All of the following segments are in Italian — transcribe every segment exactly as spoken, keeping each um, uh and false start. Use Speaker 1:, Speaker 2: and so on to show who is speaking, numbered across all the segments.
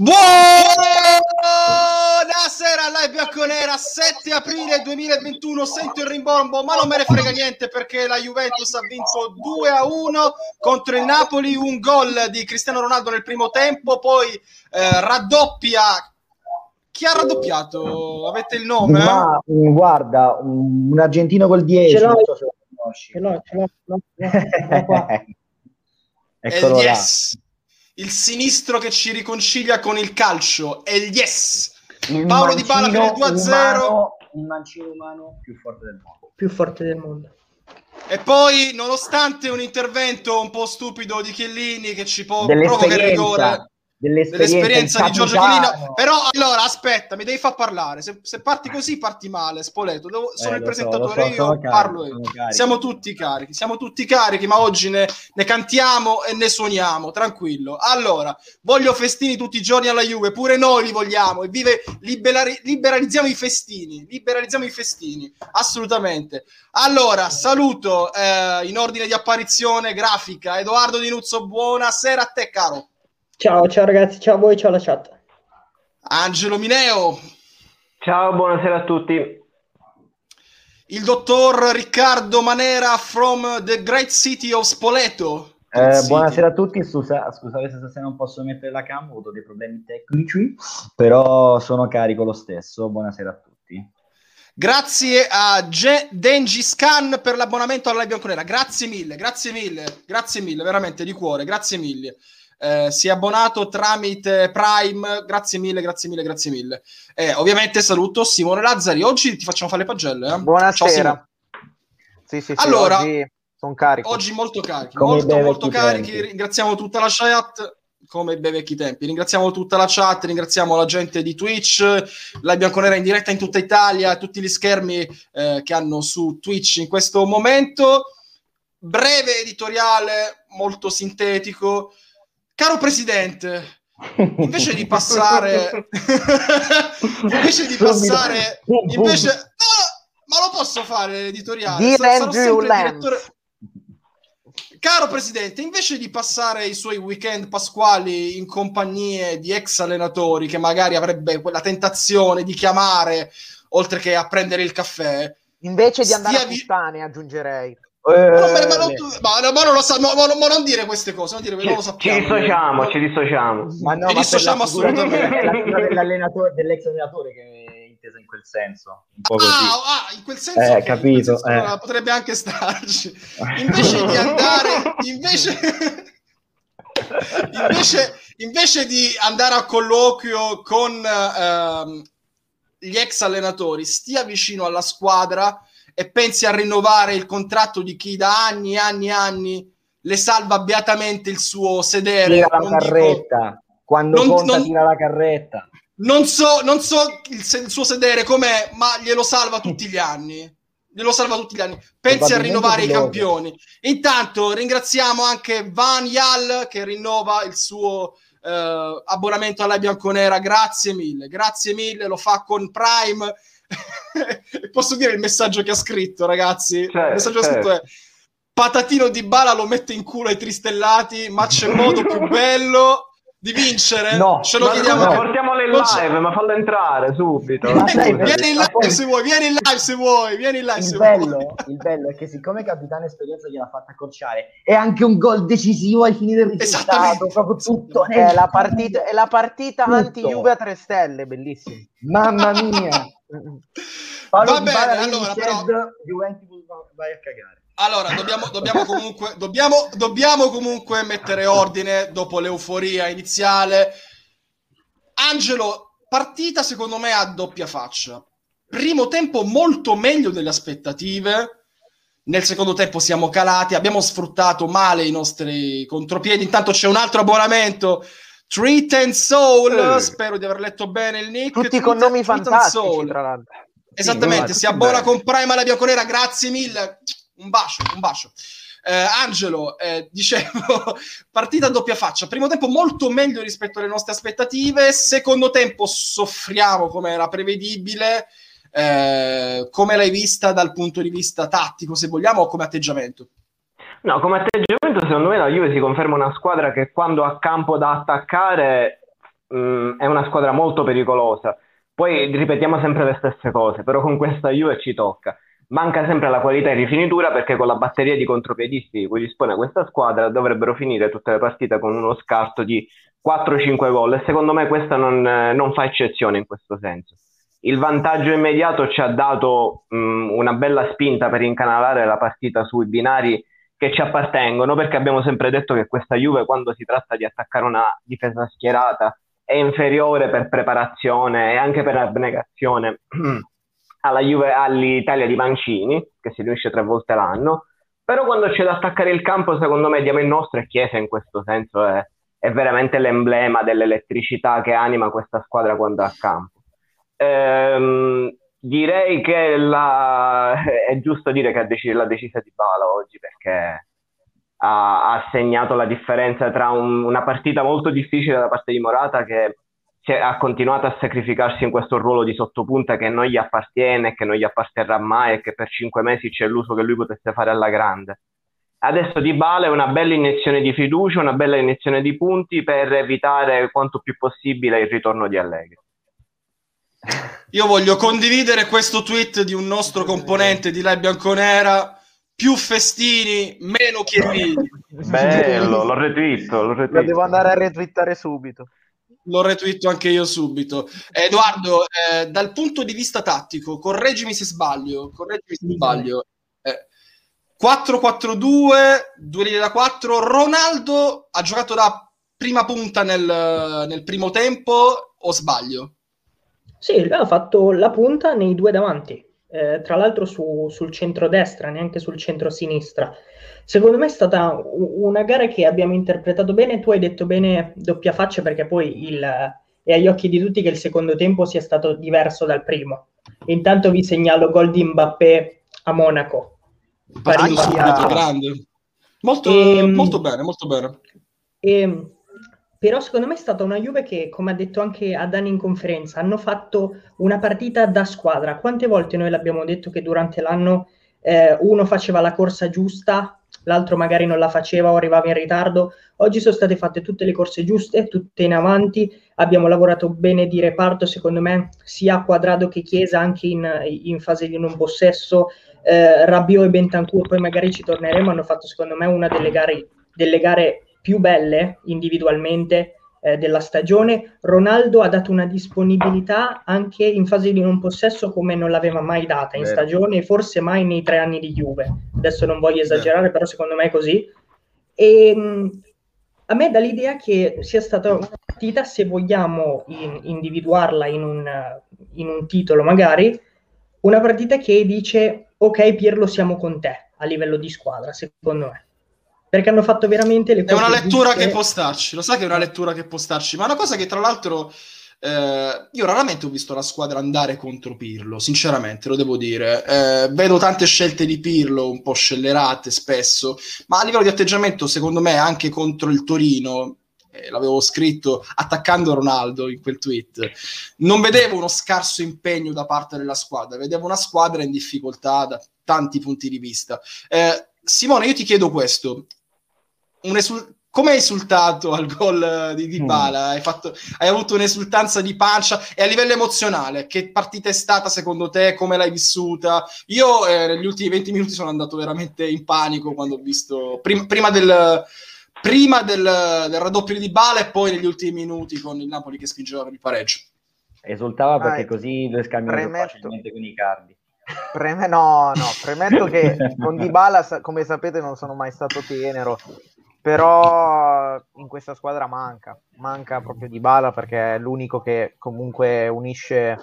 Speaker 1: Buonasera, live bianconera, sette aprile duemilaventuno. Sento il rimbombo, ma non me ne frega niente perché la Juventus ha vinto due a uno contro il Napoli. Un gol di Cristiano Ronaldo nel primo tempo, poi eh, raddoppia. Chi ha raddoppiato? Avete il nome?
Speaker 2: Ma um, guarda, un, un argentino col dieci, non so se lo conosci.
Speaker 3: Ce l'ho, ce l'ho, ce l'ho, ce l'ho qua.
Speaker 2: Eccolo
Speaker 1: il
Speaker 2: là.
Speaker 1: Yes, il sinistro che ci riconcilia con il calcio, è il Yes.
Speaker 2: Il
Speaker 1: Paolo Dybala per il due a zero.
Speaker 2: Il mancino umano più forte del mondo.
Speaker 3: Più forte del mondo.
Speaker 1: E poi, nonostante un intervento un po' stupido di Chiellini che ci po- provoca il rigore,
Speaker 2: dell'esperienza,
Speaker 1: dell'esperienza di Giorgio Chiellini, però allora aspetta, mi devi far parlare. Se, se parti così parti male, Spoleto. Devo, sono
Speaker 2: Eh,
Speaker 1: il
Speaker 2: lo so,
Speaker 1: presentatore,
Speaker 2: lo so, sono
Speaker 1: io
Speaker 2: carichi,
Speaker 1: parlo io.
Speaker 2: sono carichi.
Speaker 1: Siamo tutti carichi, siamo tutti carichi, ma oggi ne, ne cantiamo e ne suoniamo, tranquillo. Allora, voglio festini tutti i giorni alla Juve, pure noi li vogliamo, e vive, liberari, liberalizziamo i festini, liberalizziamo i festini, assolutamente. Allora, saluto eh, in ordine di apparizione grafica Edoardo Di Nuzzo, buonasera a te caro.
Speaker 3: Ciao, ciao ragazzi, ciao a voi, ciao alla chat.
Speaker 1: Angelo Mineo.
Speaker 4: Ciao, buonasera a tutti.
Speaker 1: Il dottor Riccardo Manera from the great city of Spoleto.
Speaker 2: Eh, buonasera a tutti, scusa, scusate se stasera non posso mettere la cam, ho avuto dei problemi tecnici, però sono carico lo stesso. Buonasera a tutti.
Speaker 1: Grazie a Ge- Dengis Khan per l'abbonamento alla Live Bianconera. Grazie mille, grazie mille, grazie mille, veramente di cuore, grazie mille. Eh, si è abbonato tramite Prime, grazie mille, grazie mille, grazie mille. Eh, ovviamente saluto Simone Lazzari. Oggi ti facciamo fare le pagelle. Eh?
Speaker 5: Buonasera. Sì, sì, sì,
Speaker 1: allora,
Speaker 5: oggi sono carico.
Speaker 1: Oggi molto carichi,
Speaker 2: come
Speaker 1: molto molto carichi.
Speaker 2: Tempi.
Speaker 1: Ringraziamo tutta la chat, come i bei vecchi tempi. Ringraziamo tutta la chat, ringraziamo la gente di Twitch, la Bianconera in diretta in tutta Italia, tutti gli schermi eh, che hanno su Twitch in questo momento. Breve editoriale, molto sintetico. Caro Presidente, invece di passare invece di passare invece no, ma lo posso fare l'editoriale? Sarò sempre il direttore. Caro Presidente, invece di passare i suoi weekend pasquali in compagnie di ex allenatori che magari avrebbe quella tentazione di chiamare oltre che a prendere il caffè,
Speaker 5: invece di andare a
Speaker 1: vi...
Speaker 5: puttane, aggiungerei.
Speaker 1: Ma non, ma, non, ma, ma non lo sa, ma, ma, ma non dire queste cose, non dire,
Speaker 4: ci,
Speaker 1: non lo sappiamo.
Speaker 4: Ci dissociamo, ci dissociamo.
Speaker 2: Ma no,
Speaker 1: ci
Speaker 2: ma
Speaker 1: dissociamo assolutamente.
Speaker 2: È la figura dell'allenatore, dell'ex allenatore che è intesa in quel senso. Un po' così.
Speaker 1: Ah, ah, in quel senso,
Speaker 2: eh,
Speaker 1: okay,
Speaker 2: capito,
Speaker 1: in quel senso
Speaker 2: eh.
Speaker 1: allora, potrebbe anche starci. Invece di andare, invece, invece, invece di andare a colloquio con ehm, gli ex allenatori, stia vicino alla squadra e pensi a rinnovare il contratto di chi da anni e anni e anni le salva beatamente il suo sedere.
Speaker 2: Tira la
Speaker 1: non
Speaker 2: carretta,
Speaker 1: dico,
Speaker 2: quando
Speaker 1: non,
Speaker 2: conta
Speaker 1: non,
Speaker 2: tira la carretta.
Speaker 1: Non so, non so il, il suo sedere com'è, ma glielo salva tutti gli anni. Glielo salva tutti gli anni. Pensi a rinnovare i campioni. Intanto ringraziamo anche Van Yal che rinnova il suo eh, abbonamento alla Bianconera. Grazie mille, grazie mille, lo fa con Prime. Posso dire il messaggio che ha scritto, ragazzi?
Speaker 4: Certo,
Speaker 1: il messaggio che ha scritto è: Patatino Dybala lo mette in culo ai tristellati, ma c'è modo più bello di vincere?
Speaker 2: No,
Speaker 1: ce lo
Speaker 4: ma
Speaker 1: chiediamo.
Speaker 4: no, portiamolo in
Speaker 1: Non
Speaker 4: live,
Speaker 1: c'è...
Speaker 4: ma fallo entrare subito.
Speaker 2: Ma sai,
Speaker 1: vieni in live
Speaker 2: poi...
Speaker 1: se vuoi, vieni in live se vuoi, vieni in live
Speaker 2: il
Speaker 1: se
Speaker 2: bello,
Speaker 1: vuoi.
Speaker 2: Il bello è che siccome Capitano Esperienza gliel'ha fatta accorciare, è anche un gol decisivo ai fini del risultato, proprio tutto.
Speaker 5: È la partita, è la partita
Speaker 2: tutto.
Speaker 5: anti-Juve a tre stelle, bellissimo.
Speaker 2: Mamma mia. Paolo
Speaker 1: Va bene,
Speaker 2: Dybala,
Speaker 1: allora, però...
Speaker 2: Juventus, vai a cagare.
Speaker 1: Allora, dobbiamo, dobbiamo, comunque, dobbiamo, dobbiamo comunque mettere ordine dopo l'euforia iniziale. Angelo, partita secondo me a doppia faccia. Primo tempo molto meglio delle aspettative. Nel secondo tempo siamo calati, abbiamo sfruttato male i nostri contropiedi. Intanto c'è un altro abbonamento, Treat and Soul, eh. spero di aver letto bene il nick.
Speaker 5: Tutti
Speaker 1: Treat,
Speaker 5: con nomi
Speaker 1: Treat
Speaker 5: fantastici, tra l'altro.
Speaker 1: Esattamente,
Speaker 4: sì,
Speaker 1: si abbona
Speaker 4: bene.
Speaker 1: con Prime alla Bianconera, grazie mille. Un bacio, un bacio. Eh, Angelo, eh, dicevo, partita a doppia faccia. Primo tempo molto meglio rispetto alle nostre aspettative. Secondo tempo soffriamo come era prevedibile. Eh, come l'hai vista dal punto di vista tattico, se vogliamo, o come atteggiamento?
Speaker 4: No, come atteggiamento secondo me la Juve si conferma una squadra che quando ha campo da attaccare mh, è una squadra molto pericolosa. Poi ripetiamo sempre le stesse cose, però con questa Juve ci tocca. Manca sempre la qualità in rifinitura, perché con la batteria di contropiedisti di cui dispone questa squadra dovrebbero finire tutte le partite con uno scarto di quattro cinque gol, e secondo me questa non, eh, non fa eccezione in questo senso. Il vantaggio immediato ci ha dato mh, una bella spinta per incanalare la partita sui binari che ci appartengono, perché abbiamo sempre detto che questa Juve, quando si tratta di attaccare una difesa schierata, è inferiore per preparazione e anche per abnegazione alla Juve, all'Italia di Mancini, che si riunisce tre volte l'anno. Però quando c'è da attaccare il campo, secondo me diamo il nostro, e Chiesa in questo senso è, è veramente l'emblema dell'elettricità che anima questa squadra quando è a campo. Ehm, direi che la, è giusto dire che ha dec- l'ha decisa Dybala oggi, perché ha, ha segnato la differenza tra un, una partita molto difficile da parte di Morata, che si è- ha continuato a sacrificarsi in questo ruolo di sottopunta che non gli appartiene, che non gli apparterrà mai, e che per cinque mesi c'è illuso che lui potesse fare alla grande. Adesso Dybala è una bella iniezione di fiducia, una bella iniezione di punti per evitare quanto più possibile il ritorno di Allegri.
Speaker 1: Io voglio condividere questo tweet di un nostro componente di Lai Bianconera: più festini, meno Chiellini.
Speaker 4: Bello, l'ho retweeto, l'ho
Speaker 5: Lo
Speaker 4: retweeto.
Speaker 5: devo andare a retwittare subito.
Speaker 1: Lo retweeto anche io subito. Edoardo, eh, dal punto di vista tattico, correggimi se sbaglio, correggimi se sbaglio. Eh, quattro quattro due, due linee da quattro. Ronaldo ha giocato da prima punta nel, nel primo tempo, o sbaglio?
Speaker 3: Sì, lui ha fatto la punta nei due davanti, eh, tra l'altro su- sul centro-destra, neanche sul centro-sinistra. Secondo me è stata u- una gara che abbiamo interpretato bene. Tu hai detto bene doppia faccia, perché poi il, è agli occhi di tutti che il secondo tempo sia stato diverso dal primo. Intanto vi segnalo gol di Mbappé a Monaco.
Speaker 1: Partito
Speaker 3: Parecchia-
Speaker 1: subito, grande. Molto,
Speaker 3: Ehm,
Speaker 1: molto bene, molto bene.
Speaker 3: E, però secondo me è stata una Juve che, come ha detto anche Adani in conferenza, hanno fatto una partita da squadra. Quante volte noi l'abbiamo detto che durante l'anno eh, uno faceva la corsa giusta, l'altro magari non la faceva o arrivava in ritardo. Oggi sono state fatte tutte le corse giuste, tutte in avanti. Abbiamo lavorato bene di reparto, secondo me, sia Quadrado che Chiesa, anche in, in fase di non possesso. Eh, Rabiot e Bentancur, poi magari ci torneremo, hanno fatto secondo me una delle gare, delle gare più belle individualmente eh, della stagione. Ronaldo ha dato una disponibilità anche in fase di non possesso come non l'aveva mai data in
Speaker 2: Vero.
Speaker 3: stagione, e forse mai nei tre anni di Juve. Adesso non voglio esagerare,
Speaker 1: Vero.
Speaker 3: però secondo me è così. E mh, a me dà l'idea che sia stata una partita, se vogliamo in- individuarla in un, in un titolo magari, una partita che dice: ok Pirlo, siamo con te a livello di squadra, secondo me, perché hanno fatto veramente le
Speaker 1: È
Speaker 3: cose
Speaker 1: una lettura
Speaker 3: giuste.
Speaker 1: che può starci, lo sai che è una lettura che può starci, ma è una cosa che tra l'altro eh, io raramente ho visto la squadra andare contro Pirlo, sinceramente, lo devo dire. Eh, vedo tante scelte di Pirlo un po' scellerate spesso, ma a livello di atteggiamento, secondo me, anche contro il Torino, eh, l'avevo scritto attaccando Ronaldo in quel tweet, non vedevo uno scarso impegno da parte della squadra, vedevo una squadra in difficoltà da tanti punti di vista. Eh, Simone, io ti chiedo questo: un esul- come hai esultato al gol di Dybala? Hai, fatto, hai avuto un'esultanza di pancia, e a livello emozionale che partita è stata secondo te? Come l'hai vissuta? Io eh, negli ultimi venti minuti sono andato veramente in panico quando ho visto prim- prima del prima del, del raddoppio di Dybala, e poi negli ultimi minuti con il Napoli che spingeva per il pareggio.
Speaker 2: Esultava perché
Speaker 5: Ah,
Speaker 2: così due scambiano più
Speaker 5: premetto-
Speaker 2: facilmente con i cardi.
Speaker 5: Preme- no, no, premetto che con Dybala, sa- come sapete, non sono mai stato tenero, però in questa squadra manca, manca proprio Dybala, perché è l'unico che comunque unisce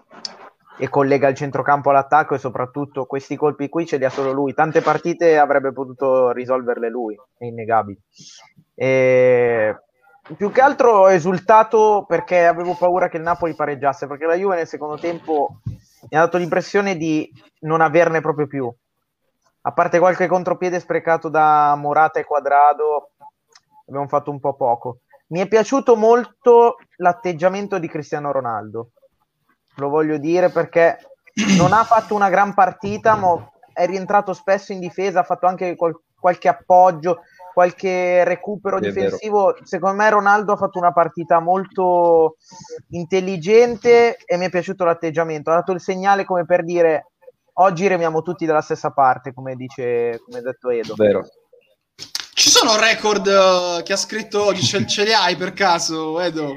Speaker 5: e collega il centrocampo all'attacco, e soprattutto questi colpi qui ce li ha solo lui. Tante partite avrebbe potuto risolverle lui, è innegabile. E più che altro ho esultato perché avevo paura che il Napoli pareggiasse, perché la Juve nel secondo tempo mi ha dato l'impressione di non averne proprio più, a parte qualche contropiede sprecato da Morata e Quadrado. Abbiamo fatto un po' poco. Mi è piaciuto molto l'atteggiamento di Cristiano Ronaldo, lo voglio dire, perché non ha fatto una gran partita, ma è rientrato spesso in difesa, ha fatto anche qual- qualche appoggio, qualche recupero
Speaker 2: È
Speaker 5: difensivo. Secondo me Ronaldo ha fatto una partita molto intelligente e mi è piaciuto l'atteggiamento. Ha dato il segnale come per dire oggi remiamo tutti dalla stessa parte, come dice, come ha detto Edo.
Speaker 2: Vero.
Speaker 1: Ci sono record uh, che ha scritto oggi, ce, ce li hai per caso, Edo?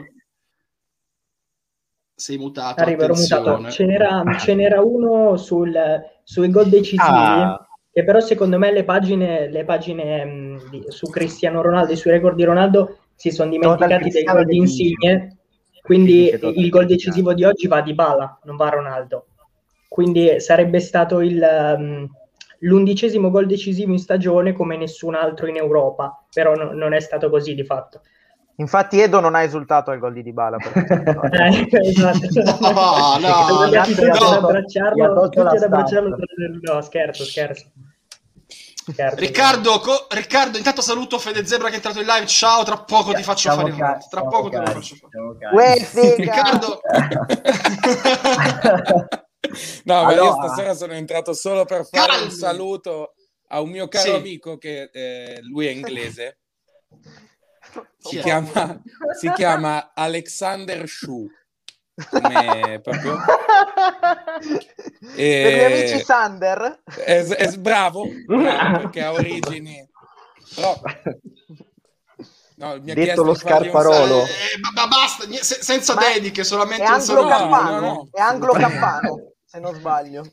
Speaker 1: Sei mutato,
Speaker 3: Arrivo, ero
Speaker 1: attenzione.
Speaker 3: mutato. Ce n'era, ce n'era uno sul, sui gol decisivi,
Speaker 2: Ah.
Speaker 3: che però secondo me le pagine, le pagine mh, di- su Cristiano Ronaldo e sui record di Ronaldo si sono dimenticati dei
Speaker 2: Cristiano
Speaker 3: gol di
Speaker 2: decisivo.
Speaker 3: Insigne, quindi
Speaker 2: Dice total
Speaker 3: il gol
Speaker 2: Cristiano.
Speaker 3: decisivo di oggi va a Dybala, non va a Ronaldo. Quindi sarebbe stato il, um, l'undicesimo gol decisivo in stagione come nessun altro in Europa, però no- non è stato così di fatto.
Speaker 5: Infatti Edo non ha esultato al gol di Dybala.
Speaker 3: Eh, esatto.
Speaker 1: No, no,
Speaker 3: Siamo andati
Speaker 2: no,
Speaker 3: tutti ad
Speaker 2: no,
Speaker 3: abbracciarlo,
Speaker 2: gli ha tolto
Speaker 3: tutti
Speaker 2: la
Speaker 3: ad abbracciarlo.
Speaker 2: stampa.
Speaker 3: No, scherzo, scherzo. Scherzo,
Speaker 1: Riccardo, co- Riccardo, intanto saluto Fede Zebra che è entrato in live. Ciao, tra poco ti faccio
Speaker 2: Siamo
Speaker 1: fare i
Speaker 2: ca-
Speaker 1: commenti. Tra
Speaker 2: siamo
Speaker 1: poco te lo
Speaker 2: carichi,
Speaker 1: faccio fare.
Speaker 2: siamo carichi.
Speaker 5: Uè, figa!
Speaker 1: Riccardo,
Speaker 6: No, ma io
Speaker 2: Allora-
Speaker 6: stasera sono entrato solo per fare
Speaker 1: Calmi.
Speaker 6: un saluto a un mio caro
Speaker 1: Sì.
Speaker 6: amico che eh, lui è inglese. Si
Speaker 1: Chi è?
Speaker 6: chiama, si chiama Alexander Shu. Come proprio. E-
Speaker 5: Per gli amici Sander.
Speaker 6: È, è bravo, bravo, perché ha origini. Però no, mi ha
Speaker 2: Detto
Speaker 6: chiesto
Speaker 2: lo
Speaker 6: di fargli un
Speaker 2: Scarparolo.
Speaker 6: saluto.
Speaker 1: Eh, ma, ma basta, nie- se- senza
Speaker 5: Ma è-
Speaker 1: dediche, solamente
Speaker 5: È
Speaker 1: un saluto.
Speaker 5: anglo-campano,
Speaker 6: No, no, no,
Speaker 5: è anglo-campano, se non sbaglio.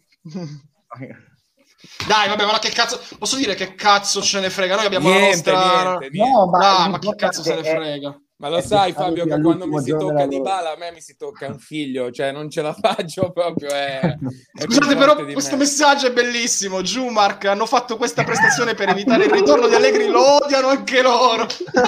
Speaker 1: Dai, vabbè, ma che cazzo. Posso dire che cazzo ce ne frega? Noi abbiamo
Speaker 6: Niente,
Speaker 1: la nostra.
Speaker 6: niente, niente.
Speaker 2: No, ma,
Speaker 1: Dai, ma che cazzo se ne
Speaker 2: l'importante è-
Speaker 1: frega?
Speaker 6: Ma lo
Speaker 2: è
Speaker 6: sai,
Speaker 2: pensare
Speaker 6: Fabio,
Speaker 2: che
Speaker 6: che quando
Speaker 2: all'ultimo
Speaker 6: mi si
Speaker 2: giorno
Speaker 6: tocca
Speaker 2: della
Speaker 6: di
Speaker 2: loro-
Speaker 6: bala, a me mi si tocca un figlio, cioè non ce la faccio proprio. È, è più
Speaker 1: Scusate,
Speaker 6: forte
Speaker 1: però
Speaker 6: di
Speaker 1: questo
Speaker 6: me.
Speaker 1: messaggio è bellissimo. Giumark hanno fatto questa prestazione per evitare il ritorno di Allegri, lo odiano anche loro.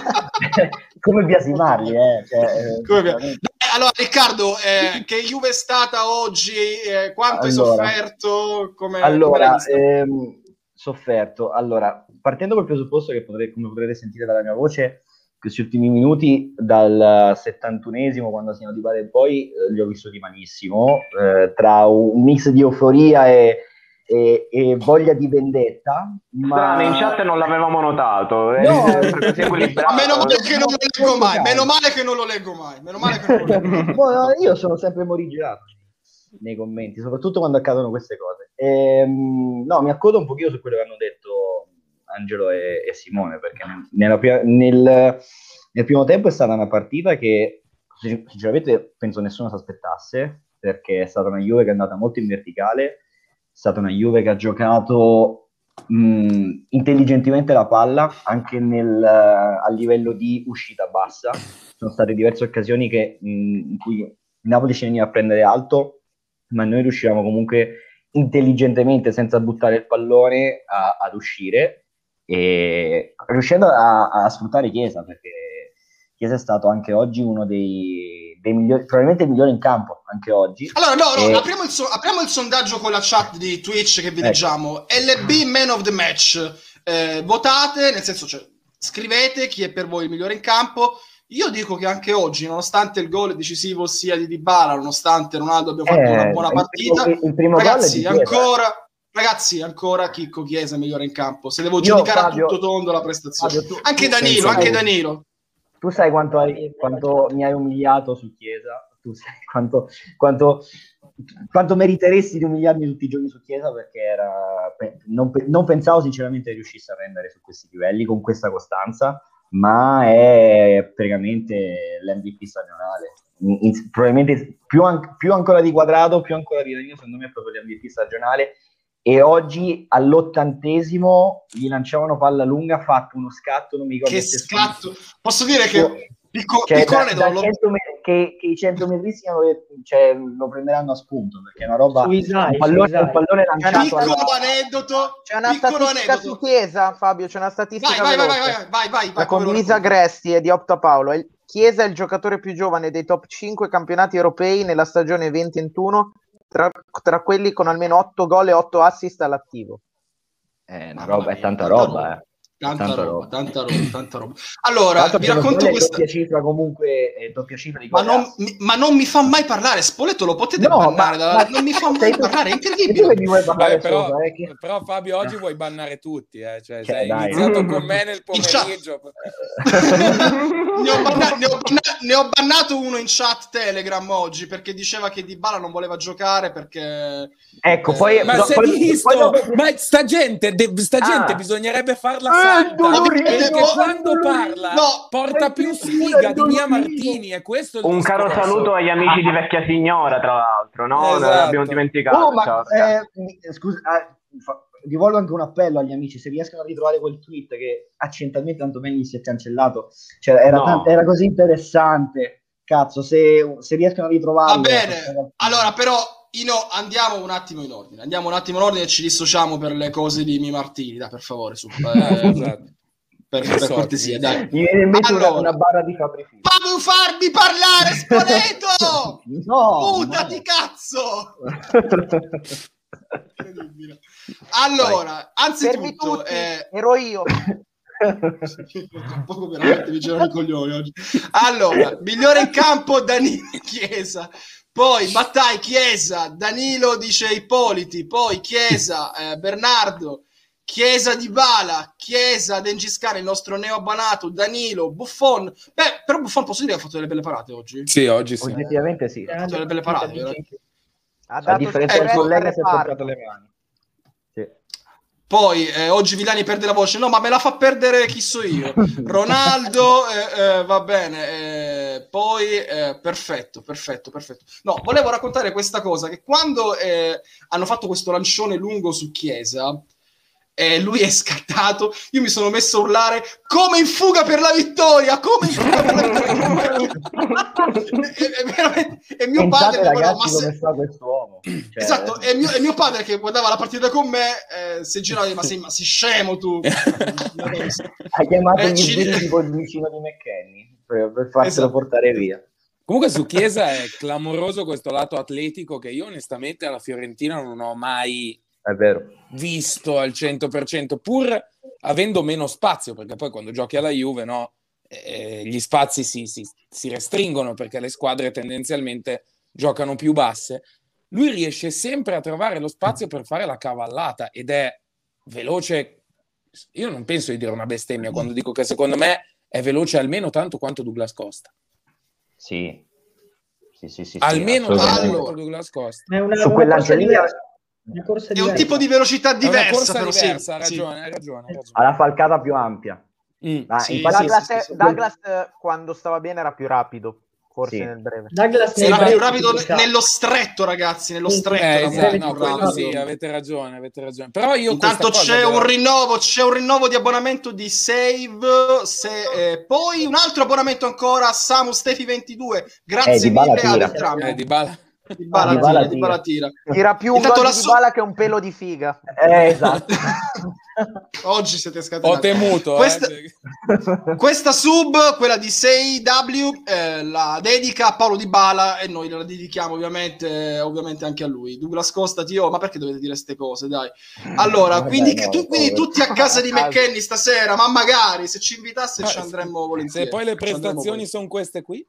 Speaker 2: Come biasimarli, eh? Cioè, eh,
Speaker 1: Come via-
Speaker 2: veramente.
Speaker 1: Dai, allora, Riccardo, eh, che Juve è stata oggi? Eh, quanto
Speaker 2: Allora.
Speaker 1: hai sofferto? Come, come l'hai
Speaker 2: Allora,
Speaker 1: vista?
Speaker 2: ehm, sofferto. Allora, partendo col presupposto che potrete, come potrete sentire dalla mia voce, questi ultimi minuti, dal settantunesimo, quando siamo di Bale in poi, eh, li ho vissuti malissimo, eh, tra un mix di euforia e, e- e voglia di vendetta. Ma
Speaker 4: Strano, in chat non l'avevamo notato. È
Speaker 2: No,
Speaker 4: sempre così
Speaker 2: eh,
Speaker 4: equilibrato.
Speaker 1: Ma meno male che non lo leggo
Speaker 2: molto
Speaker 1: mai.
Speaker 2: calmo.
Speaker 1: Meno male che non lo leggo mai. Meno male che non lo leggo mai.
Speaker 2: Boh, no, io sono sempre morigerato nei commenti, soprattutto quando accadono queste cose. Ehm, no, mi accodo un pochino su quello che hanno detto Angelo e, e Simone, perché nella prima- nel, nel primo tempo è stata una partita che sin- sinceramente penso nessuno si aspettasse, perché è stata una Juve che è andata molto in verticale, è stata una Juve che ha giocato mh, intelligentemente la palla, anche nel, a livello di uscita bassa. Sono state diverse occasioni che, mh, in cui il Napoli ci veniva a prendere alto, ma noi riuscivamo comunque intelligentemente, senza buttare il pallone, a- ad uscire, e riuscendo a, a sfruttare Chiesa, perché Chiesa è stato anche oggi uno dei, dei migliori, probabilmente il migliore in campo, anche oggi.
Speaker 1: Allora, no, no,
Speaker 2: E-
Speaker 1: apriamo, il so- apriamo il sondaggio con la chat di Twitch che vi
Speaker 2: Ecco.
Speaker 1: leggiamo. L B Man of the Match. Eh, votate, nel senso, cioè, scrivete chi è per voi il migliore in campo. Io dico che anche oggi, nonostante il gol decisivo sia di Dybala, nonostante Ronaldo abbia fatto
Speaker 2: Eh,
Speaker 1: una buona
Speaker 2: il
Speaker 1: partita,
Speaker 2: primo- il primo gol è
Speaker 1: ragazzi,
Speaker 2: di Chiesa.
Speaker 1: ancora, ragazzi, ancora Chicco Chiesa è migliore in campo. Se devo
Speaker 2: Io,
Speaker 1: giudicare
Speaker 2: Fabio-
Speaker 1: a tutto tondo la prestazione.
Speaker 2: Fabio, tu-
Speaker 1: anche
Speaker 2: tu-
Speaker 1: Danilo,
Speaker 6: senza
Speaker 1: anche
Speaker 6: dubbio.
Speaker 1: Danilo.
Speaker 2: Tu sai quanto, hai, quanto mi hai umiliato su Chiesa, tu sai quanto, quanto, quanto meriteresti di umiliarmi tutti i giorni su Chiesa, perché era, pe- non, pe- non pensavo sinceramente riuscisse a rendere su questi livelli, con questa costanza, ma è praticamente l'M V P stagionale. In- in- probabilmente più, an- più ancora di Quadrato, più ancora di Danilo, secondo me è proprio l'M V P stagionale. E oggi all'ottantesimo gli lanciavano palla lunga, ha fatto uno scatto, non mi ricordo
Speaker 1: Che
Speaker 2: se
Speaker 1: scatto! Posso dire che picco,
Speaker 2: cioè,
Speaker 1: piccolo
Speaker 2: da-
Speaker 1: aneddoto,
Speaker 2: da
Speaker 1: lo-
Speaker 2: cento me- che, che i centometristi hanno detto- cioè, lo prenderanno a spunto, perché è una roba,
Speaker 3: Su Isai,
Speaker 2: un pallone,
Speaker 3: su Isai.
Speaker 2: un pallone lanciato
Speaker 1: piccolo
Speaker 2: alla-
Speaker 1: aneddoto,
Speaker 5: C'è una
Speaker 1: piccolo
Speaker 5: statistica
Speaker 1: aneddoto.
Speaker 5: su Chiesa, Fabio, c'è una statistica
Speaker 1: Vai, vai, vai,
Speaker 5: veloce.
Speaker 1: vai, vai, vai, vai,
Speaker 5: La
Speaker 1: vai, come lo
Speaker 5: condivisa
Speaker 1: racconti?
Speaker 5: Gresti e di Opta Paolo. Il- Chiesa è il giocatore più giovane dei top cinque campionati europei nella stagione venti ventuno, tra, tra quelli con almeno otto gol e otto assist all'attivo.
Speaker 2: È, una
Speaker 1: Mamma
Speaker 2: roba, è
Speaker 1: mia,
Speaker 2: tanta
Speaker 1: tanta
Speaker 2: roba,
Speaker 1: roba.
Speaker 2: eh.
Speaker 1: Tanta,
Speaker 2: Tanta
Speaker 1: roba,
Speaker 2: roba.
Speaker 1: tanta roba, tanta roba. Allora,
Speaker 2: Tanto
Speaker 1: vi
Speaker 2: per
Speaker 1: racconto
Speaker 2: Spoleto
Speaker 1: questa...
Speaker 2: doppia cifra comunque, eh, doppia cifra di
Speaker 1: Ma
Speaker 2: gol.
Speaker 1: non, mi, ma non mi fa mai parlare. Spoleto lo potete
Speaker 2: No,
Speaker 1: bannare,
Speaker 2: ma-
Speaker 1: da-
Speaker 2: ma-
Speaker 1: non mi fa mai
Speaker 2: sei tu-
Speaker 1: parlare, è
Speaker 2: E tu che
Speaker 1: incredibile.
Speaker 2: mi vuoi parlare
Speaker 6: Beh, però,
Speaker 2: sopra? eh, che-
Speaker 6: però Fabio oggi vuoi bannare tutti, eh? Cioè,
Speaker 2: Cioè,
Speaker 6: sei
Speaker 2: dai.
Speaker 6: iniziato con me nel
Speaker 1: In chat.
Speaker 6: pomeriggio.
Speaker 1: ne, ho banna- ne ho banna- ne ho bannato uno in chat Telegram oggi perché diceva che Dybala non voleva giocare perché...
Speaker 2: Ecco,
Speaker 1: Eh,
Speaker 2: poi...
Speaker 6: Ma
Speaker 2: no,
Speaker 6: si è
Speaker 2: poi-
Speaker 6: visto,
Speaker 2: poi dopo-
Speaker 6: ma sta gente, de- sta
Speaker 2: Ah.
Speaker 6: gente bisognerebbe farla
Speaker 2: Eh,
Speaker 6: santa,
Speaker 2: dolorino,
Speaker 6: perché
Speaker 1: no,
Speaker 6: quando
Speaker 2: dolorino.
Speaker 6: parla
Speaker 1: No.
Speaker 6: porta più sfiga di Mia Martini, e questo è il
Speaker 4: Un caro
Speaker 6: discorso.
Speaker 4: saluto agli amici di Vecchia Signora, tra l'altro, no?
Speaker 6: Esatto.
Speaker 4: L'abbiamo dimenticato.
Speaker 2: Oh, ma
Speaker 4: Ciao, ragazzi.
Speaker 2: eh, mi- scusa, ah, fa- rivolgo anche un appello agli amici, se riescono a ritrovare quel tweet che accidentalmente Antonelli si è cancellato, cioè era,
Speaker 4: No.
Speaker 2: tan- era così interessante, cazzo, se, se riescono a ritrovarlo...
Speaker 1: Va bene, allora però Ino, andiamo un attimo in ordine, andiamo un attimo in ordine e ci dissociamo per le cose di Mi Martini, dai, per favore, su,
Speaker 6: Eh,
Speaker 1: eh,
Speaker 6: esatto.
Speaker 1: per,
Speaker 6: Mi
Speaker 1: per
Speaker 6: so,
Speaker 1: cortesia,
Speaker 6: mi-
Speaker 1: dai.
Speaker 2: Mi viene in mente una-
Speaker 1: Allora.
Speaker 2: una barra di Fabri Fibra.
Speaker 1: Fammi farmi parlare, Spoleto!
Speaker 2: No!
Speaker 1: Puta
Speaker 2: no.
Speaker 1: di cazzo! Incredibile. Allora,
Speaker 5: Fermi
Speaker 1: anzitutto,
Speaker 5: tutti,
Speaker 1: eh,
Speaker 5: ero io.
Speaker 1: un po' veramente mi girano i coglioni oggi. Allora, migliore in campo Danilo Chiesa, poi Battai Chiesa, Danilo dice Ippoliti, poi Chiesa, eh, Bernardo, Chiesa Dybala, Chiesa Dengis Khan, il nostro neoabbanato, Danilo, Buffon. Beh, però Buffon posso dire che ha fatto delle belle parate oggi?
Speaker 6: Sì, oggi sì.
Speaker 2: Oggettivamente sì.
Speaker 1: Ha fatto delle belle parate, vero?
Speaker 5: Ha
Speaker 2: A
Speaker 5: dato
Speaker 2: differenza del
Speaker 5: sicurezza
Speaker 2: collega
Speaker 5: al
Speaker 2: si è
Speaker 5: reparto.
Speaker 2: toccato le mani. Sì.
Speaker 1: Poi eh, oggi Villani perde la voce, no, ma me la fa perdere chi so io. Ronaldo, eh, eh, va bene. eh, poi eh, perfetto, perfetto, perfetto. No, volevo raccontare questa cosa: che quando eh, hanno fatto questo lancione lungo su Chiesa, e lui è scattato, io mi sono messo a urlare come in fuga per la vittoria, come in fuga per la vittoria. e, e, veramente, e mio
Speaker 2: Pensate,
Speaker 1: padre guardava,
Speaker 2: ragazzi,
Speaker 1: ma se-
Speaker 2: come sta quest'uomo. Cioè,
Speaker 1: esatto, e mio, e mio padre che guardava la partita con me eh, si girava e diceva, ma sei, ma sei scemo tu.
Speaker 2: ha chiamato
Speaker 1: Eh,
Speaker 2: gli
Speaker 1: ci-
Speaker 2: sbirri tipo il vicino di McKenny per, per farselo
Speaker 1: Esatto.
Speaker 2: portare via.
Speaker 6: Comunque su Chiesa è clamoroso questo lato atletico che io onestamente alla Fiorentina non ho mai
Speaker 2: È vero.
Speaker 6: visto al cento per cento, pur avendo meno spazio, perché poi quando giochi alla Juve, no, eh, gli spazi si, si, si restringono perché le squadre tendenzialmente giocano più basse. Lui riesce sempre a trovare lo spazio per fare la cavallata ed è veloce. Io non penso di dire una bestemmia quando dico che secondo me è veloce almeno tanto quanto Douglas Costa.
Speaker 2: Sì. Sì, sì, sì, sì,
Speaker 6: almeno tanto
Speaker 2: assolutamente.
Speaker 1: Allora.
Speaker 6: quanto Douglas Costa.
Speaker 3: Ma è una,
Speaker 2: Su
Speaker 3: una
Speaker 2: quella
Speaker 3: corsa
Speaker 2: linea-
Speaker 3: diversa. Una corsa
Speaker 1: È un
Speaker 3: diversa.
Speaker 1: tipo di velocità
Speaker 6: È una
Speaker 1: diversa,
Speaker 6: corsa
Speaker 1: però sì,
Speaker 6: diversa, ha
Speaker 1: sì.
Speaker 6: ragione, hai ragione, hai ragione.
Speaker 2: Ha la falcata più ampia.
Speaker 6: Mm.
Speaker 2: Ma
Speaker 1: Sì,
Speaker 2: infatti-
Speaker 1: sì,
Speaker 5: Douglas,
Speaker 1: sì, sì, sì.
Speaker 5: Douglas, eh, quando stava bene era più rapido, forse
Speaker 2: Sì.
Speaker 5: nel breve.
Speaker 3: Douglas
Speaker 6: Sì,
Speaker 3: nel
Speaker 1: Era
Speaker 6: ma-
Speaker 1: più
Speaker 3: breve
Speaker 1: rapido
Speaker 3: si
Speaker 1: ne- nello stretto, ragazzi, nello
Speaker 3: Sì, sì.
Speaker 1: stretto.
Speaker 6: Eh,
Speaker 1: era
Speaker 6: esatto,
Speaker 1: molto
Speaker 6: no,
Speaker 1: più
Speaker 6: quello
Speaker 1: rapido.
Speaker 6: sì, avete ragione, avete ragione. Però io
Speaker 1: Intanto
Speaker 6: questa cosa
Speaker 1: c'è
Speaker 6: della-
Speaker 1: un rinnovo, c'è un rinnovo di abbonamento di Save, se, eh, poi un altro abbonamento ancora a Samu Stefi ventidue. Grazie
Speaker 2: Eh, Dybala
Speaker 1: mille
Speaker 2: tira.
Speaker 1: ad entrambi.
Speaker 6: eh, Dybala.
Speaker 1: Dybala
Speaker 2: Ah, Dybala
Speaker 1: tira,
Speaker 2: tira.
Speaker 1: Dybala tira.
Speaker 5: Tira più un
Speaker 1: Intanto
Speaker 5: gol
Speaker 1: la
Speaker 5: di
Speaker 1: su-
Speaker 5: Dybala che un pelo di figa.
Speaker 2: Eh, esatto.
Speaker 1: Oggi siete scatenati.
Speaker 6: Ho temuto,
Speaker 1: Questa,
Speaker 6: eh.
Speaker 1: questa sub, quella di sei W, eh, la dedica a Paolo Dybala e noi la dedichiamo ovviamente, ovviamente anche a lui. Douglas Costa, ti oh, ma perché dovete dire queste cose, dai? Allora,
Speaker 2: Vabbè,
Speaker 1: quindi,
Speaker 2: no,
Speaker 1: tu- quindi
Speaker 2: povero.
Speaker 1: tutti a casa di
Speaker 5: A casa.
Speaker 1: McKenny stasera, ma magari se ci invitasse ci
Speaker 6: Ma-
Speaker 1: andremmo volentieri.
Speaker 6: Se poi le
Speaker 1: Ci andremmo
Speaker 6: prestazioni
Speaker 1: volentieri.
Speaker 6: sono queste qui?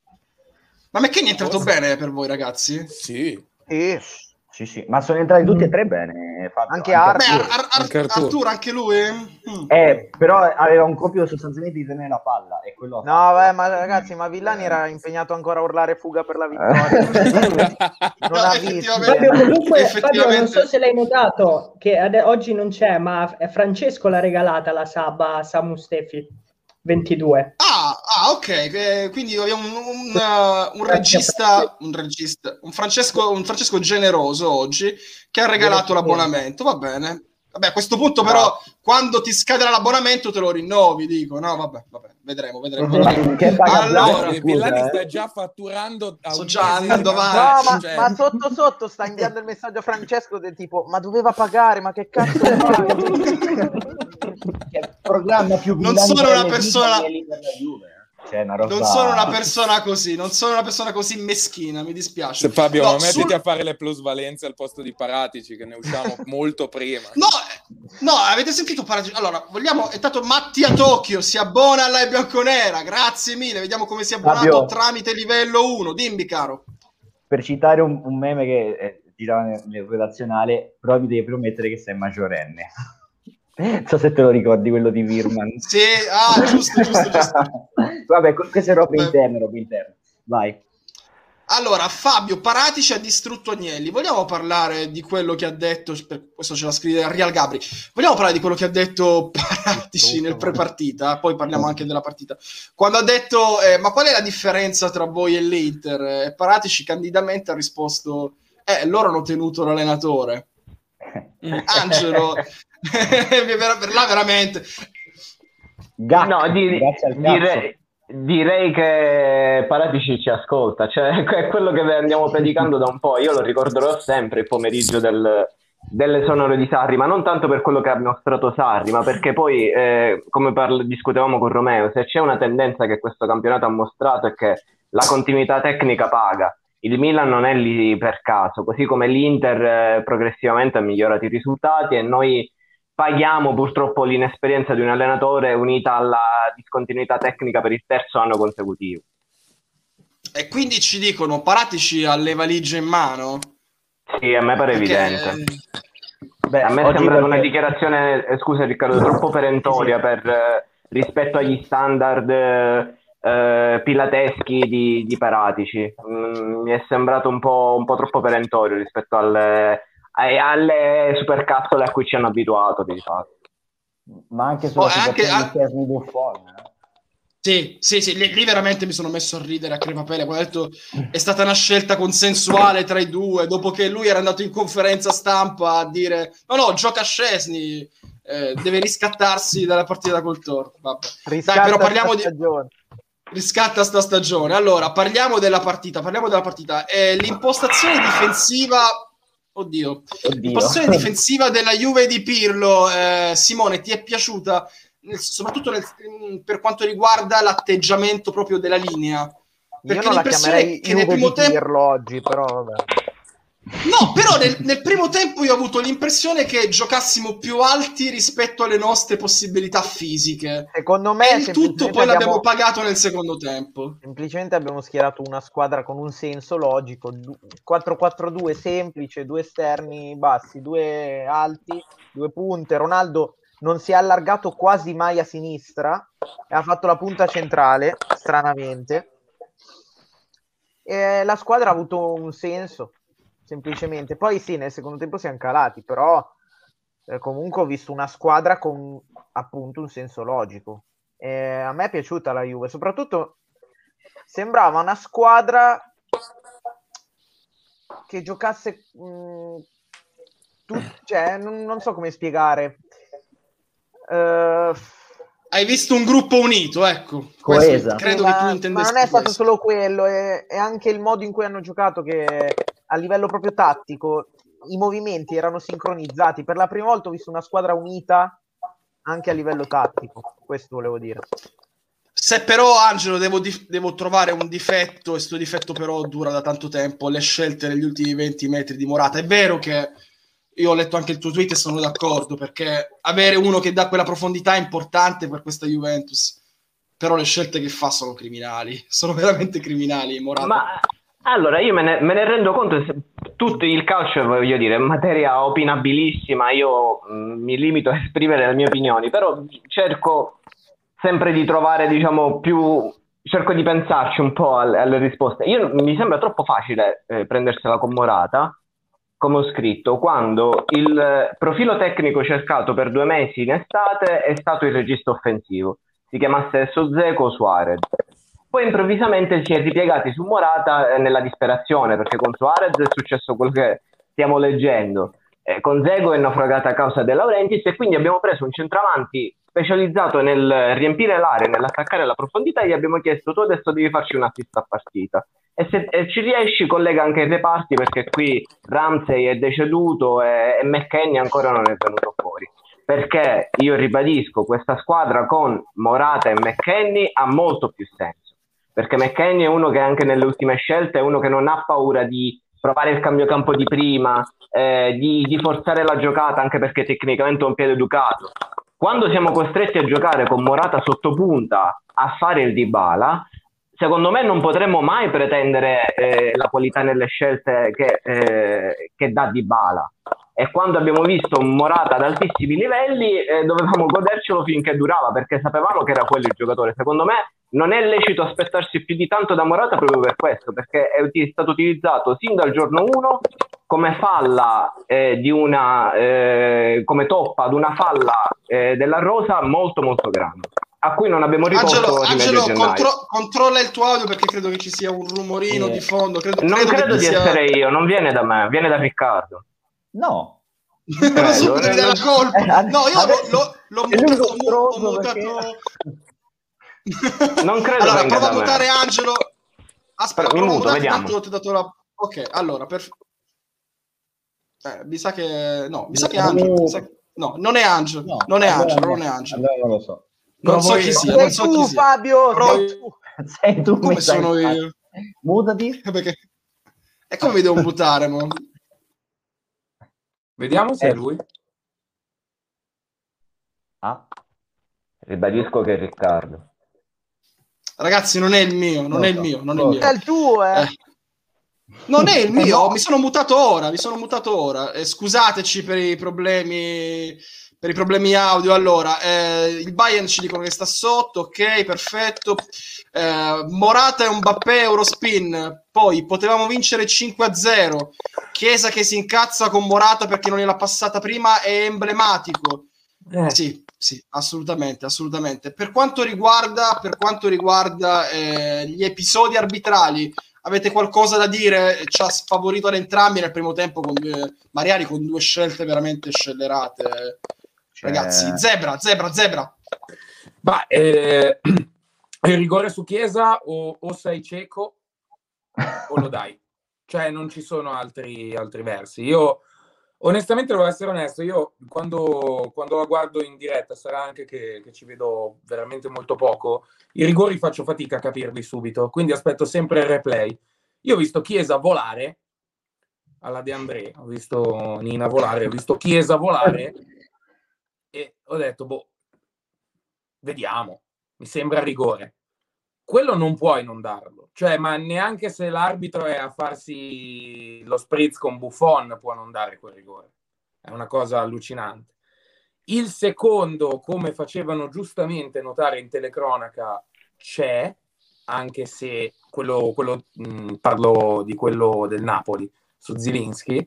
Speaker 1: Ma McKenny è entrato
Speaker 6: Forse.
Speaker 1: bene per voi, ragazzi?
Speaker 6: Sì.
Speaker 5: Sì.
Speaker 2: Sì, sì, ma sono entrati tutti e tre bene. Fabio.
Speaker 5: Anche
Speaker 1: Beh,
Speaker 5: Arthur.
Speaker 1: Ar- Ar- Ar-
Speaker 6: Anche Arturo.
Speaker 1: Arturo, anche lui? Mm.
Speaker 2: Eh, però aveva un compito sostanzialmente di tenere la palla e quello ha
Speaker 5: No,
Speaker 2: fatto.
Speaker 5: vabbè, ma ragazzi, ma Villani era impegnato ancora a urlare fuga per la vittoria. Non
Speaker 1: No,
Speaker 5: ha visto.
Speaker 1: effettivamente.
Speaker 3: Fabio, comunque, Fabio,
Speaker 1: Effettivamente.
Speaker 3: non so se l'hai notato che ade- oggi non c'è, ma Francesco l'ha regalata la Saba a Samu Stefi ventidue.
Speaker 1: Ah, ah, ok, eh, quindi abbiamo un, un, uh, un regista, un regista, un Francesco, un Francesco generoso oggi che ha regalato l'abbonamento, va bene. Vabbè, a questo punto però, quando ti scaderà l'abbonamento te lo rinnovi, dico, no, vabbè, vabbè, vedremo, vedremo.
Speaker 2: Ma che paga
Speaker 1: Allora,
Speaker 2: Blanco,
Speaker 6: No,
Speaker 2: scusa,
Speaker 6: Villani
Speaker 2: eh.
Speaker 6: sta già fatturando a
Speaker 1: Sto
Speaker 6: un
Speaker 1: già
Speaker 6: mese
Speaker 1: andando
Speaker 6: di
Speaker 1: avanti.
Speaker 5: No,
Speaker 6: vantaggio,
Speaker 5: ma,
Speaker 6: cioè-
Speaker 5: ma sotto sotto sta inviando il messaggio a Francesco del tipo, ma doveva pagare, ma che cazzo fai?
Speaker 2: Che programma più
Speaker 1: Non
Speaker 2: Milano
Speaker 1: sono
Speaker 2: per
Speaker 1: una
Speaker 2: le
Speaker 1: persona-
Speaker 2: vite e lì per la Juve, eh. Cioè, una roba...
Speaker 1: Non sono una persona così, non sono una persona così meschina, mi dispiace.
Speaker 6: Se Fabio,
Speaker 1: no,
Speaker 6: ma mettiti
Speaker 1: sul...
Speaker 6: a fare le plusvalenze al posto di Paratici, che ne usciamo molto prima.
Speaker 1: No, no, avete sentito Paratici? Allora, vogliamo, è stato Mattia Tocchio, si abbona alla bianconera, grazie mille, vediamo come si è abbonato
Speaker 2: Fabio,
Speaker 1: tramite livello uno, dimmi caro.
Speaker 2: Per citare un, un meme che eh, girava nel, nel relazionale, però mi devi promettere che sei maggiorenne. Non so se te lo ricordi, quello di Virman.
Speaker 1: Sì, ah, giusto, giusto, giusto.
Speaker 2: Vabbè, queste robe interne, robe interne. Vai.
Speaker 1: Allora, Fabio Paratici ha distrutto Agnelli. Vogliamo parlare di quello che ha detto, per questo ce l'ha scritto Real Gabri, vogliamo parlare di quello che ha detto Paratici nel pre-partita, poi parliamo anche della partita. Quando ha detto, eh, ma qual è la differenza tra voi e l'Inter? E Paratici candidamente ha risposto, eh, loro hanno tenuto l'allenatore. Angelo... per là veramente
Speaker 2: Gac,
Speaker 4: no, di, direi, direi che Paratici ci ascolta, cioè è quello che andiamo predicando da un po'. Io lo ricorderò sempre il pomeriggio del, delle sonore di Sarri, ma non tanto per quello che ha mostrato Sarri, ma perché poi eh, come parla, discutevamo con Romeo, se c'è una tendenza che questo campionato ha mostrato è che la continuità tecnica paga. Il Milan non è lì per caso, così come l'Inter eh, progressivamente ha migliorato i risultati e noi paghiamo purtroppo l'inesperienza di un allenatore unita alla discontinuità tecnica per il terzo anno consecutivo.
Speaker 1: E quindi ci dicono Paratici ha le valigie in mano?
Speaker 4: Sì, a me pare
Speaker 1: Perché...
Speaker 4: evidente.
Speaker 2: Beh,
Speaker 4: a me sembra
Speaker 2: perché...
Speaker 4: una dichiarazione, eh, scusa Riccardo, troppo perentoria
Speaker 2: sì, sì.
Speaker 4: per, eh, rispetto agli standard eh, pilateschi di, di Paratici. Mm, mi è sembrato un po', un po' troppo perentorio rispetto alle... alle supercazzole a cui ci hanno abituato di fatto.
Speaker 2: Ma anche sulla
Speaker 1: oh,
Speaker 2: situazione
Speaker 1: anche,
Speaker 2: di Chesney Buffon, eh?
Speaker 1: Sì, sì, sì, lì, lì veramente mi sono messo a ridere a crepapelle quando ho detto è stata una scelta consensuale tra i due, dopo che lui era andato in conferenza stampa a dire no no, gioca Szczesny, eh, deve riscattarsi dalla partita col Toro. Vabbè. Dai, però parliamo di riscatta sta stagione. Allora, parliamo della partita, parliamo della partita. Eh, l'impostazione difensiva Oddio.
Speaker 2: Oddio.
Speaker 1: L'impostazione difensiva della Juve di Pirlo, eh, Simone, ti è piaciuta? Nel, soprattutto nel, per quanto riguarda l'atteggiamento proprio della linea? Perché
Speaker 5: io non la chiamerei
Speaker 1: che
Speaker 5: Juve
Speaker 1: nel primo
Speaker 5: di
Speaker 1: tempo...
Speaker 5: Pirlo oggi, però vabbè.
Speaker 1: No, però nel, nel primo tempo io ho avuto l'impressione che giocassimo più alti rispetto alle nostre possibilità fisiche.
Speaker 5: Secondo me
Speaker 1: e il tutto poi
Speaker 5: abbiamo...
Speaker 1: l'abbiamo pagato nel secondo tempo.
Speaker 5: Semplicemente abbiamo schierato una squadra con un senso logico, quattro quattro due semplice, due esterni bassi, due alti, due punte. Ronaldo non si è allargato quasi mai a sinistra e ha fatto la punta centrale, stranamente. E la squadra ha avuto un senso, semplicemente. Poi sì, nel secondo tempo siamo calati, però eh, comunque ho visto una squadra con appunto un senso logico. Eh, a me è piaciuta la Juve, soprattutto sembrava una squadra che giocasse mh, tu, cioè non, non so come spiegare. Uh,
Speaker 1: Hai visto un gruppo unito, ecco.
Speaker 2: Coesa.
Speaker 1: Credo
Speaker 5: ma,
Speaker 1: che tu intendessi.
Speaker 5: Ma non è stato
Speaker 1: questo.
Speaker 5: solo quello, è, è anche il modo in cui hanno giocato che a livello proprio tattico i movimenti erano sincronizzati. Per la prima volta ho visto una squadra unita anche a livello tattico, questo volevo dire.
Speaker 1: Se però, Angelo, devo, dif- devo trovare un difetto, e questo difetto però dura da tanto tempo, le scelte negli ultimi venti metri di Morata. È vero che io ho letto anche il tuo tweet e sono d'accordo, perché avere uno che dà quella profondità è importante per questa Juventus, però le scelte che fa sono criminali, sono veramente criminali, Morata.
Speaker 4: Ma allora, io me ne, me ne rendo conto, tutto il calcio, voglio dire, è materia opinabilissima, io mh, mi limito a esprimere le mie opinioni, però cerco sempre di trovare, diciamo, più... cerco di pensarci un po' alle, alle risposte. Io mi sembra troppo facile eh, prendersela con Morata, come ho scritto, quando il profilo tecnico cercato per due mesi in estate è stato il regista offensivo, si chiamasse Sozzeco o Suarez. Poi improvvisamente si è ripiegati su Morata eh, nella disperazione, perché con Suarez è successo quello che stiamo leggendo, eh, con Dzeko è naufragata a causa De Laurentiis, e quindi abbiamo preso un centravanti specializzato nel riempire l'area, nell'attaccare la profondità, e gli abbiamo chiesto: tu adesso devi farci un assist a partita, e se e ci riesci collega anche i reparti, perché qui Ramsey è deceduto e, e McKennie ancora non è venuto fuori. perché io ribadisco, questa squadra con Morata e McKennie ha molto più senso, perché McKennie è uno che anche nelle ultime scelte è uno che non ha paura di provare il cambiocampo di prima, eh, di, di forzare la giocata, anche perché tecnicamente è un piede educato. Quando siamo costretti a giocare con Morata sotto punta a fare il Dybala, secondo me non potremmo mai pretendere eh, la qualità nelle scelte che, eh, che dà Dybala. E quando abbiamo visto un Morata ad altissimi livelli eh, dovevamo godercelo finché durava, perché sapevamo che era quello il giocatore. Secondo me non è lecito aspettarsi più di tanto da Morata proprio per questo, perché è stato utilizzato sin dal giorno uno come falla eh, di una eh, come toppa ad una falla eh, della Rosa molto molto grande, a cui non abbiamo ricorso
Speaker 1: Angelo, Angelo contro- controlla il tuo audio, perché credo che ci sia un rumorino
Speaker 2: eh.
Speaker 1: di fondo. Credo,
Speaker 4: non
Speaker 1: credo
Speaker 4: credo di
Speaker 1: sia...
Speaker 4: essere io, non viene da me, viene da Riccardo.
Speaker 2: No.
Speaker 1: Non so
Speaker 4: Credo,
Speaker 1: dare la colpa.
Speaker 2: Eh,
Speaker 1: No, io
Speaker 2: adesso-
Speaker 1: l'ho, l'ho, l'ho
Speaker 2: è l'unico
Speaker 1: mutato, ho
Speaker 2: stronzo
Speaker 1: mutato...
Speaker 4: Non credo
Speaker 1: allora,
Speaker 4: venga
Speaker 1: prova a
Speaker 4: da me.
Speaker 1: mutare Angelo. Aspetta,
Speaker 4: Però mi
Speaker 1: prova a
Speaker 4: muto,
Speaker 1: mutare,
Speaker 4: vediamo.
Speaker 1: intanto ti ho dato la... Ok, allora, per... eh, mi sa che... No, mi sa che è Angelo. mi sa... No, non è Angelo.
Speaker 2: No,
Speaker 1: non è
Speaker 2: allora
Speaker 1: Angelo,
Speaker 2: no,
Speaker 1: non è Angelo.
Speaker 2: allora non lo so.
Speaker 1: Non
Speaker 6: Provo
Speaker 1: so chi
Speaker 6: io.
Speaker 1: sia,
Speaker 5: Sei
Speaker 1: non so
Speaker 5: tu,
Speaker 1: chi sia.
Speaker 5: Fabio,
Speaker 1: Però-
Speaker 5: sei tu.
Speaker 2: Sei tu
Speaker 1: Come
Speaker 2: mi stai
Speaker 1: sono
Speaker 2: in
Speaker 1: io?
Speaker 2: Mutati.
Speaker 1: Perché... E come mi devo mutare, mo?
Speaker 6: Vediamo se
Speaker 2: Eh.
Speaker 6: è lui.
Speaker 2: Ah,
Speaker 4: Ribadisco che è Riccardo.
Speaker 1: Ragazzi, non è il mio, non
Speaker 2: Non
Speaker 1: è
Speaker 2: lo
Speaker 1: il
Speaker 2: so,
Speaker 1: mio, non è
Speaker 2: non
Speaker 1: il
Speaker 2: lo
Speaker 1: mio.
Speaker 5: È il tuo, eh.
Speaker 1: Eh. Non è il
Speaker 2: Eh,
Speaker 1: mio,
Speaker 2: no.
Speaker 1: mi sono mutato ora, mi sono mutato ora. Eh, scusateci per i problemi per i problemi audio. Allora, eh, il Bayern ci dicono che sta sotto, ok, perfetto. Eh, Morata e Mbappé Eurospin, poi potevamo vincere cinque a zero. Chiesa che si incazza con Morata perché non gliel'ha passata prima è emblematico.
Speaker 6: Eh.
Speaker 1: Sì, sì, assolutamente, assolutamente. Per quanto riguarda, per quanto riguarda eh, gli episodi arbitrali, avete qualcosa da dire? Ci ha sfavorito ad entrambi nel primo tempo con due, Mariani con due scelte veramente scellerate.
Speaker 2: Cioè-
Speaker 1: Ragazzi, zebra, zebra, zebra.
Speaker 6: Ma eh, il rigore su Chiesa o, o sei cieco o lo dai. Cioè non ci sono altri, altri versi. Io onestamente devo essere onesto, io quando, quando la guardo in diretta, sarà anche che, che ci vedo veramente molto poco, i rigori faccio fatica a capirli subito, quindi aspetto sempre il replay. Io ho visto Chiesa volare alla De André, ho visto Nina volare, ho visto Chiesa volare e ho detto, boh, vediamo, mi sembra rigore. Quello non puoi non darlo, cioè, ma neanche se l'arbitro è a farsi lo spritz con Buffon può non dare quel rigore. È una cosa allucinante. Il secondo, come facevano giustamente notare in telecronaca, c'è, anche se quello, quello mh, parlo di quello del Napoli su Zielinski,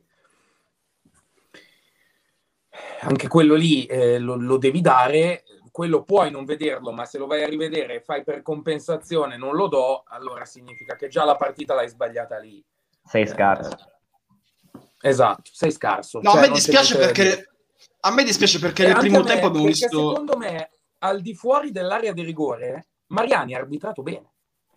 Speaker 6: anche quello lì eh, lo, lo devi dare. Quello puoi non vederlo, ma se lo vai a rivedere e fai per compensazione non lo do, allora significa che già la partita l'hai sbagliata lì.
Speaker 2: sei scarso.
Speaker 6: Eh, esatto, sei scarso.
Speaker 1: No,
Speaker 6: Cioè,
Speaker 1: a me
Speaker 6: non c'è
Speaker 1: dispiace
Speaker 6: niente da dire.
Speaker 1: perché a me dispiace perché
Speaker 6: E
Speaker 1: nel
Speaker 6: anche
Speaker 1: primo
Speaker 6: a me,
Speaker 1: tempo abbiamo
Speaker 6: perché
Speaker 1: visto
Speaker 6: secondo me, al di fuori dell'area di rigore, Mariani ha arbitrato bene.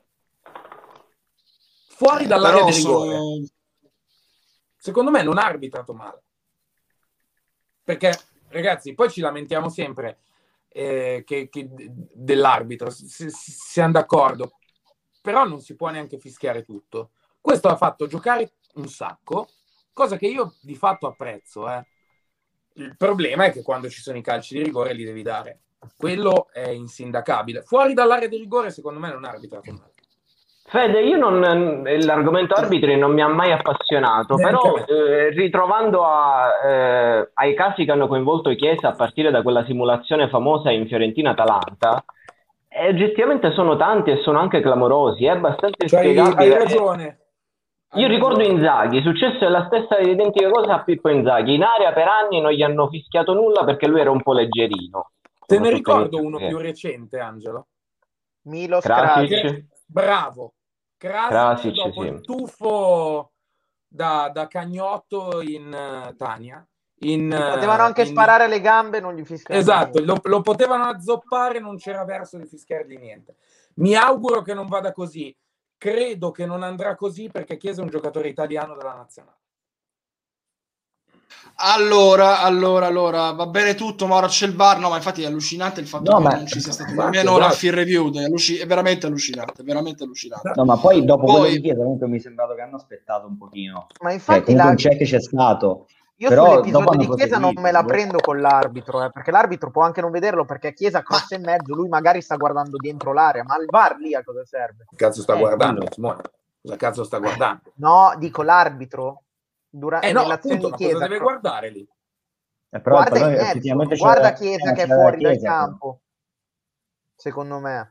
Speaker 6: Fuori
Speaker 1: eh,
Speaker 6: dall'area
Speaker 1: però
Speaker 6: di rigore,
Speaker 1: sono...
Speaker 6: secondo me non ha arbitrato male. Perché, ragazzi, poi ci lamentiamo sempre eh, che, che dell'arbitro, s- siamo d'accordo, però non si può neanche fischiare tutto. Questo ha fatto giocare un sacco, cosa che io di fatto apprezzo. Eh. Il problema è che quando ci sono i calci di rigore li devi dare. Quello è insindacabile. Fuori dall'area di rigore, secondo me, non ha arbitrato male.
Speaker 4: Fede, io non, l'argomento arbitri non mi ha mai appassionato,
Speaker 6: Neanche
Speaker 4: però
Speaker 6: a me.
Speaker 4: eh, ritrovando a, eh, ai casi che hanno coinvolto Chiesa a partire da quella simulazione famosa in Fiorentina-Atalanta, eh, oggettivamente sono tanti e sono anche clamorosi, è abbastanza
Speaker 6: Cioè, hai,
Speaker 4: inspiegabile.
Speaker 6: hai ragione. Hai
Speaker 4: Io ricordo
Speaker 6: ragione.
Speaker 4: Inzaghi, successo la stessa identica cosa a Pippo Inzaghi, in area per anni non gli hanno fischiato nulla perché lui era un po' leggerino.
Speaker 6: Te ne
Speaker 4: Soprattutto
Speaker 6: ricordo
Speaker 4: inizio-
Speaker 6: uno
Speaker 4: eh.
Speaker 6: più recente, Angelo?
Speaker 5: Milos
Speaker 4: Krasic?
Speaker 5: Krasic.
Speaker 6: Bravo. Krasic,
Speaker 4: Krasic,
Speaker 6: dopo
Speaker 4: sì.
Speaker 6: il tuffo da, da Cagnotto in uh, Tania. In, uh,
Speaker 5: Potevano anche
Speaker 6: in...
Speaker 5: sparare le gambe, non gli fischiavano.
Speaker 6: Esatto, lo, lo potevano azzoppare, non c'era verso di fischiargli niente. Mi auguro che non vada così. Credo che non andrà così perché Chiesa è un giocatore italiano della nazionale.
Speaker 1: Allora, allora, allora, va bene tutto, ma ora c'è il V A R. No, ma infatti è allucinante il fatto
Speaker 2: No,
Speaker 1: che
Speaker 2: ma-
Speaker 1: non ci sia stato
Speaker 6: Esatto,
Speaker 1: nemmeno la
Speaker 6: esatto.
Speaker 1: peer review. È, alluci- è veramente allucinante, è veramente allucinante.
Speaker 2: No, ma poi dopo
Speaker 1: Poi-
Speaker 2: quello di Chiesa comunque mi è sembrato che hanno aspettato un pochino.
Speaker 5: Ma
Speaker 2: Cioè,
Speaker 5: infatti
Speaker 2: comunque
Speaker 5: la-
Speaker 2: un check c'è stato.
Speaker 5: io
Speaker 2: però dopo
Speaker 5: sull'episodio
Speaker 2: hanno
Speaker 5: di Chiesa non
Speaker 2: proseguito,
Speaker 5: me la
Speaker 2: boh.
Speaker 5: prendo con l'arbitro, eh, perché l'arbitro può anche non vederlo perché Chiesa crossa in mezzo, lui magari sta guardando dentro l'area, ma il V A R lì a cosa serve?
Speaker 6: Che cazzo sta
Speaker 2: Eh,
Speaker 6: guardando,
Speaker 2: quello.
Speaker 6: Simone? Cosa cazzo sta guardando?
Speaker 5: No, dico l'arbitro dura-
Speaker 6: Eh no,
Speaker 5: nell'azione
Speaker 6: appunto,
Speaker 5: di
Speaker 6: ma cosa
Speaker 5: Chiesa.
Speaker 6: deve
Speaker 5: cro-
Speaker 6: guardare lì?
Speaker 2: Eh, però
Speaker 5: guarda
Speaker 2: però
Speaker 5: in mezzo,
Speaker 2: effettivamente c'è-
Speaker 5: guarda Chiesa
Speaker 2: eh,
Speaker 5: che è
Speaker 2: c'è
Speaker 5: fuori
Speaker 2: la
Speaker 5: dal
Speaker 2: Chiesa,
Speaker 5: campo, secondo me.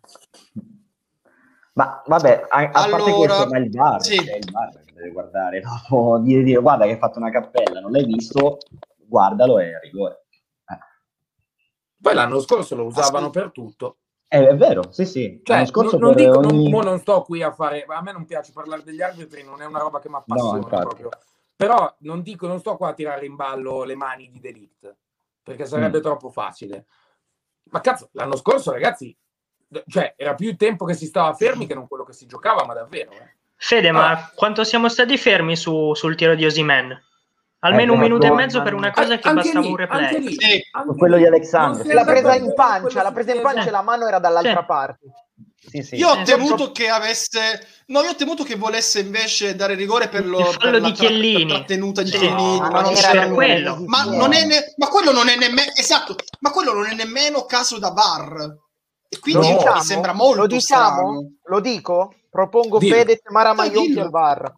Speaker 2: Ma vabbè, a, a parte
Speaker 1: Allora,
Speaker 2: questo, ma il V A R,
Speaker 1: sì.
Speaker 2: cioè il V A R che deve guardare dopo di dire guarda che hai fatto una cappella, non l'hai visto, guardalo e rigore. Eh.
Speaker 6: Poi l'anno scorso lo usavano
Speaker 1: Ascol-
Speaker 6: per tutto.
Speaker 2: Eh, è vero, sì sì.
Speaker 6: Cioè,
Speaker 2: L'anno scorso
Speaker 6: non, non
Speaker 2: per
Speaker 6: dico,
Speaker 2: ogni...
Speaker 6: non, mo non sto qui a fare, a me non piace parlare degli arbitri, non è una roba che mi appassiona
Speaker 2: infatti.
Speaker 6: proprio. Però non dico, non sto qua a tirare in ballo le mani di De Ligt, perché sarebbe
Speaker 2: Mm.
Speaker 6: troppo facile. Ma cazzo, l'anno scorso, ragazzi, cioè, era più il tempo che si stava fermi che non quello che si giocava, ma davvero. Eh.
Speaker 3: Fede,
Speaker 6: Ah.
Speaker 3: ma quanto siamo stati fermi su- sul tiro di Osimhen? Almeno
Speaker 2: Eh,
Speaker 3: un minuto e
Speaker 2: no,
Speaker 3: mezzo
Speaker 2: ma-
Speaker 3: per una cosa che
Speaker 6: An-
Speaker 3: bastava
Speaker 6: lì,
Speaker 3: un replay.
Speaker 6: anche lì,
Speaker 1: Sì.
Speaker 6: anche
Speaker 2: Quello
Speaker 6: lì.
Speaker 2: di Alexandro.
Speaker 6: Non si
Speaker 2: Sì,
Speaker 5: L'ha
Speaker 6: è
Speaker 2: sì,
Speaker 5: presa
Speaker 2: sì.
Speaker 5: in
Speaker 6: d'accordo
Speaker 5: pancia,
Speaker 6: quello
Speaker 5: l'ha presa in
Speaker 6: succede.
Speaker 5: pancia e la mano era dall'altra
Speaker 3: Sì.
Speaker 5: parte.
Speaker 2: Sì, sì.
Speaker 1: Io ho
Speaker 3: Eh,
Speaker 1: temuto
Speaker 3: troppo-
Speaker 1: che avesse no, io ho temuto che volesse invece dare rigore per, lo,
Speaker 3: Il fallo
Speaker 1: per la
Speaker 3: di
Speaker 1: tra-
Speaker 3: Chiellini.
Speaker 1: trattenuta di
Speaker 3: Sì.
Speaker 1: Chiellini,
Speaker 5: ma
Speaker 1: ma
Speaker 5: non
Speaker 1: non
Speaker 5: era
Speaker 1: c'era
Speaker 3: per
Speaker 5: nemmeno
Speaker 3: quello.
Speaker 5: in
Speaker 1: ma,
Speaker 5: visione.
Speaker 1: non è ne- ma quello non è nemmeno esatto, ma quello non è nemmeno caso da V A R. E quindi
Speaker 5: Lo
Speaker 6: No.
Speaker 1: mi
Speaker 5: diciamo?
Speaker 1: sembra molto
Speaker 5: Lo diciamo?
Speaker 1: strano.
Speaker 5: Lo dico? Propongo
Speaker 6: Dillo.
Speaker 5: Fede e Mara
Speaker 1: Dai,
Speaker 5: Maionchi
Speaker 1: dillo.
Speaker 5: al V A R.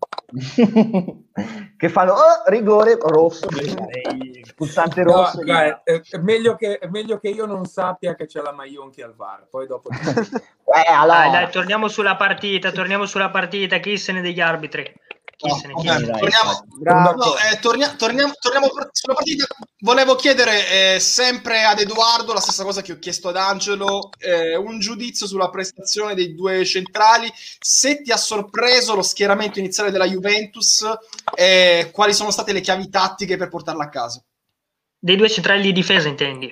Speaker 2: Che fanno oh, rigore rosso, il pulsante
Speaker 6: No,
Speaker 2: rosso.
Speaker 6: guarda, è, è meglio che, è meglio che io non sappia che c'è la Maionchi al V A R, poi dopo ti dico.
Speaker 2: Eh, allora.
Speaker 3: Dai, dai, torniamo sulla partita, torniamo sulla partita. Chi se ne degli arbitri? Chi
Speaker 1: No,
Speaker 3: se ne, chi
Speaker 1: vabbè,
Speaker 3: se ne?
Speaker 2: dai,
Speaker 1: torniamo,
Speaker 5: Bravo.
Speaker 1: no, eh, tornia- torniamo, torniamo per- sulla partita. Volevo chiedere eh, sempre ad Edoardo la stessa cosa che ho chiesto ad Angelo, eh, un giudizio sulla prestazione dei due centrali, se ti ha sorpreso lo schieramento iniziale della Juventus e quali sono state le chiavi tattiche per portarla a casa.
Speaker 3: Dei due centrali di difesa, intendi?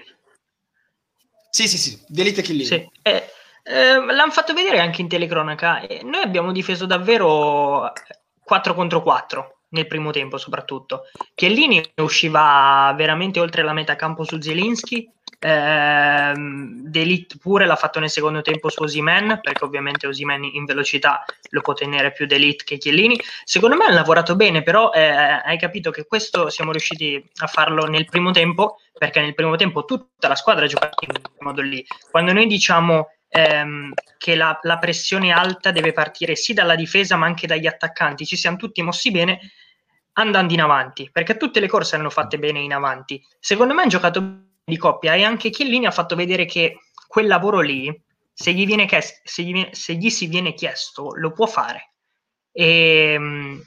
Speaker 1: Sì, sì, sì, De Ligt e Chiellini.
Speaker 3: Sì. Eh, eh, l'hanno fatto vedere anche in telecronaca. Eh, noi abbiamo difeso davvero quattro contro quattro nel primo tempo, soprattutto. Chiellini usciva veramente oltre la metà campo su Zielinski. Ehm, De Ligt pure l'ha fatto nel secondo tempo su Osimhen, perché ovviamente Osimhen in velocità lo può tenere più De Ligt che Chiellini. Secondo me hanno lavorato bene, però eh, hai capito che questo siamo riusciti a farlo nel primo tempo, perché nel primo tempo tutta la squadra ha giocato in quel modo lì. Quando noi diciamo ehm, che la, la pressione alta deve partire sì dalla difesa ma anche dagli attaccanti, ci siamo tutti mossi bene andando in avanti, perché tutte le corse hanno fatte bene in avanti. Secondo me hanno giocato di coppia e anche Chiellini ha fatto vedere che quel lavoro lì, se gli, viene chies- se gli, viene, se gli si viene chiesto, lo può fare. E,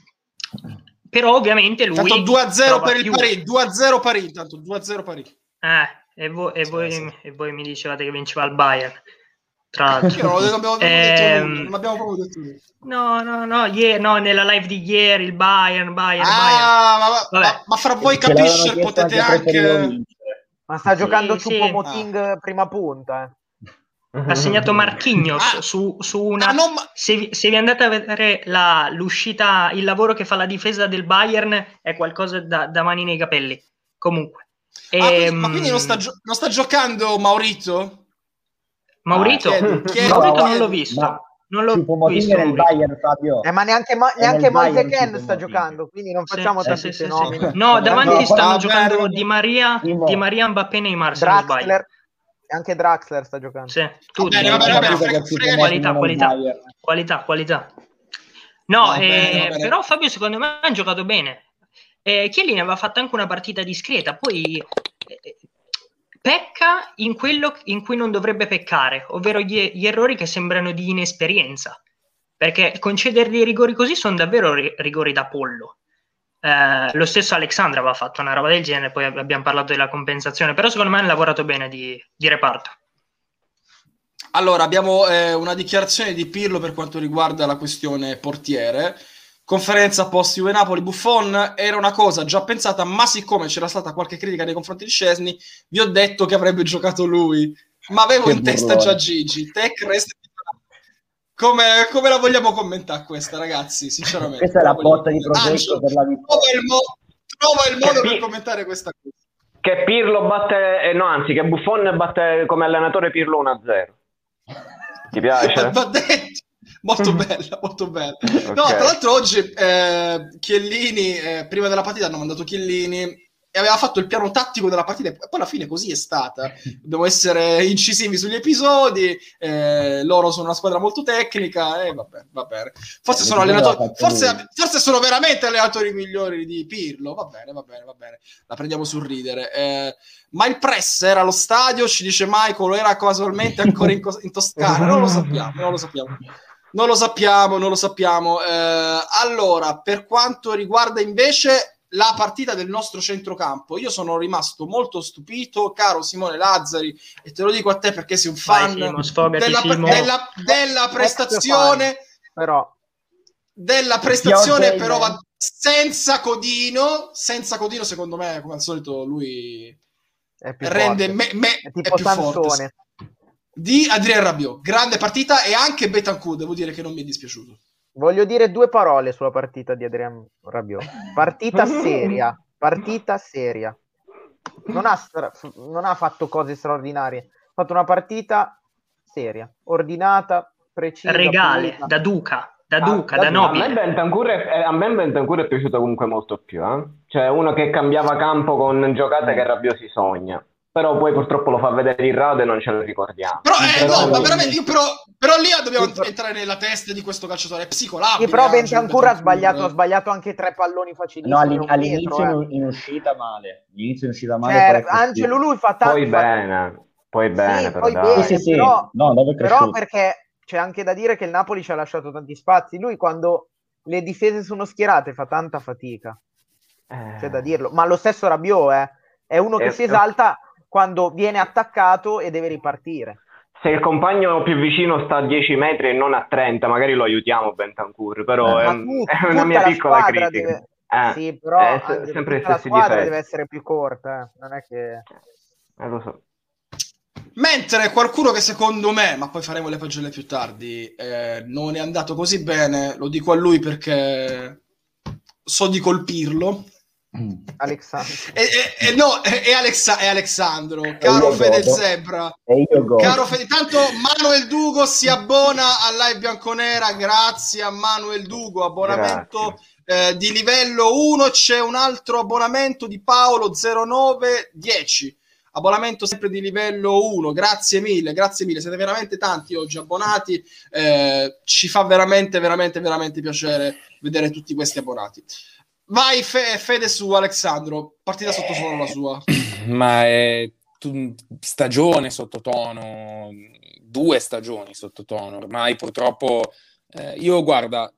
Speaker 3: però ovviamente lui
Speaker 1: Tanto due a zero per il
Speaker 3: più...
Speaker 1: Parì, due a zero Parì, tanto due a zero Parì.
Speaker 3: Eh, e, vo- e,
Speaker 1: Sì,
Speaker 3: voi,
Speaker 1: sì.
Speaker 3: e voi mi dicevate che vinceva il Bayern, tra l'altro.
Speaker 1: Io non abbiamo, detto
Speaker 3: Ehm,
Speaker 1: nulla, non abbiamo proprio detto nulla.
Speaker 3: No, no, no, ieri, no, nella live di ieri il Bayern, Bayern,
Speaker 1: Ah, ma,
Speaker 3: Vabbè.
Speaker 1: ma, ma fra voi
Speaker 2: Ce l'avevano
Speaker 1: capisce
Speaker 2: chiesto
Speaker 1: potete
Speaker 2: anche preferivo
Speaker 1: anche...
Speaker 2: vincere.
Speaker 5: Ma sta
Speaker 3: Sì,
Speaker 5: giocando
Speaker 3: sì.
Speaker 5: Choupo-Moting prima punta. Eh.
Speaker 3: Bayern. Ha segnato Marquinhos
Speaker 1: Ah.
Speaker 3: su, su una...
Speaker 1: Ah, non, ma-
Speaker 3: Se vi, se vi andate a vedere la, l'uscita, il lavoro che fa la difesa del Bayern è qualcosa da, da mani nei capelli. Comunque.
Speaker 1: ah, quindi-
Speaker 3: Ehm,
Speaker 1: ma quindi non sta, gio- non sta giocando Maurito?
Speaker 3: Maurito?
Speaker 2: Ah,
Speaker 1: chiedo, chiedo,
Speaker 3: Maurito
Speaker 1: chiedo.
Speaker 3: non l'ho visto.
Speaker 2: Ma
Speaker 3: non l'ho
Speaker 2: Choupo-Moting
Speaker 3: visto.
Speaker 2: nel
Speaker 3: Maurito.
Speaker 2: Bayern, Fabio.
Speaker 5: Eh, ma neanche, ma,
Speaker 2: È
Speaker 5: neanche
Speaker 2: nel Bayern
Speaker 5: Moise Ken
Speaker 2: Choupo-Moting.
Speaker 5: sta giocando, quindi non
Speaker 3: Sì,
Speaker 5: facciamo
Speaker 3: sì,
Speaker 5: tanti
Speaker 3: sì, sì,
Speaker 5: fenomeni.
Speaker 3: sì. No, davanti
Speaker 5: Anche
Speaker 3: stanno
Speaker 1: vabbè,
Speaker 3: giocando
Speaker 1: vabbè.
Speaker 3: Di Maria,
Speaker 2: Timo.
Speaker 3: Di Maria, Mbappé e Neymar, se non sbaglio.
Speaker 5: Draxler, anche Draxler sta giocando.
Speaker 3: Sì, tutti.
Speaker 1: bene, va bene, va bene, frega- frega-
Speaker 3: Qualità, qualità,
Speaker 2: Bayern.
Speaker 3: qualità, qualità. No,
Speaker 1: Va bene,
Speaker 3: eh,
Speaker 1: va bene.
Speaker 3: però Fabio secondo me ha giocato bene. Eh, Chiellini aveva fatto anche una partita discreta, poi eh, pecca in quello in cui non dovrebbe peccare, ovvero gli, gli errori che sembrano di inesperienza, perché concedergli i rigori così sono davvero ri- rigori da pollo. Eh, lo stesso Alexandra aveva fatto una roba del genere, poi ab- abbiamo parlato della compensazione, però secondo me hanno lavorato bene di, di reparto.
Speaker 1: Allora, abbiamo eh, una dichiarazione di Pirlo per quanto riguarda la questione portiere. Conferenza post Juve Napoli, Buffon era una cosa già pensata, ma siccome c'era stata qualche critica nei confronti di Szczesny, vi ho detto che avrebbe giocato lui. Ma avevo
Speaker 2: Che
Speaker 1: in testa
Speaker 2: burlone.
Speaker 1: già Gigi. Tec resta come, come la vogliamo commentare questa, ragazzi? Sinceramente.
Speaker 2: Questa è la
Speaker 1: Come la
Speaker 2: botta di
Speaker 1: vogliamo-
Speaker 2: progetto
Speaker 1: Angelo,
Speaker 2: per la
Speaker 1: come
Speaker 2: vittoria.
Speaker 1: il mo- trova il modo
Speaker 4: Che
Speaker 1: per
Speaker 4: pi-
Speaker 1: commentare questa cosa.
Speaker 4: Che Pirlo batte, eh, no anzi, che Buffon batte come allenatore Pirlo uno a zero. Ti piace?
Speaker 1: Va detto. Molto bella, molto bella.
Speaker 4: Ok.
Speaker 1: No, tra l'altro oggi eh, Chiellini, eh, prima della partita hanno mandato Chiellini e aveva fatto il piano tattico della partita e poi alla fine così è stata. Dobbiamo essere incisivi sugli episodi, eh, loro sono una squadra molto tecnica e vabbè, va bene. Forse sono allenatori, forse, forse sono veramente allenatori migliori di Pirlo, va bene, va bene, va bene. La prendiamo sul ridere. Eh, ma il press era allo stadio, ci dice Michael, o era casualmente ancora in, in Toscana? Non lo sappiamo, non lo sappiamo. Non lo sappiamo, non lo sappiamo. Eh, allora, per quanto riguarda invece la partita del nostro centrocampo, io sono rimasto molto stupito, caro Simone Lazzari, e te lo dico a te perché sei un fan
Speaker 3: Vai, Simo, sfogati,
Speaker 1: della,
Speaker 3: Simo.
Speaker 1: della, della prestazione,
Speaker 5: però
Speaker 1: della prestazione però va senza Codino, senza Codino secondo me, come al solito, lui
Speaker 5: è più
Speaker 1: rende
Speaker 5: forte.
Speaker 1: me, me,
Speaker 5: è tipo
Speaker 1: è più
Speaker 5: Sansone.
Speaker 1: forte. Di Adrien Rabiot, grande partita, e anche Bentancur, devo dire che non mi è dispiaciuto.
Speaker 5: Voglio dire due parole sulla partita di Adrien Rabiot. Partita seria, partita seria. Non ha, stra- non ha fatto cose straordinarie, ha fatto una partita seria, ordinata, precisa.
Speaker 3: Regale,
Speaker 5: pulita.
Speaker 3: da Duca, da
Speaker 4: Ah,
Speaker 3: Duca,
Speaker 5: da
Speaker 3: da
Speaker 5: Duca.
Speaker 4: A me
Speaker 3: nobile.
Speaker 4: Bentancur è, a me Bentancur è piaciuto comunque molto più, eh? Cioè uno che cambiava campo con giocate che Rabiot si sogna. Però poi purtroppo lo fa vedere il Rado e non ce lo ricordiamo.
Speaker 1: Però, eh,
Speaker 4: Però
Speaker 1: no, ma
Speaker 4: lui-
Speaker 1: veramente, io però, però lì dobbiamo
Speaker 5: Sì, però-
Speaker 1: entrare nella testa di questo calciatore, è psicolabile.
Speaker 5: Sì, però
Speaker 1: Angelo
Speaker 5: Bentancur ha
Speaker 1: Bentancur.
Speaker 5: sbagliato, ha sbagliato anche tre palloni facilissimi.
Speaker 2: No, all'in-
Speaker 5: un
Speaker 2: all'inizio
Speaker 5: metro, eh.
Speaker 2: in, in uscita male. All'inizio in uscita male.
Speaker 5: Cioè,
Speaker 2: poi è
Speaker 5: Angelo lui fa
Speaker 4: Poi
Speaker 5: tanti fa-
Speaker 4: bene, poi bene,
Speaker 5: Sì,
Speaker 4: però
Speaker 5: poi
Speaker 4: dai.
Speaker 5: bene,
Speaker 2: Sì, sì, sì.
Speaker 5: però,
Speaker 2: No, dopo è
Speaker 5: però
Speaker 2: cresciuto.
Speaker 5: perché c'è anche da dire che il Napoli ci ha lasciato tanti spazi. Lui quando le difese sono schierate fa tanta fatica,
Speaker 4: Eh,
Speaker 5: c'è da dirlo. Ma lo stesso Rabiot eh, è uno che
Speaker 4: Eh,
Speaker 5: si esalta quando viene attaccato e deve ripartire.
Speaker 4: Se il compagno più vicino sta a dieci metri e non a trenta, magari lo aiutiamo Bentancur, però
Speaker 2: Eh.
Speaker 4: è,
Speaker 5: Ma tu-
Speaker 4: è
Speaker 5: tutta
Speaker 4: una mia
Speaker 5: la
Speaker 4: piccola
Speaker 5: squadra
Speaker 4: critica.
Speaker 5: deve-
Speaker 4: Eh,
Speaker 5: Sì, però
Speaker 4: è se-
Speaker 5: Angelo,
Speaker 4: sempre gli
Speaker 5: tutta la
Speaker 4: stessi
Speaker 5: squadra
Speaker 4: difetti.
Speaker 5: deve essere più corta, eh. Non è che...
Speaker 4: Eh, lo so.
Speaker 1: Mentre qualcuno che secondo me, ma poi faremo le pagelle più tardi, eh, non è andato così bene, lo dico a lui perché so di colpirlo.
Speaker 5: Alexandro.
Speaker 1: E, e- e no, è, è Alexa- è Alessandro, caro
Speaker 2: io
Speaker 1: Fede
Speaker 2: godo.
Speaker 1: Zebra.
Speaker 2: E io godo.
Speaker 1: Caro Fede, tanto Manuel Dugo si abbona a Live Bianconera, grazie a Manuel Dugo, abbonamento eh, di livello uno. C'è un altro abbonamento di Paolo zero nove dieci, abbonamento sempre di livello uno, grazie mille, grazie mille, siete veramente tanti oggi abbonati, eh, ci fa veramente, veramente, veramente piacere vedere tutti questi abbonati. Vai Fe- Fede su Alessandro, partita sottosuolo la sua.
Speaker 6: Ma è tu- stagione sottotono, due stagioni sottotono, ormai purtroppo eh, io guarda,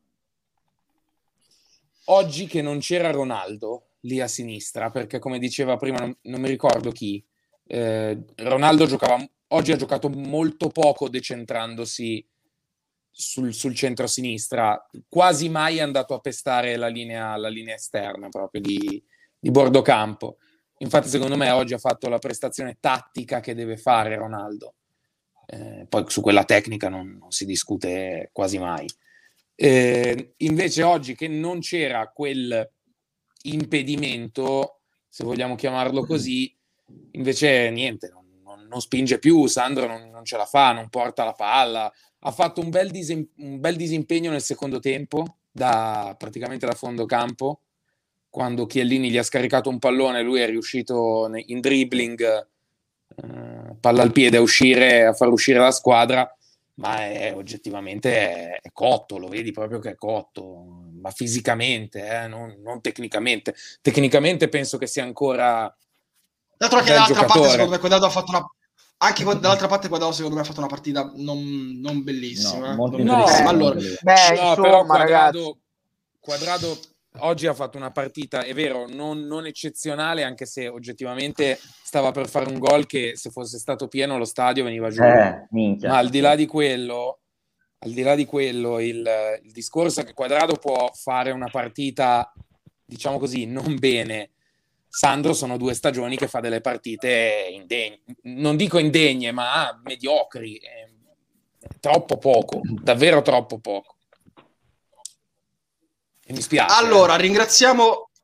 Speaker 6: oggi che non c'era Ronaldo lì a sinistra, perché come diceva prima non, non mi ricordo chi, eh, Ronaldo giocava, oggi ha giocato molto poco decentrandosi sul, sul centro-sinistra, quasi mai è andato a pestare la linea, la linea esterna proprio di, di bordo campo. Infatti secondo me oggi ha fatto la prestazione tattica che deve fare Ronaldo, eh, poi su quella tecnica non, non si discute quasi mai. Eh, invece oggi che non c'era quel impedimento, se vogliamo chiamarlo così, invece niente, non, non, non spinge più, Sandro non, non ce la fa, non porta la palla, ha fatto un bel, disem- un bel disimpegno nel secondo tempo, da, praticamente da fondo campo, quando Chiellini gli ha scaricato un pallone, lui è riuscito in dribbling, eh, palla al piede, a uscire, a far uscire la squadra, ma è, oggettivamente è, è cotto, lo vedi proprio che è cotto, ma fisicamente, eh, non, non tecnicamente. Tecnicamente penso che sia ancora
Speaker 1: D'altro anche
Speaker 6: bel
Speaker 1: dall'altra
Speaker 6: giocatore.
Speaker 1: parte secondo me Quadrado ha fatto una anche dall'altra parte Quadrado secondo me ha fatto una partita non, non bellissima,
Speaker 2: No,
Speaker 1: eh,
Speaker 2: molto
Speaker 1: non
Speaker 6: No,
Speaker 1: bellissima.
Speaker 5: eh,
Speaker 1: Allora,
Speaker 5: Beh,
Speaker 6: no,
Speaker 5: insomma,
Speaker 6: però
Speaker 5: ragazzi.
Speaker 6: Quadrado, Quadrado oggi ha fatto una partita, è vero, non, non eccezionale, anche se oggettivamente stava per fare un gol che se fosse stato pieno lo stadio veniva giù.
Speaker 2: Eh, minchia.
Speaker 6: Ma al di là di quello, al di là di quello, il, il discorso è che Quadrado può fare una partita, diciamo così, non bene. Sandro sono due stagioni che fa delle partite indegne, non dico indegne, ma mediocri, eh, troppo poco, davvero troppo poco. E mi spiace.
Speaker 1: allora
Speaker 6: eh.
Speaker 1: ringraziamo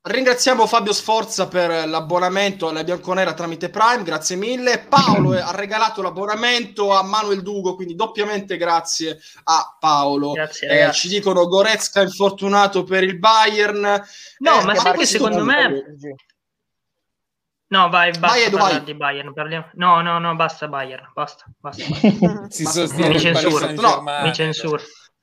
Speaker 1: ringraziamo Fabio Sforza per l'abbonamento alla Bianconera tramite Prime, grazie mille. Paolo ha regalato l'abbonamento a Manuel Dugo, quindi doppiamente grazie a Paolo.
Speaker 3: Grazie,
Speaker 1: eh, ci dicono Goretzka infortunato per il Bayern.
Speaker 3: No,
Speaker 1: eh,
Speaker 3: ma sai che secondo me... No, vai, basta
Speaker 1: vai,
Speaker 3: parlare
Speaker 1: vai.
Speaker 3: di Bayern. Parliamo... No, no, no, basta Bayern, basta, basta. basta.
Speaker 6: Si
Speaker 1: Basta,
Speaker 6: sostiene
Speaker 3: mi
Speaker 6: il Paris
Speaker 3: censura,
Speaker 6: Saint-Germain.
Speaker 3: no, mi censura.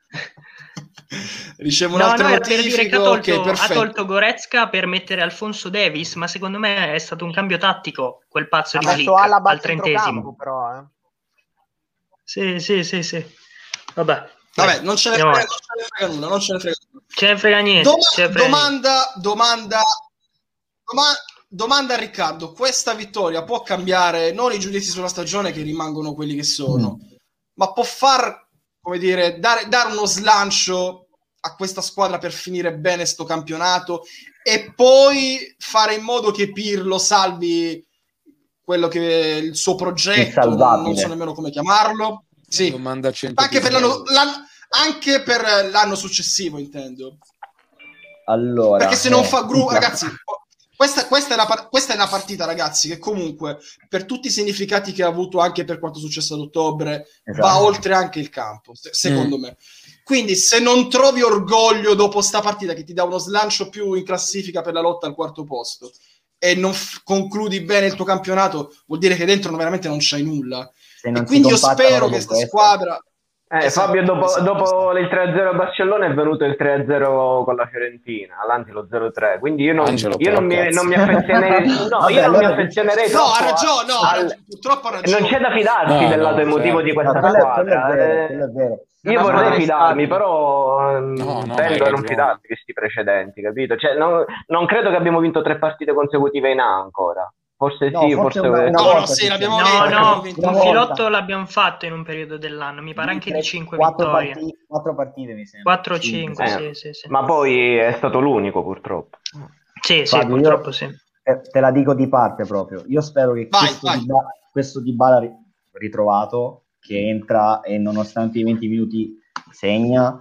Speaker 1: Ricevo un
Speaker 3: No,
Speaker 1: altro
Speaker 3: no, era per dire che ha
Speaker 1: notifico.
Speaker 3: tolto,
Speaker 1: Ok,
Speaker 3: ha
Speaker 1: perfetto.
Speaker 3: tolto Goretzka per mettere Alfonso Davies, ma secondo me è stato un cambio tattico, quel pazzo
Speaker 5: Ha
Speaker 3: di
Speaker 5: messo
Speaker 3: Malik,
Speaker 5: Alaba
Speaker 3: al
Speaker 5: al centrocampo,
Speaker 3: trentesimo.
Speaker 5: però, eh.
Speaker 3: Sì, sì, sì, sì. Vabbè.
Speaker 1: Vabbè, non ce ne
Speaker 3: Andiamo
Speaker 1: frega,
Speaker 3: avanti.
Speaker 1: non ce ne frega nulla, non ce ne frega nulla.
Speaker 3: Ce ne frega niente.
Speaker 1: Doma-
Speaker 3: ce ne frega niente.
Speaker 1: domanda, domanda, doma- domanda a Riccardo, questa vittoria può cambiare non i giudizi sulla stagione che rimangono quelli che sono,
Speaker 2: Mm.
Speaker 1: ma può far, come dire, dare, dare uno slancio a questa squadra per finire bene sto campionato e poi fare in modo che Pirlo salvi quello che è il suo progetto, non,
Speaker 2: Insalvabile.
Speaker 1: non so nemmeno come chiamarlo. Sì.
Speaker 6: Domanda a cento
Speaker 1: Anche per, l'anno,
Speaker 6: piedi.
Speaker 1: l'anno- anche per l'anno successivo, intendo.
Speaker 2: Allora,
Speaker 1: Perché se non
Speaker 2: eh,
Speaker 1: fa gruppo,
Speaker 2: sì,
Speaker 1: ragazzi, questa, questa, è una, par- questa è una partita, ragazzi, che comunque, per tutti i significati che ha avuto anche per quanto è successo ad ottobre,
Speaker 2: Esatto.
Speaker 1: va oltre anche il campo, se- secondo
Speaker 6: Mm.
Speaker 1: me. Quindi se non trovi orgoglio dopo sta partita che ti dà uno slancio più in classifica per la lotta al quarto posto e non f- concludi bene il tuo campionato, vuol dire che dentro veramente non c'hai nulla.
Speaker 2: se non
Speaker 1: E
Speaker 2: si
Speaker 1: quindi io
Speaker 2: compattano
Speaker 1: spero
Speaker 2: con
Speaker 1: che sta
Speaker 2: questo.
Speaker 1: squadra...
Speaker 4: Eh,
Speaker 1: Esatto,
Speaker 4: Fabio, dopo,
Speaker 1: esatto,
Speaker 4: dopo
Speaker 1: esatto.
Speaker 4: il tre a zero a Barcellona è venuto il tre a zero con la Fiorentina, avanti lo zero a tre, quindi io non,
Speaker 6: Angelo,
Speaker 4: io non, mi,
Speaker 6: però,
Speaker 4: non mi
Speaker 6: cazzo.
Speaker 4: affezionerei, no,
Speaker 2: Vabbè,
Speaker 4: io non mi
Speaker 2: allora-
Speaker 4: affezionerei
Speaker 1: No,
Speaker 4: troppo
Speaker 1: ha ragione, no, ha
Speaker 4: al-
Speaker 1: ragione, purtroppo ha ragione.
Speaker 4: non c'è da fidarsi
Speaker 6: No,
Speaker 4: del
Speaker 6: no,
Speaker 4: lato emotivo
Speaker 6: certo.
Speaker 4: di
Speaker 2: No,
Speaker 4: questa
Speaker 2: quello, è- quello
Speaker 4: squadra.
Speaker 2: è vero,
Speaker 4: eh.
Speaker 2: quello è vero.
Speaker 4: Io
Speaker 5: Una
Speaker 4: vorrei
Speaker 5: squadra
Speaker 4: fidarmi,
Speaker 5: stabile.
Speaker 4: però ehm,
Speaker 6: No, no, ma hai
Speaker 4: tendo a non
Speaker 6: ragione.
Speaker 4: fidarmi di questi precedenti, capito? Cioè, non, non credo che abbiamo vinto tre partite consecutive in A ancora. Forse
Speaker 2: No,
Speaker 4: sì,
Speaker 2: forse
Speaker 4: forse...
Speaker 2: una- una
Speaker 1: No,
Speaker 2: volta
Speaker 1: no, sì,
Speaker 2: ci
Speaker 1: l'abbiamo
Speaker 2: siamo-
Speaker 3: No,
Speaker 1: vinto,
Speaker 3: no,
Speaker 1: abbiamo vinto.
Speaker 2: una
Speaker 3: un
Speaker 2: volta.
Speaker 3: filotto l'abbiamo fatto in un periodo dell'anno, mi pare anche di cinque
Speaker 2: quattro
Speaker 3: vittorie.
Speaker 2: partite, quattro partite mi sembra.
Speaker 3: quattro o cinque,
Speaker 4: Eh,
Speaker 3: sì, sì, sì.
Speaker 4: Ma poi è stato l'unico, purtroppo.
Speaker 3: Sì, sì,
Speaker 2: Fabio,
Speaker 3: purtroppo
Speaker 2: io-
Speaker 3: sì.
Speaker 2: eh, te la dico di parte proprio. Io spero che
Speaker 1: Vai,
Speaker 2: questo,
Speaker 1: vai.
Speaker 2: Dybala, questo Dybala ri- ritrovato, che entra e nonostante i venti minuti segna,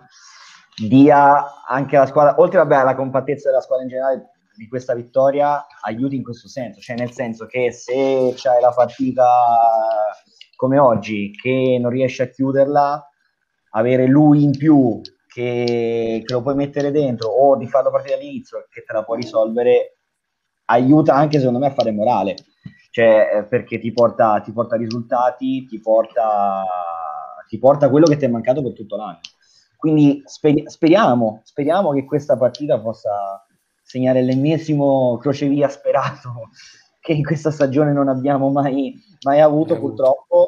Speaker 2: dia anche alla squadra, oltre vabbè, alla compattezza della squadra in generale, di questa vittoria, aiuti in questo senso. Cioè nel senso che se c'hai la partita come oggi, che non riesci a chiuderla, avere lui in più che, che lo puoi mettere dentro o di farlo partire all'inizio che te la può risolvere aiuta anche secondo me a fare morale, cioè eh, perché ti porta, ti porta risultati, ti porta, ti porta quello che ti è mancato per tutto l'anno. Quindi sper- speriamo, speriamo che questa partita possa segnare l'ennesimo crocevia sperato che in questa stagione non abbiamo mai, mai avuto
Speaker 6: Mai avuto.
Speaker 2: purtroppo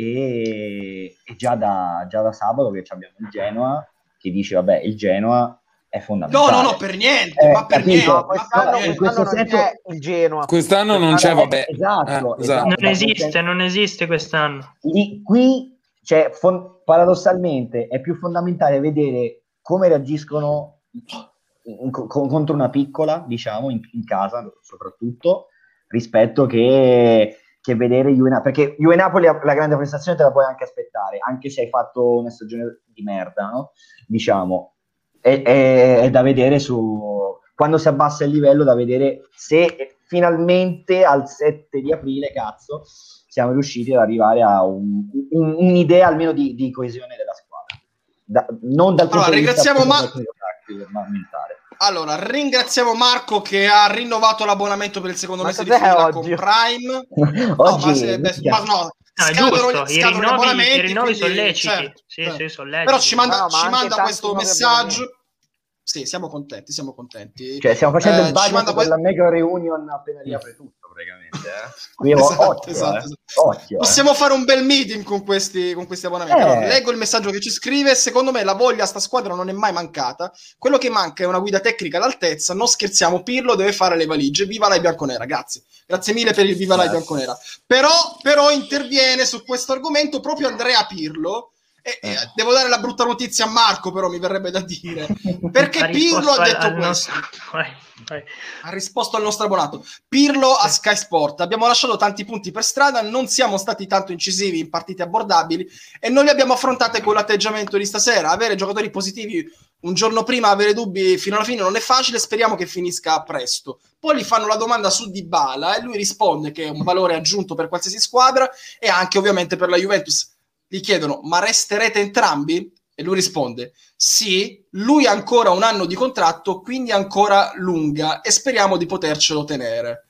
Speaker 2: e, e già, da, già da sabato che abbiamo il Genoa che dice vabbè il Genoa è
Speaker 1: No,
Speaker 2: fondamentale.
Speaker 1: no, no, per niente,
Speaker 2: Eh,
Speaker 1: ma per
Speaker 2: capito?
Speaker 1: niente.
Speaker 5: No,
Speaker 1: ma per
Speaker 5: quest'anno,
Speaker 2: in
Speaker 1: niente.
Speaker 5: quest'anno
Speaker 2: questo
Speaker 5: non
Speaker 2: senso-
Speaker 5: c'è il Genoa.
Speaker 6: Quest'anno non c'è, vabbè.
Speaker 2: Esatto,
Speaker 6: Eh,
Speaker 2: esatto.
Speaker 6: esatto.
Speaker 3: Non
Speaker 2: Ma
Speaker 3: esiste,
Speaker 2: perché
Speaker 3: non esiste quest'anno.
Speaker 2: lì- qui, cioè, fon- paradossalmente, è più fondamentale vedere come reagiscono in- co- contro una piccola, diciamo, in, in casa soprattutto, rispetto che, che vedere Juve Napoli. Perché Juve Napoli la, la grande prestazione te la puoi anche aspettare, anche se hai fatto una stagione di merda, no? Diciamo. È, è- è da vedere su quando si abbassa il livello, da vedere se finalmente al sette di aprile, cazzo, siamo riusciti ad arrivare a un- un- un'idea almeno di, di coesione della squadra. Da- non dal punto
Speaker 1: Allora,
Speaker 2: di vista
Speaker 1: ringraziamo Ma-
Speaker 2: tecnico-tattico, ma mentale.
Speaker 1: Allora, ringraziamo Marco che ha rinnovato l'abbonamento per il secondo
Speaker 5: Ma
Speaker 1: mese di
Speaker 5: cos'è
Speaker 1: fila
Speaker 5: oggi?
Speaker 1: con Prime. No,
Speaker 2: Oggi,
Speaker 1: ma, se, beh,
Speaker 2: minchia.
Speaker 1: ma no,
Speaker 3: No, è
Speaker 1: scadono,
Speaker 3: giusto, i
Speaker 1: scadono gli
Speaker 3: rinnovi,
Speaker 1: abbonamenti,
Speaker 3: i rinnovi sono
Speaker 1: quindi,
Speaker 3: leciti.
Speaker 1: certo,
Speaker 3: Sì,
Speaker 1: certo.
Speaker 3: sì, sono leciti.
Speaker 1: Però ci manda,
Speaker 5: No, ma
Speaker 1: ci
Speaker 5: anche
Speaker 1: manda
Speaker 5: tanti
Speaker 1: questo
Speaker 5: nuovi
Speaker 1: messaggio. Sì, siamo contenti, siamo contenti.
Speaker 2: Cioè, stiamo facendo
Speaker 1: Eh,
Speaker 2: il
Speaker 1: ci
Speaker 2: budget
Speaker 1: manda
Speaker 2: per
Speaker 1: que-
Speaker 2: la mega reunion appena riapre tutto, praticamente. Eh? Quindi,
Speaker 1: Esatto,
Speaker 2: occhio,
Speaker 1: esatto,
Speaker 2: eh.
Speaker 1: esatto.
Speaker 2: Occhio, eh.
Speaker 1: Possiamo fare un bel meeting con questi, con questi abbonamenti.
Speaker 2: Eh.
Speaker 1: Allora, leggo il messaggio che ci scrive. Secondo me la voglia a sta squadra non è mai mancata. Quello che manca è una guida tecnica all'altezza. Non scherziamo, Pirlo deve fare le valigie. Viva la bianconera, grazie. Grazie mille per il viva la
Speaker 2: Grazie.
Speaker 1: bianconera. Però, però interviene su questo argomento proprio Andrea Pirlo. E, e devo dare la brutta notizia a Marco, però mi verrebbe da dire. Perché
Speaker 3: Ha
Speaker 1: Pirlo
Speaker 3: risposto
Speaker 1: ha
Speaker 3: al-
Speaker 1: detto
Speaker 3: al
Speaker 1: questo.
Speaker 3: nostro- vai, vai.
Speaker 1: Ha risposto al nostro abbonato Pirlo a Sky Sport: abbiamo lasciato tanti punti per strada, non siamo stati tanto incisivi in partite abbordabili e non li abbiamo affrontate con l'atteggiamento di stasera. Avere giocatori positivi un giorno prima avere dubbi fino alla fine non è facile, speriamo che finisca presto. Poi gli fanno la domanda su Dybala e lui risponde che è un valore aggiunto per qualsiasi squadra e anche ovviamente per la Juventus. Gli chiedono, ma resterete entrambi? E lui risponde, sì, lui ha ancora un anno di contratto, quindi ancora lunga e speriamo di potercelo tenere.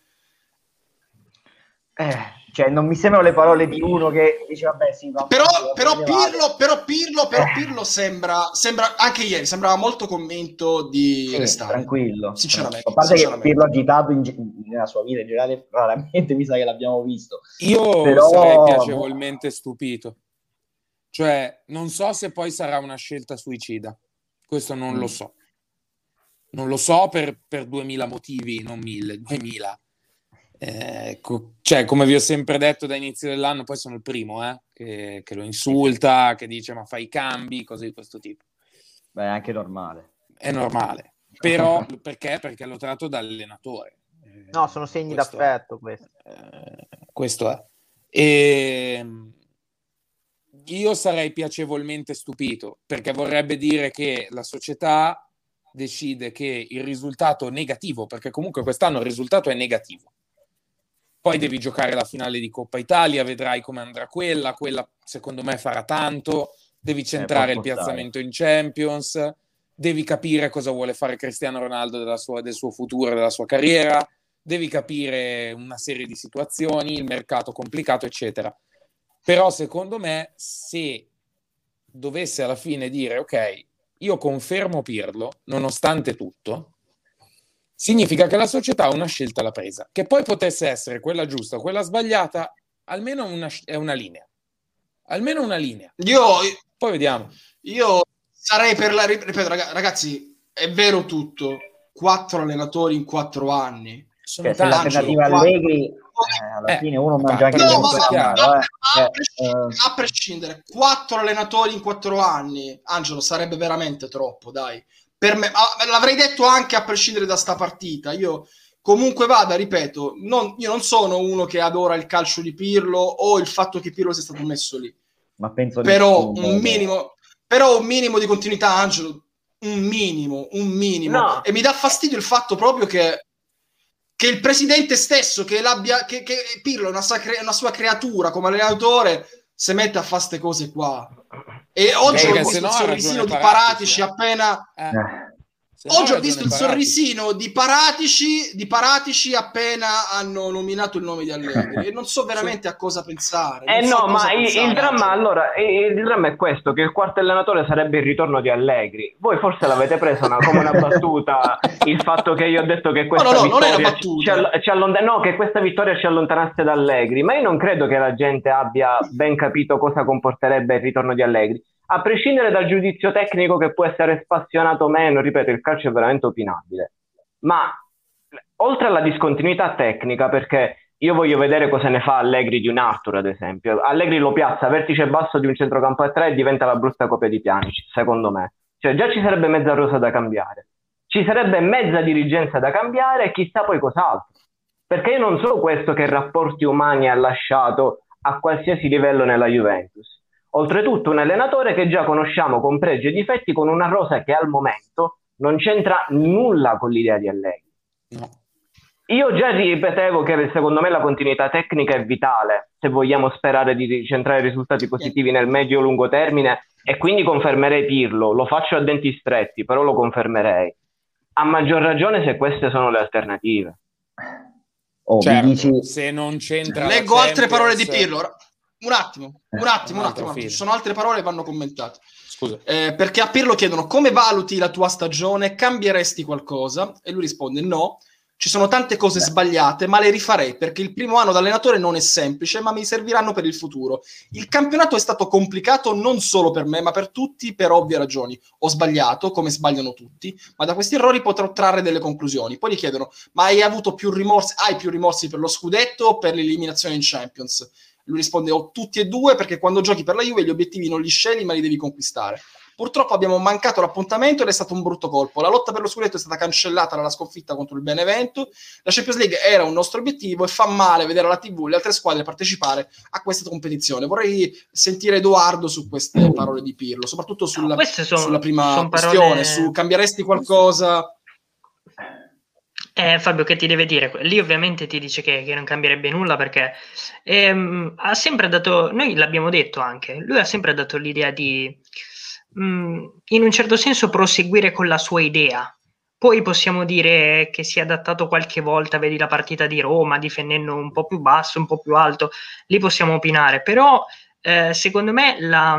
Speaker 2: Eh, cioè, non mi sembrano le parole di uno che dice, vabbè, sì, va,
Speaker 1: Però,
Speaker 2: va,
Speaker 1: però,
Speaker 2: va,
Speaker 1: Pirlo, però Pirlo, però
Speaker 2: Eh.
Speaker 1: Pirlo sembra, sembra, anche ieri, sembrava molto convinto di
Speaker 2: Sì,
Speaker 1: restare.
Speaker 2: tranquillo.
Speaker 1: Sinceramente.
Speaker 2: A parte che
Speaker 1: sinceramente.
Speaker 2: Pirlo agitato in, nella sua vita in generale, raramente mi sa che l'abbiamo visto.
Speaker 6: Io
Speaker 2: Però-
Speaker 6: sarei piacevolmente stupito. Cioè, non so se poi sarà una scelta suicida. Questo non
Speaker 2: Mm.
Speaker 6: lo so. Non lo so per, per duemila motivi, non mille, duemila. Eh, co- cioè, come vi ho sempre detto da inizio dell'anno, poi sono il primo eh, che, che lo insulta, che dice ma fai i cambi, cose di questo tipo.
Speaker 2: Beh, è anche normale.
Speaker 6: È normale. Però, perché? Perché lo tratto da allenatore. Eh,
Speaker 5: No, sono segni
Speaker 6: questo è.
Speaker 5: d'affetto questi.
Speaker 6: Eh, questo è. E io sarei piacevolmente stupito perché vorrebbe dire che la società decide che il risultato negativo, perché comunque quest'anno il risultato è negativo, poi devi giocare la finale di Coppa Italia, vedrai come andrà quella, quella secondo me farà tanto, devi centrare
Speaker 2: Eh,
Speaker 6: il
Speaker 2: può portare.
Speaker 6: piazzamento in Champions, devi capire cosa vuole fare Cristiano Ronaldo della sua, del suo futuro, della sua carriera, devi capire una serie di situazioni, il mercato complicato, eccetera. Però secondo me, se dovesse alla fine dire ok, io confermo Pirlo, nonostante tutto, significa che la società ha una scelta alla presa, che poi potesse essere quella giusta o quella sbagliata, almeno una, è una linea. Almeno una linea.
Speaker 1: Io,
Speaker 6: Poi vediamo.
Speaker 1: io sarei per la... Ripeto, raga- ragazzi, è vero tutto. Quattro allenatori in quattro anni.
Speaker 6: Sono
Speaker 2: Cioè, se
Speaker 6: tanti.
Speaker 2: l'alternativa
Speaker 1: Angelo,
Speaker 2: Allegri, eh, alla
Speaker 6: Eh,
Speaker 2: fine uno
Speaker 6: ma-
Speaker 2: mangia anche
Speaker 6: ma-
Speaker 1: No,
Speaker 2: il
Speaker 1: ma,
Speaker 6: parliamoci
Speaker 1: ma-
Speaker 6: chiaro,
Speaker 1: ma-
Speaker 2: eh.
Speaker 1: a,
Speaker 2: Eh,
Speaker 1: prescindere, a prescindere, quattro allenatori in quattro anni, Angelo, sarebbe veramente troppo, dai. Per me, ah, l'avrei detto anche a prescindere da sta partita. Io comunque vada, ripeto, non, io non sono uno che adora il calcio di Pirlo o il fatto che Pirlo sia stato messo lì.
Speaker 2: ma penso
Speaker 1: Però
Speaker 2: nessuno,
Speaker 1: un minimo, però un minimo di continuità, Angelo, un minimo, un minimo.
Speaker 4: No.
Speaker 1: E mi dà fastidio il fatto proprio che che il presidente stesso, che, l'abbia, che, che Pirlo è una, sacre, una sua creatura come allenatore, si mette a fare queste cose qua. E oggi
Speaker 6: Perché
Speaker 1: ho
Speaker 6: se
Speaker 1: visto
Speaker 6: no
Speaker 1: il
Speaker 6: ha
Speaker 1: sorrisino
Speaker 6: ragione
Speaker 1: di
Speaker 6: Paratici,
Speaker 1: Paratici
Speaker 6: eh.
Speaker 1: appena...
Speaker 6: Eh.
Speaker 2: Eh.
Speaker 6: Se no ha
Speaker 1: Oggi ho
Speaker 6: ragione
Speaker 1: visto il
Speaker 6: Paratici.
Speaker 1: sorrisino di Paratici, di Paratici appena hanno nominato il nome di Allegri e non so veramente a cosa pensare.
Speaker 4: Eh
Speaker 1: non so
Speaker 4: no,
Speaker 1: cosa
Speaker 4: ma il,
Speaker 1: pensare,
Speaker 4: il dramma
Speaker 1: Angelo.
Speaker 4: allora, il, il dramma è questo, che il quarto allenatore sarebbe il ritorno di Allegri. Voi forse l'avete presa una- come una battuta il fatto che io ho detto che questa
Speaker 1: no, no, non è una
Speaker 4: vittoria ci,
Speaker 1: battuta.
Speaker 4: ci all- ci allontan- no, che questa vittoria ci allontanasse da Allegri, ma io non credo che la gente abbia ben capito cosa comporterebbe il ritorno di Allegri. A prescindere dal giudizio tecnico che può essere spassionato o meno, ripeto, il calcio è veramente opinabile. Ma oltre alla discontinuità tecnica, perché io voglio vedere cosa ne fa Allegri di un Arthur, ad esempio. Allegri lo piazza a vertice basso di un centrocampo a tre e diventa la brutta copia di Pjanic, secondo me. Cioè già ci sarebbe mezza rosa da cambiare. Ci sarebbe mezza dirigenza da cambiare e chissà poi cos'altro. Perché io non so questo che rapporti umani ha lasciato a qualsiasi livello nella Juventus. Oltretutto un allenatore che già conosciamo con pregi e difetti, con una rosa che al momento non c'entra nulla con l'idea di Allegri.
Speaker 6: No.
Speaker 4: Io già ripetevo che secondo me la continuità tecnica è vitale se vogliamo sperare di centrare risultati positivi nel medio-lungo termine, e quindi confermerei Pirlo. Lo faccio a denti stretti, però lo confermerei. A maggior ragione se queste sono le alternative.
Speaker 2: Oh, vi
Speaker 6: Certo,
Speaker 2: dici...
Speaker 6: se non c'entra
Speaker 1: Leggo
Speaker 6: la
Speaker 1: altre parole di
Speaker 6: Champions-
Speaker 1: Pirlo. Un attimo, un attimo, un
Speaker 6: Un altro
Speaker 1: attimo.
Speaker 6: film.
Speaker 1: Ci sono altre parole che vanno commentate.
Speaker 6: Scusa.
Speaker 1: Eh, perché a Pirlo chiedono come valuti la tua stagione, cambieresti qualcosa? E lui risponde no, ci sono tante cose
Speaker 2: Beh.
Speaker 1: sbagliate, ma le rifarei perché il primo anno da allenatore non è semplice, ma mi serviranno per il futuro. Il campionato è stato complicato non solo per me, ma per tutti per ovvie ragioni. Ho sbagliato, come sbagliano tutti, ma da questi errori potrò trarre delle conclusioni. Poi gli chiedono, ma hai avuto più rimorsi? Hai più rimorsi per lo scudetto o per l'eliminazione in Champions? Lui risponde, ho tutti e due, perché quando giochi per la Juve gli obiettivi non li scegli, ma li devi conquistare. Purtroppo abbiamo mancato l'appuntamento ed è stato un brutto colpo. La lotta per lo scudetto è stata cancellata dalla sconfitta contro il Benevento. La Champions League era un nostro obiettivo e fa male vedere alla tivù le altre squadre partecipare a questa competizione. Vorrei sentire Edoardo su queste parole di Pirlo, soprattutto sulla,
Speaker 3: no, sono,
Speaker 1: sulla prima
Speaker 3: sono
Speaker 1: questione,
Speaker 3: parole...
Speaker 1: su cambieresti qualcosa?
Speaker 3: Eh, Fabio, che ti deve dire? Lì ovviamente ti dice che, che non cambierebbe nulla perché ehm, ha sempre dato, noi l'abbiamo detto anche, lui ha sempre dato l'idea di mh, in un certo senso proseguire con la sua idea. Poi possiamo dire che si è adattato qualche volta, vedi la partita di Roma difendendo un po' più basso, un po' più alto, lì possiamo opinare, però eh, secondo me la,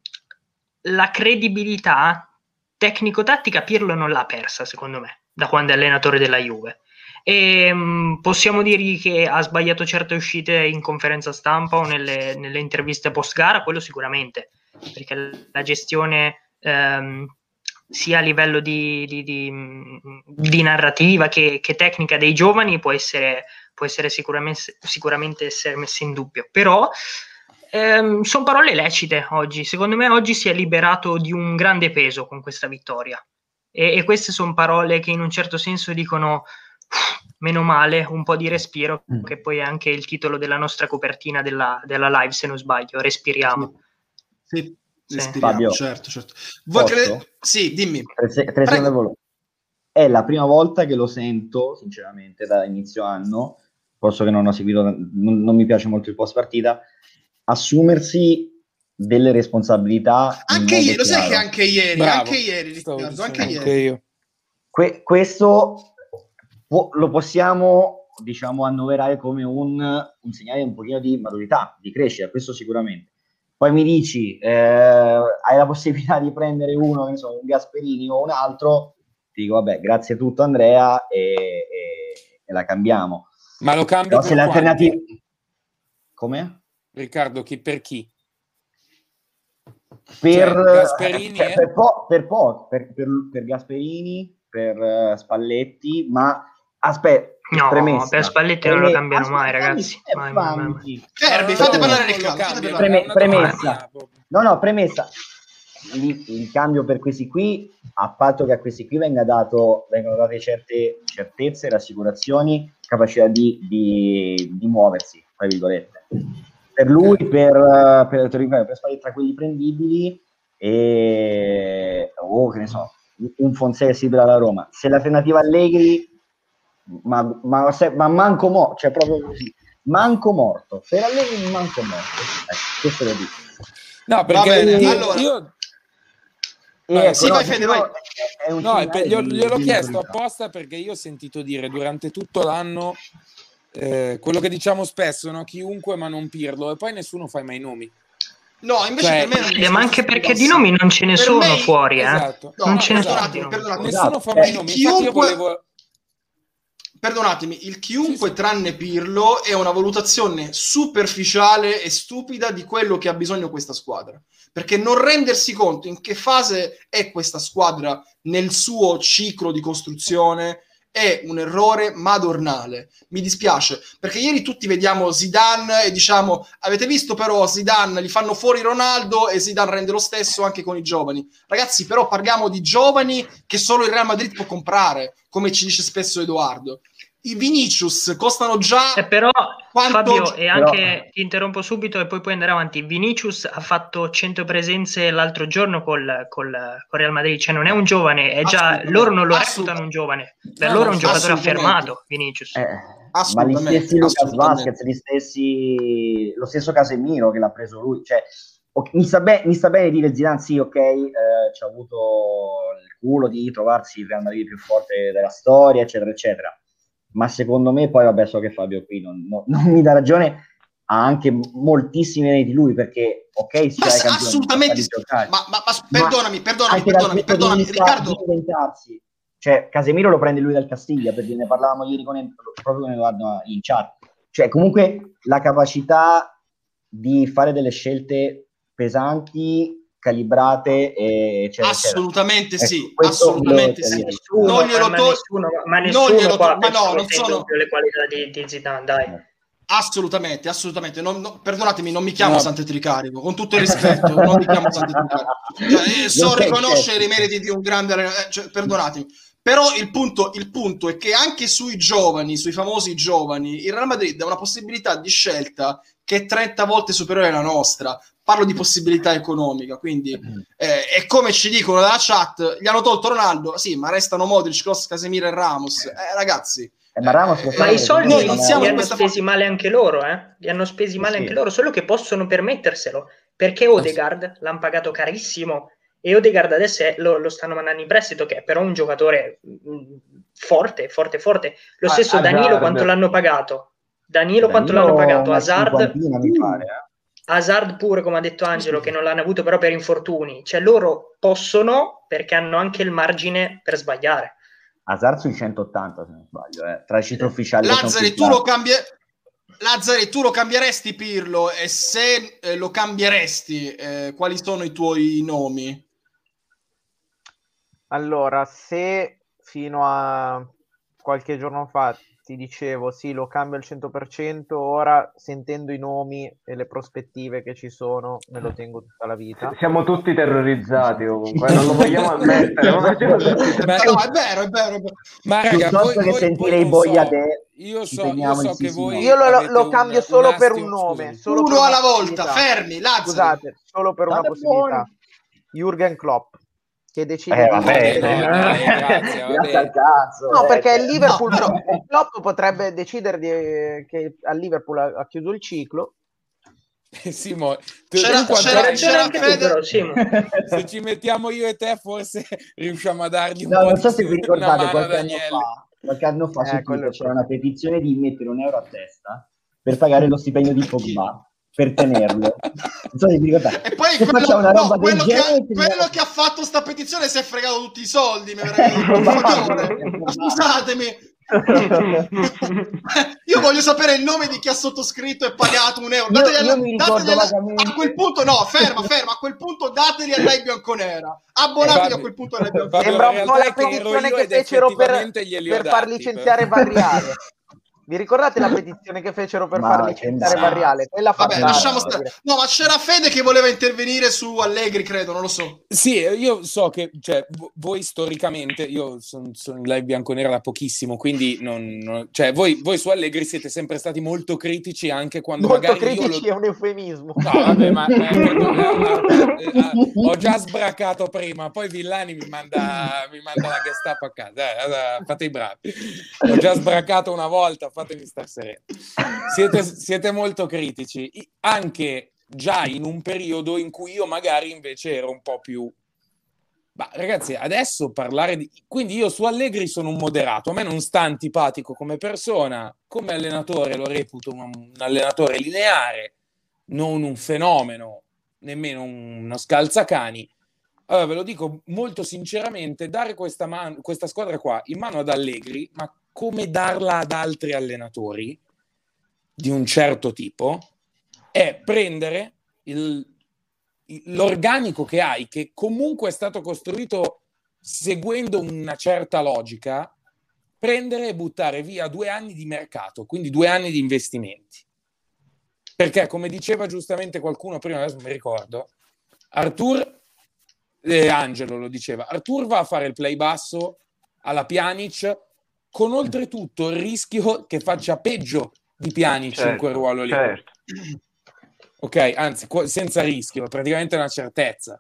Speaker 3: la credibilità tecnico-tattica Pirlo non l'ha persa, secondo me, da quando è allenatore della Juve. E mh, possiamo dirgli che ha sbagliato certe uscite in conferenza stampa o nelle, nelle interviste post gara, quello sicuramente, perché la gestione ehm, sia a livello di, di, di, di narrativa che, che tecnica dei giovani può essere, può essere sicuramente, sicuramente essere messa in dubbio, però ehm, sono parole lecite oggi. Secondo me oggi si è liberato di un grande peso con questa vittoria e, e queste sono parole che in un certo senso dicono meno male, un po' di respiro, mm. che poi è anche il titolo della nostra copertina della, della live, se non sbaglio, respiriamo.
Speaker 1: Sì, sì, sì. Respiriamo,
Speaker 2: Fabio,
Speaker 1: certo, certo. Voi cre- sì, dimmi.
Speaker 2: Tre, tre secondi. È la prima volta che lo sento, sinceramente, da inizio anno, forse che non ho seguito, non, non mi piace molto il post partita, assumersi delle responsabilità.
Speaker 1: Anche ieri, lo sai che anche ieri,
Speaker 6: Bravo.
Speaker 1: anche ieri, Riccardo, anche
Speaker 6: anche
Speaker 1: ieri.
Speaker 6: Io.
Speaker 2: Que- questo po- lo possiamo, diciamo, annoverare come un, un segnale un pochino di maturità, di crescita, questo sicuramente. Poi mi dici, eh, hai la possibilità di prendere uno, che ne so, un Gasperini o un altro, ti dico, vabbè, grazie a tutto Andrea e, e, e la cambiamo.
Speaker 6: Ma lo cambi
Speaker 2: Però
Speaker 6: per
Speaker 2: se l'alternativa... Come?
Speaker 6: Riccardo, chi per chi?
Speaker 2: Per,
Speaker 6: cioè, Gasperini
Speaker 2: per, per, po- per, po- per, per, per Gasperini, per uh, Spalletti, ma aspetta,
Speaker 3: no,
Speaker 2: premessa,
Speaker 3: per Spalletti
Speaker 2: preme-
Speaker 3: non lo cambiano
Speaker 2: aspetta,
Speaker 3: mai, ragazzi.
Speaker 2: eh,
Speaker 3: Mai, mai, mai, mai.
Speaker 1: Fermi,
Speaker 6: no,
Speaker 1: fate
Speaker 6: no,
Speaker 1: parlare
Speaker 6: no,
Speaker 1: Riccardo. Fate parlare.
Speaker 2: Preme- premessa, no, no, premessa. Il, il cambio per questi qui, a patto che a questi qui venga dato, vengano date certe certezze, rassicurazioni, capacità di, di, di muoversi, tra virgolette. Per lui, per, per, per, per stare tra quelli prendibili e oh, che ne so, un Fonseca simile alla Roma. Se l'alternativa Allegri, ma, ma, ma manco morto, cioè proprio così, manco morto. Per Allegri manco morto. Ecco, questo lo dico.
Speaker 6: No, perché
Speaker 1: bene,
Speaker 6: io,
Speaker 1: allora...
Speaker 6: io...
Speaker 2: Eh, ecco,
Speaker 1: sì,
Speaker 2: no,
Speaker 1: vai Fede, vai.
Speaker 2: È un
Speaker 6: no, glielo,
Speaker 2: di,
Speaker 6: gliel'ho
Speaker 2: di
Speaker 6: chiesto apposta perché io ho sentito dire durante tutto l'anno eh, quello che diciamo spesso, no? Chiunque ma non Pirlo, e poi nessuno fa mai i nomi.
Speaker 1: No, invece
Speaker 6: cioè,
Speaker 1: per me non
Speaker 3: eh, ma anche perché di
Speaker 1: basso.
Speaker 3: nomi non ce ne
Speaker 1: Per
Speaker 3: sono
Speaker 1: me...
Speaker 3: fuori, eh.
Speaker 6: Esatto.
Speaker 3: Non
Speaker 1: no,
Speaker 3: ce ne
Speaker 1: sono.
Speaker 3: sono.
Speaker 1: Perdonatemi,
Speaker 6: Nessuno fa
Speaker 2: esatto.
Speaker 6: mai i nomi.
Speaker 1: Chiunque...
Speaker 6: Infatti io volevo...
Speaker 1: Perdonatemi, il chiunque
Speaker 6: sì, sì.
Speaker 1: tranne Pirlo è una valutazione superficiale e stupida di quello che ha bisogno questa squadra. Perché non rendersi conto in che fase è questa squadra nel suo ciclo di costruzione è un errore madornale. Mi dispiace, perché ieri tutti vediamo Zidane e diciamo, avete visto però Zidane, gli fanno fuori Ronaldo e Zidane rende lo stesso anche con i giovani. Ragazzi, però parliamo di giovani che solo il Real Madrid può comprare, come ci dice spesso Edoardo. I Vinicius costano già...
Speaker 3: Eh, però
Speaker 1: quanto...
Speaker 3: Fabio, e
Speaker 2: però...
Speaker 3: anche ti interrompo subito e poi puoi andare avanti. Vinicius ha fatto cento presenze l'altro giorno col, col, col Real Madrid, cioè non è un giovane, è già loro non lo reputano un giovane, per
Speaker 6: no,
Speaker 3: loro è un
Speaker 6: no,
Speaker 3: giocatore affermato Vinicius.
Speaker 2: Eh, ma gli stessi Lucas Vazquez, gli stessi, lo stesso Casemiro che l'ha preso lui, cioè okay, mi, sta be- mi sta bene dire Zidane sì, ok, eh, ci ha avuto il culo di trovarsi il Real Madrid più forte della storia, eccetera, eccetera. Ma secondo me, poi vabbè, so che Fabio qui non, non, non mi dà ragione, ha anche moltissimi meriti di lui, perché ok, si
Speaker 1: ma
Speaker 2: ha
Speaker 1: s- assolutamente sì. ma, ma, ma perdonami, perdonami, perdonami, perdonami, Riccardo.
Speaker 2: Cioè, Casemiro lo prende lui dal Castiglia, perché ne parlavamo ieri con, proprio con Edoardo in chat. Cioè, comunque, la capacità di fare delle scelte pesanti, calibrate, eccetera,
Speaker 1: assolutamente
Speaker 2: eccetera.
Speaker 1: sì,
Speaker 2: ecco,
Speaker 1: assolutamente sì.
Speaker 3: Nessuno,
Speaker 1: non glielo
Speaker 3: ma,
Speaker 1: to-
Speaker 3: nessuno, ma nessuno
Speaker 1: non glielo
Speaker 3: qua
Speaker 1: to- ma no, non
Speaker 3: sono
Speaker 1: sono
Speaker 3: le qualità di, di Zidane, dai.
Speaker 1: Assolutamente, assolutamente. Non, no, perdonatemi, non mi chiamo
Speaker 6: No.
Speaker 1: Sant'Etricarico, con tutto il rispetto, non mi chiamo Sant'Etricarico. Cioè, eh, so
Speaker 2: Non sei
Speaker 1: riconoscere i
Speaker 2: certo.
Speaker 1: meriti di un grande allenatore, eh, cioè, perdonatemi. Però il punto, il punto è che anche sui giovani, sui famosi giovani, il Real Madrid ha una possibilità di scelta che è trenta volte superiore alla nostra. Parlo di possibilità economica, quindi eh, è come ci dicono dalla chat, gli hanno tolto Ronaldo, sì, ma restano Modric, Kroos, Casemiro e Ramos. Eh, ragazzi,
Speaker 2: Eh, ma Ramos lo
Speaker 1: eh,
Speaker 2: sta
Speaker 3: Ma i
Speaker 2: perché
Speaker 3: soldi
Speaker 1: noi
Speaker 2: non
Speaker 1: non
Speaker 2: è-
Speaker 1: siamo
Speaker 3: li
Speaker 1: in
Speaker 3: hanno
Speaker 1: questa
Speaker 3: spesi male anche loro, eh? Li hanno spesi male
Speaker 2: sì.
Speaker 3: anche loro, solo che possono permetterselo, perché Odegaard l'hanno pagato carissimo e Odegaard adesso è- lo, lo stanno mandando in prestito, che è però un giocatore mh, forte, forte, forte. Lo
Speaker 4: Ah,
Speaker 3: stesso Danilo
Speaker 4: Hazard.
Speaker 3: quanto l'hanno pagato? Danilo quanto
Speaker 2: Danilo
Speaker 3: l'hanno pagato?
Speaker 2: una
Speaker 3: Hazard,
Speaker 2: cinquantina, mi pare, eh.
Speaker 3: Hazard pure, come ha detto Angelo, che non l'hanno avuto però per infortuni. Cioè loro possono perché hanno anche il margine per sbagliare.
Speaker 2: Hazard sui centottanta, se non sbaglio, eh. Tra le cifre ufficiali che sono
Speaker 1: Lazzari, tu lo cambi... Lazzari, tu lo cambieresti Pirlo, e se eh, lo cambieresti, eh, quali sono i tuoi nomi?
Speaker 5: Allora, se fino a qualche giorno fa ti dicevo sì, lo cambio al cento per cento, ora sentendo i nomi e le prospettive che ci sono, me lo tengo tutta la vita.
Speaker 4: Siamo tutti terrorizzati comunque, non lo vogliamo ammettere. Ma siamo tutti
Speaker 6: Ma-
Speaker 1: No, è vero, è vero, è vero.
Speaker 6: Ma raga,
Speaker 2: Piuttosto
Speaker 6: voi,
Speaker 2: che
Speaker 6: voi-
Speaker 2: sentire
Speaker 6: voi
Speaker 2: i
Speaker 6: non
Speaker 2: Boia
Speaker 6: so,
Speaker 2: De,
Speaker 6: io
Speaker 2: ci
Speaker 6: so, io
Speaker 2: teniamo
Speaker 6: so
Speaker 2: il
Speaker 6: che
Speaker 2: sì, sì,
Speaker 6: voi
Speaker 2: no.
Speaker 5: Io lo,
Speaker 6: avete
Speaker 5: lo
Speaker 6: un-
Speaker 5: cambio
Speaker 6: un
Speaker 5: solo per un
Speaker 6: astio-
Speaker 5: nome,
Speaker 6: scusami.
Speaker 5: solo per
Speaker 1: Uno
Speaker 5: una
Speaker 1: alla volta,
Speaker 5: possibilità.
Speaker 1: fermi, Lazzari.
Speaker 5: Scusate, solo per una
Speaker 2: Vabbè,
Speaker 5: possibilità. Jürgen Klopp, che decide
Speaker 2: Eh,
Speaker 5: di...
Speaker 2: vabbè,
Speaker 6: No, dai, grazie, vabbè.
Speaker 2: grazie al cazzo.
Speaker 5: No,
Speaker 2: eh,
Speaker 5: perché
Speaker 2: cioè.
Speaker 5: il Liverpool,
Speaker 1: No,
Speaker 5: no, il Klopp potrebbe decidere di, che al Liverpool ha, ha chiuso il ciclo.
Speaker 6: Simo, tu,
Speaker 1: C'era-
Speaker 6: tu quanto
Speaker 1: c'era-
Speaker 6: hai?
Speaker 3: ragione
Speaker 1: c'era
Speaker 3: anche
Speaker 1: Fede-
Speaker 3: tu però, Simo.
Speaker 6: Se ci mettiamo io e te, forse riusciamo a dargli un
Speaker 2: No,
Speaker 6: po'
Speaker 2: non
Speaker 6: di
Speaker 2: so se vi
Speaker 6: una
Speaker 2: ricordate,
Speaker 6: mano a
Speaker 2: qualche anno
Speaker 6: Daniele.
Speaker 2: fa, qualche anno fa
Speaker 5: Eh,
Speaker 2: su
Speaker 5: quello
Speaker 2: Twitter
Speaker 5: è
Speaker 2: c'era
Speaker 5: il
Speaker 2: una petizione di mettere un euro a testa per pagare lo stipendio di Pogba, per tenerlo. Non so se vi ricordate.
Speaker 1: E poi
Speaker 2: Se
Speaker 1: quello,
Speaker 2: facciamo una
Speaker 1: no,
Speaker 2: roba del
Speaker 1: quello, che ha,
Speaker 2: genere...
Speaker 1: quello che ha fatto sta petizione si è fregato tutti i soldi, mi verrebbe un coglione. Ma scusatemi. Io voglio sapere il nome di chi ha sottoscritto e pagato un euro.
Speaker 2: Io-
Speaker 1: Dateli alla-
Speaker 2: io mi ricordo
Speaker 1: dateli alla-
Speaker 2: vagamente.
Speaker 1: a quel punto, no, ferma, ferma. A quel punto dateli a lei bianconera. Abbonatevi
Speaker 6: Fabio-
Speaker 1: a quel punto a lei
Speaker 6: Fabio,
Speaker 1: bianconera.
Speaker 5: Sembra
Speaker 6: in
Speaker 5: un po'
Speaker 6: realtà
Speaker 5: la
Speaker 6: è che ero
Speaker 5: petizione
Speaker 6: io
Speaker 5: che
Speaker 6: ed
Speaker 5: fecero per,
Speaker 6: effettivamente glieli ho
Speaker 5: per far
Speaker 6: dati,
Speaker 5: licenziare
Speaker 6: però.
Speaker 5: Barriale. Vi ricordate la petizione che fecero per
Speaker 2: Ma
Speaker 5: far
Speaker 2: che
Speaker 5: licenziare
Speaker 2: dai.
Speaker 5: Barriale? Quella fa
Speaker 1: Vabbè,
Speaker 2: No,
Speaker 1: lasciamo
Speaker 2: no,
Speaker 1: stare. No, ma c'era Fede che voleva intervenire su Allegri, credo, non lo so.
Speaker 6: Sì, io so che cioè, vo- voi storicamente, io sono in live bianconera da pochissimo, quindi non, non- cioè, voi, voi su Allegri siete sempre stati molto critici anche quando
Speaker 5: Molto
Speaker 6: magari io
Speaker 5: critici
Speaker 6: lo...
Speaker 5: è un eufemismo.
Speaker 6: No, vabbè, ma, ma credo- eh, eh, eh, ho già sbracato prima, poi Villani mi manda, mi manda la Gestapo a casa. Eh, eh, fate i bravi. Ho già sbracato una volta, fatemi star sereni. Siete, siete molto critici, I- anche già in un periodo in cui io magari invece ero un po' più... Ma ragazzi, adesso parlare di... Quindi io su Allegri sono un moderato, a me non sta antipatico come persona, come allenatore lo reputo un, un allenatore lineare, non un fenomeno, nemmeno uno scalzacani. Allora, ve lo dico molto sinceramente, dare questa, man- questa squadra qua in mano ad Allegri, ma come darla ad altri allenatori di un certo tipo, è prendere il, il- l'organico che hai, che comunque è stato costruito seguendo una certa logica, prendere e buttare via due anni di mercato, quindi due anni di investimenti. Perché, come diceva giustamente qualcuno prima, adesso non mi ricordo, Artur, eh, Angelo lo diceva, Artur va a fare il play basso alla Pjanic, con oltretutto il rischio che faccia peggio di Pjanic
Speaker 4: Certo,
Speaker 6: in quel ruolo lì.
Speaker 4: certo.
Speaker 6: Ok, anzi, qu- senza rischio, praticamente una certezza.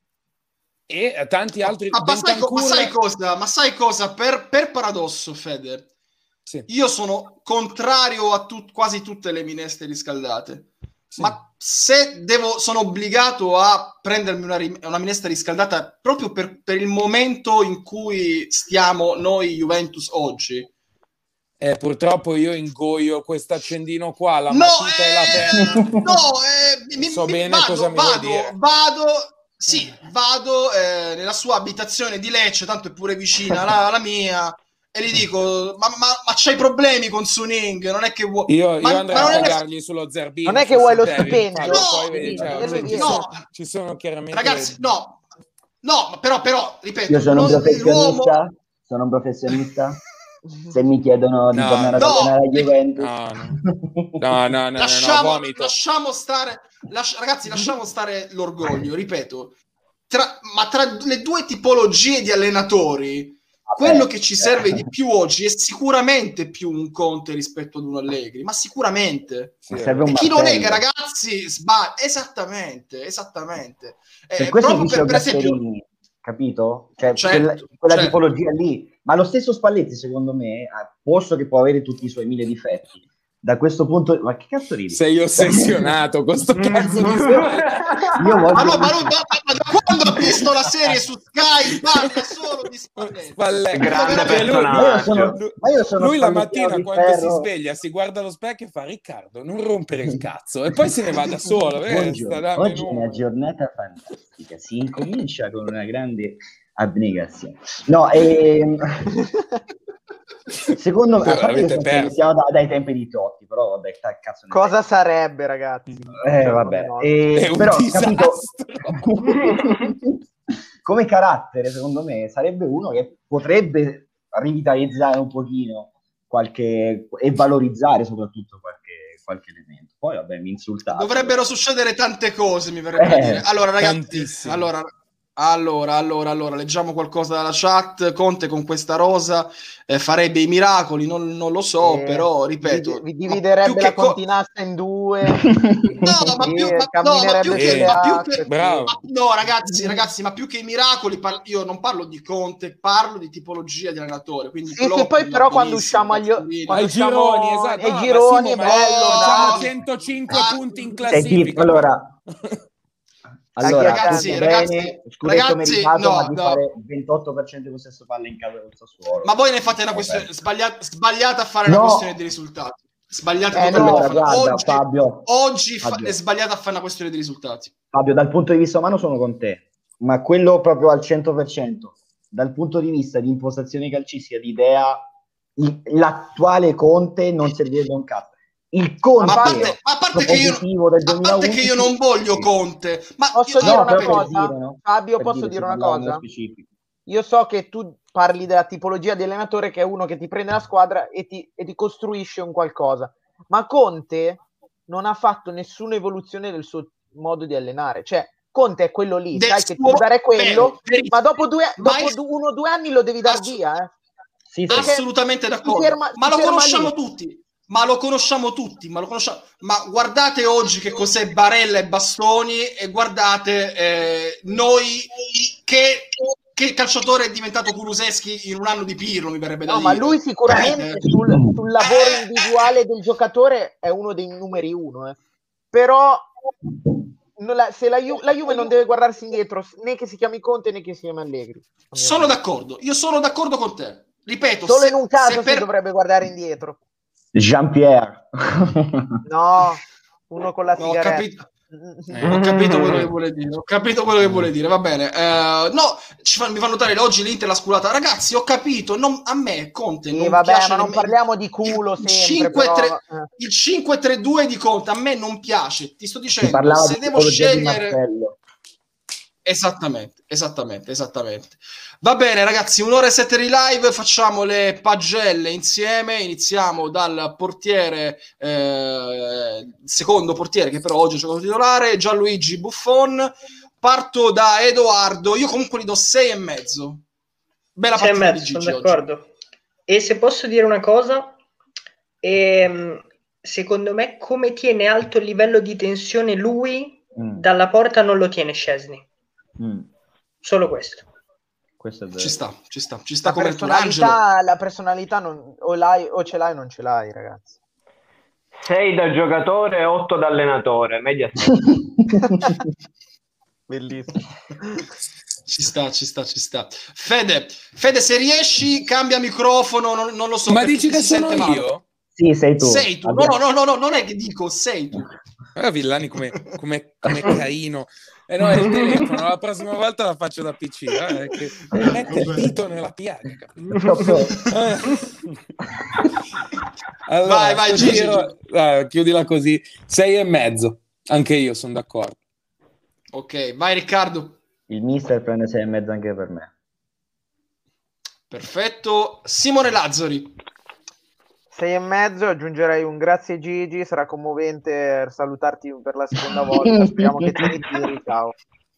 Speaker 6: E eh, tanti altri...
Speaker 1: Ma, ma sai, co- ma
Speaker 6: Bentancur-
Speaker 1: sai cosa? Ma sai cosa? Per, per paradosso, Fede,
Speaker 6: Sì,
Speaker 1: io sono contrario a tut- quasi tutte le minestre riscaldate.
Speaker 6: sì.
Speaker 1: Ma se devo, sono obbligato a prendermi una, ri- una minestra riscaldata proprio per, per il momento in cui stiamo noi Juventus oggi.
Speaker 6: Eh, purtroppo io ingoio questo accendino qua, la
Speaker 1: No,
Speaker 6: matita e la
Speaker 1: eh,
Speaker 6: penna.
Speaker 1: no, eh, mi,
Speaker 6: So
Speaker 1: mi-
Speaker 6: bene
Speaker 1: vado,
Speaker 6: cosa mi vuoi
Speaker 1: vado,
Speaker 6: dire.
Speaker 1: vado, sì, vado eh, nella sua abitazione di Lecce, tanto è pure vicina alla, alla mia, e gli dico, ma, ma, ma c'hai problemi con Suning? Non è che vuoi...
Speaker 6: Io, io
Speaker 1: ma,
Speaker 6: andrei
Speaker 1: ma
Speaker 6: a
Speaker 1: non è-
Speaker 6: pagargli sullo zerbino.
Speaker 5: Non è che
Speaker 6: sul
Speaker 5: vuoi lo
Speaker 6: Sinterio,
Speaker 5: stipendio?
Speaker 6: Fabio,
Speaker 1: No,
Speaker 6: poi vedi, cioè,
Speaker 5: no,
Speaker 6: ci,
Speaker 5: no.
Speaker 6: sono, ci sono chiaramente...
Speaker 1: Ragazzi, no, no, ma però, però, ripeto,
Speaker 2: Io sono un
Speaker 1: non- l'uomo...
Speaker 2: professionista, sono un professionista. se mi chiedono di
Speaker 6: No,
Speaker 2: tornare a
Speaker 1: no,
Speaker 2: allenare la Juventus.
Speaker 6: No, no, no, no, no,
Speaker 1: lasciamo,
Speaker 6: no, vomito.
Speaker 1: lasciamo stare, lasci- ragazzi, lasciamo stare l'orgoglio, ripeto, tra, ma tra le due tipologie di allenatori, quello che ci serve di più oggi è sicuramente più un Conte rispetto ad un Allegri, ma sicuramente.
Speaker 6: Sì,
Speaker 2: Ma serve un
Speaker 1: E chi lo
Speaker 2: martello.
Speaker 1: nega, ragazzi, sbaglia. Esattamente, esattamente.
Speaker 2: Per
Speaker 1: Eh,
Speaker 2: questo
Speaker 1: proprio
Speaker 2: dicevo
Speaker 1: per, per esempio,
Speaker 2: Gasperini, capito? Cioè,
Speaker 1: Certo,
Speaker 2: quella, quella
Speaker 1: certo.
Speaker 2: tipologia lì. Ma lo stesso Spalletti, secondo me, a posto che può avere tutti i suoi mille difetti, da questo punto... Ma che cazzo ridi?
Speaker 6: Sei ossessionato con sto cazzo di
Speaker 2: Io voglio...
Speaker 1: Ma, no, ma, no, ma, ma da quando ha visto la serie su Sky parla solo di Spalletti.
Speaker 6: Spalletti.
Speaker 4: Grande
Speaker 6: Cioè, lui-
Speaker 2: Ma io sono,
Speaker 6: lui-
Speaker 2: ma io sono
Speaker 6: Lui la
Speaker 2: Spallettino
Speaker 6: mattina
Speaker 2: di
Speaker 6: quando si
Speaker 2: ferro.
Speaker 6: sveglia si guarda allo specchio e fa Riccardo non rompere il cazzo e poi se ne va da solo eh, sta
Speaker 2: Buongiorno.
Speaker 6: dando i
Speaker 2: Oggi è una
Speaker 6: numeri.
Speaker 2: giornata fantastica, si incomincia con una grande abnegazione. No, ehm... secondo me, a parte che
Speaker 6: Avete
Speaker 2: sono-
Speaker 6: perso.
Speaker 2: siamo da- dai tempi di Totti, però vabbè, sta- cazzo ne
Speaker 5: Cosa sarebbe, ragazzi?
Speaker 2: Eh, vabbè.
Speaker 5: No.
Speaker 2: E-
Speaker 6: È un
Speaker 2: però,
Speaker 6: disastro.
Speaker 2: capito? Come carattere, secondo me, sarebbe uno che potrebbe rivitalizzare un pochino qualche e valorizzare soprattutto qualche, qualche elemento. Poi, vabbè, mi insultate.
Speaker 1: Dovrebbero succedere tante cose, mi verrebbe
Speaker 2: Eh,
Speaker 1: a dire. Allora, ragazzi,
Speaker 6: tantissime.
Speaker 1: allora, allora, allora, allora, leggiamo qualcosa dalla chat. Conte con questa rosa eh, farebbe i miracoli, non, non lo so,
Speaker 5: Eh,
Speaker 1: però, ripeto...
Speaker 5: vi, vi
Speaker 1: ma
Speaker 5: dividerebbe
Speaker 1: più
Speaker 5: la
Speaker 1: che co-
Speaker 5: continassa in due.
Speaker 1: No, ma più,
Speaker 5: Sì,
Speaker 1: ma, no, ma
Speaker 5: camminerebbe
Speaker 1: più che,
Speaker 6: sulle
Speaker 1: ma più
Speaker 5: acque.
Speaker 1: che-
Speaker 6: Bravo.
Speaker 1: ma- no, ragazzi, ragazzi, ma più che i miracoli, par- io non parlo di Conte, parlo di tipologia di allenatore. Quindi
Speaker 5: Sì, sì,
Speaker 1: Klopp
Speaker 5: poi
Speaker 1: va
Speaker 5: però quando
Speaker 1: benissimo,
Speaker 5: usciamo agli
Speaker 1: Gasperini.
Speaker 5: quando
Speaker 6: Ai
Speaker 5: usciamo
Speaker 6: gironi, esatto.
Speaker 5: ai
Speaker 6: No, ma
Speaker 5: gironi
Speaker 6: Simo,
Speaker 5: è
Speaker 6: ma
Speaker 5: bello,
Speaker 6: facciamo
Speaker 5: dai.
Speaker 6: centocinque
Speaker 1: Ah,
Speaker 6: punti in
Speaker 2: Senti,
Speaker 6: classifica.
Speaker 2: allora, allora
Speaker 1: Ragazzi,
Speaker 2: tutto
Speaker 1: ragazzi,
Speaker 2: bene, scudetto
Speaker 1: ragazzi,
Speaker 2: meritato,
Speaker 1: no,
Speaker 2: ma di
Speaker 1: no.
Speaker 2: fare ventotto per cento di possesso palla in casa del Sassuolo.
Speaker 1: Ma voi ne fate una
Speaker 2: Vabbè.
Speaker 1: questione sbagliata, sbagliata a fare
Speaker 2: No.
Speaker 1: una questione di risultati. Sbagliata
Speaker 5: Eh,
Speaker 1: totalmente.
Speaker 5: no.
Speaker 1: a
Speaker 2: Allora,
Speaker 1: fare-
Speaker 2: guarda,
Speaker 1: oggi
Speaker 2: Fabio,
Speaker 1: oggi fa-
Speaker 2: Fabio.
Speaker 1: è sbagliata a fare una questione di risultati.
Speaker 2: Fabio, dal punto di vista umano sono con te, ma quello proprio al cento per cento. Dal punto di vista di impostazione calcistica, di idea, il- l'attuale Conte non servirebbe un cazzo. Il Conte
Speaker 1: Ma a parte, ma a parte che io,
Speaker 2: propositivo del
Speaker 1: a parte che io non voglio
Speaker 2: duemilaundici,
Speaker 1: Conte, ma
Speaker 5: Posso
Speaker 1: io,
Speaker 5: dire
Speaker 2: no,
Speaker 5: una
Speaker 2: però per
Speaker 5: cosa?
Speaker 2: dire, no?
Speaker 5: Fabio,
Speaker 2: Per
Speaker 5: posso
Speaker 2: dire,
Speaker 5: dire
Speaker 2: si
Speaker 5: una
Speaker 2: parlava
Speaker 5: cosa?
Speaker 2: nello specifico.
Speaker 5: Io so che tu parli della tipologia di allenatore che è uno che ti prende la squadra e ti, e ti costruisce un qualcosa, ma Conte non ha fatto nessuna evoluzione del suo modo di allenare, cioè Conte è quello lì,
Speaker 1: del
Speaker 5: sai che ti
Speaker 1: suo-
Speaker 5: può dare quello,
Speaker 1: vero, verissimo.
Speaker 5: ma dopo, due,
Speaker 1: Ma
Speaker 5: dopo
Speaker 1: è-
Speaker 5: du- uno o due anni lo devi dar
Speaker 1: Assu-
Speaker 5: via, eh.
Speaker 2: Sì, sì.
Speaker 5: Perché
Speaker 1: Assolutamente
Speaker 5: si
Speaker 1: d'accordo.
Speaker 5: ferma-
Speaker 1: ma
Speaker 5: si
Speaker 1: lo
Speaker 5: ferma
Speaker 1: conosciamo
Speaker 5: lì.
Speaker 1: tutti. Ma lo conosciamo tutti, ma lo conosciamo. Ma guardate oggi che cos'è Barella e Bastoni e guardate eh, noi che, che calciatore è diventato Kulusevski in un anno di Pirlo, mi verrebbe da
Speaker 5: No,
Speaker 1: dire.
Speaker 5: ma lui sicuramente
Speaker 1: Eh,
Speaker 5: sul, sul lavoro individuale del giocatore è uno dei numeri uno, eh. Però non la, se la, Ju- la Juve non deve guardarsi indietro, né che si chiami Conte né che si chiami Allegri.
Speaker 1: sono d'accordo, io sono d'accordo con te. Ripeto,
Speaker 5: Solo
Speaker 1: se,
Speaker 5: in un caso
Speaker 1: se
Speaker 5: si
Speaker 1: per...
Speaker 5: dovrebbe guardare indietro.
Speaker 2: Jean-Pierre.
Speaker 5: No, uno con la
Speaker 1: No, ho
Speaker 5: sigaretta.
Speaker 1: capito. Ho capito quello che vuole dire, ho capito quello che vuole dire, va bene. Eh, no, ci fa, mi fa notare oggi l'Inter l'ha sculata. Ragazzi, ho capito, non, a me Conte
Speaker 5: Sì,
Speaker 1: non
Speaker 5: vabbè,
Speaker 1: piace
Speaker 5: ma non
Speaker 1: nemmeno-
Speaker 5: parliamo di culo
Speaker 1: il
Speaker 5: sempre,
Speaker 1: cinque tre
Speaker 5: però, eh.
Speaker 1: il cinque tre due di Conte a me non piace. Ti sto
Speaker 2: Si
Speaker 1: dicendo,
Speaker 2: parlava
Speaker 1: se
Speaker 2: di
Speaker 1: devo
Speaker 2: tipologia di
Speaker 1: scegliere
Speaker 2: martello.
Speaker 1: esattamente, esattamente, esattamente. Va bene, ragazzi, un'ora e sette di live, facciamo le pagelle insieme. Iniziamo dal portiere, eh, secondo portiere, che però oggi è giocato titolare, Gianluigi Buffon. Parto da Edoardo, io comunque gli do sei e mezzo. Bella
Speaker 3: sei e
Speaker 1: partita di
Speaker 3: mezzo, sono
Speaker 1: Gigi oggi.
Speaker 3: d'accordo. E se posso dire una cosa, ehm, secondo me come tiene alto il livello di tensione lui,
Speaker 2: Mm.
Speaker 3: dalla porta non lo tiene Szczesny.
Speaker 2: Mm.
Speaker 3: Solo questo.
Speaker 2: Questo è vero.
Speaker 1: Ci sta, ci sta, ci sta
Speaker 5: La
Speaker 1: come il tuo Angelo.
Speaker 5: personalità, la personalità non, o, l'hai, o ce l'hai o non ce l'hai, ragazzi.
Speaker 4: sei da giocatore e otto da allenatore, media sette.
Speaker 5: Bellissimo.
Speaker 1: Ci sta, ci sta, ci sta. Fede, Fede, se riesci, cambia microfono, non, non lo so.
Speaker 6: Ma
Speaker 1: perché
Speaker 6: dici
Speaker 1: ti
Speaker 6: che
Speaker 1: si
Speaker 6: sono
Speaker 1: sente male.
Speaker 6: io?
Speaker 2: Sì, sei tu.
Speaker 1: Sei tu. No,
Speaker 2: Abbiamo-
Speaker 1: no, no, no, no, non è che dico, sei tu.
Speaker 6: Guarda Villani come, come, come carino. Eh no, è il telefono, la prossima volta la faccio da P C. Eh, che mette il dito nella piaga. capito? Eh. Allora,
Speaker 1: Vai, vai,
Speaker 6: sto
Speaker 1: Gigi.
Speaker 6: giro- ah, chiudila così. Sei e mezzo. Anche io sono d'accordo.
Speaker 1: Ok, vai Riccardo.
Speaker 2: Il mister prende sei e mezzo anche per me.
Speaker 1: Perfetto. Simone Lazzari.
Speaker 5: sei e mezzo, aggiungerei un grazie Gigi, sarà commovente salutarti per la seconda volta, speriamo che ti ritiri, ciao.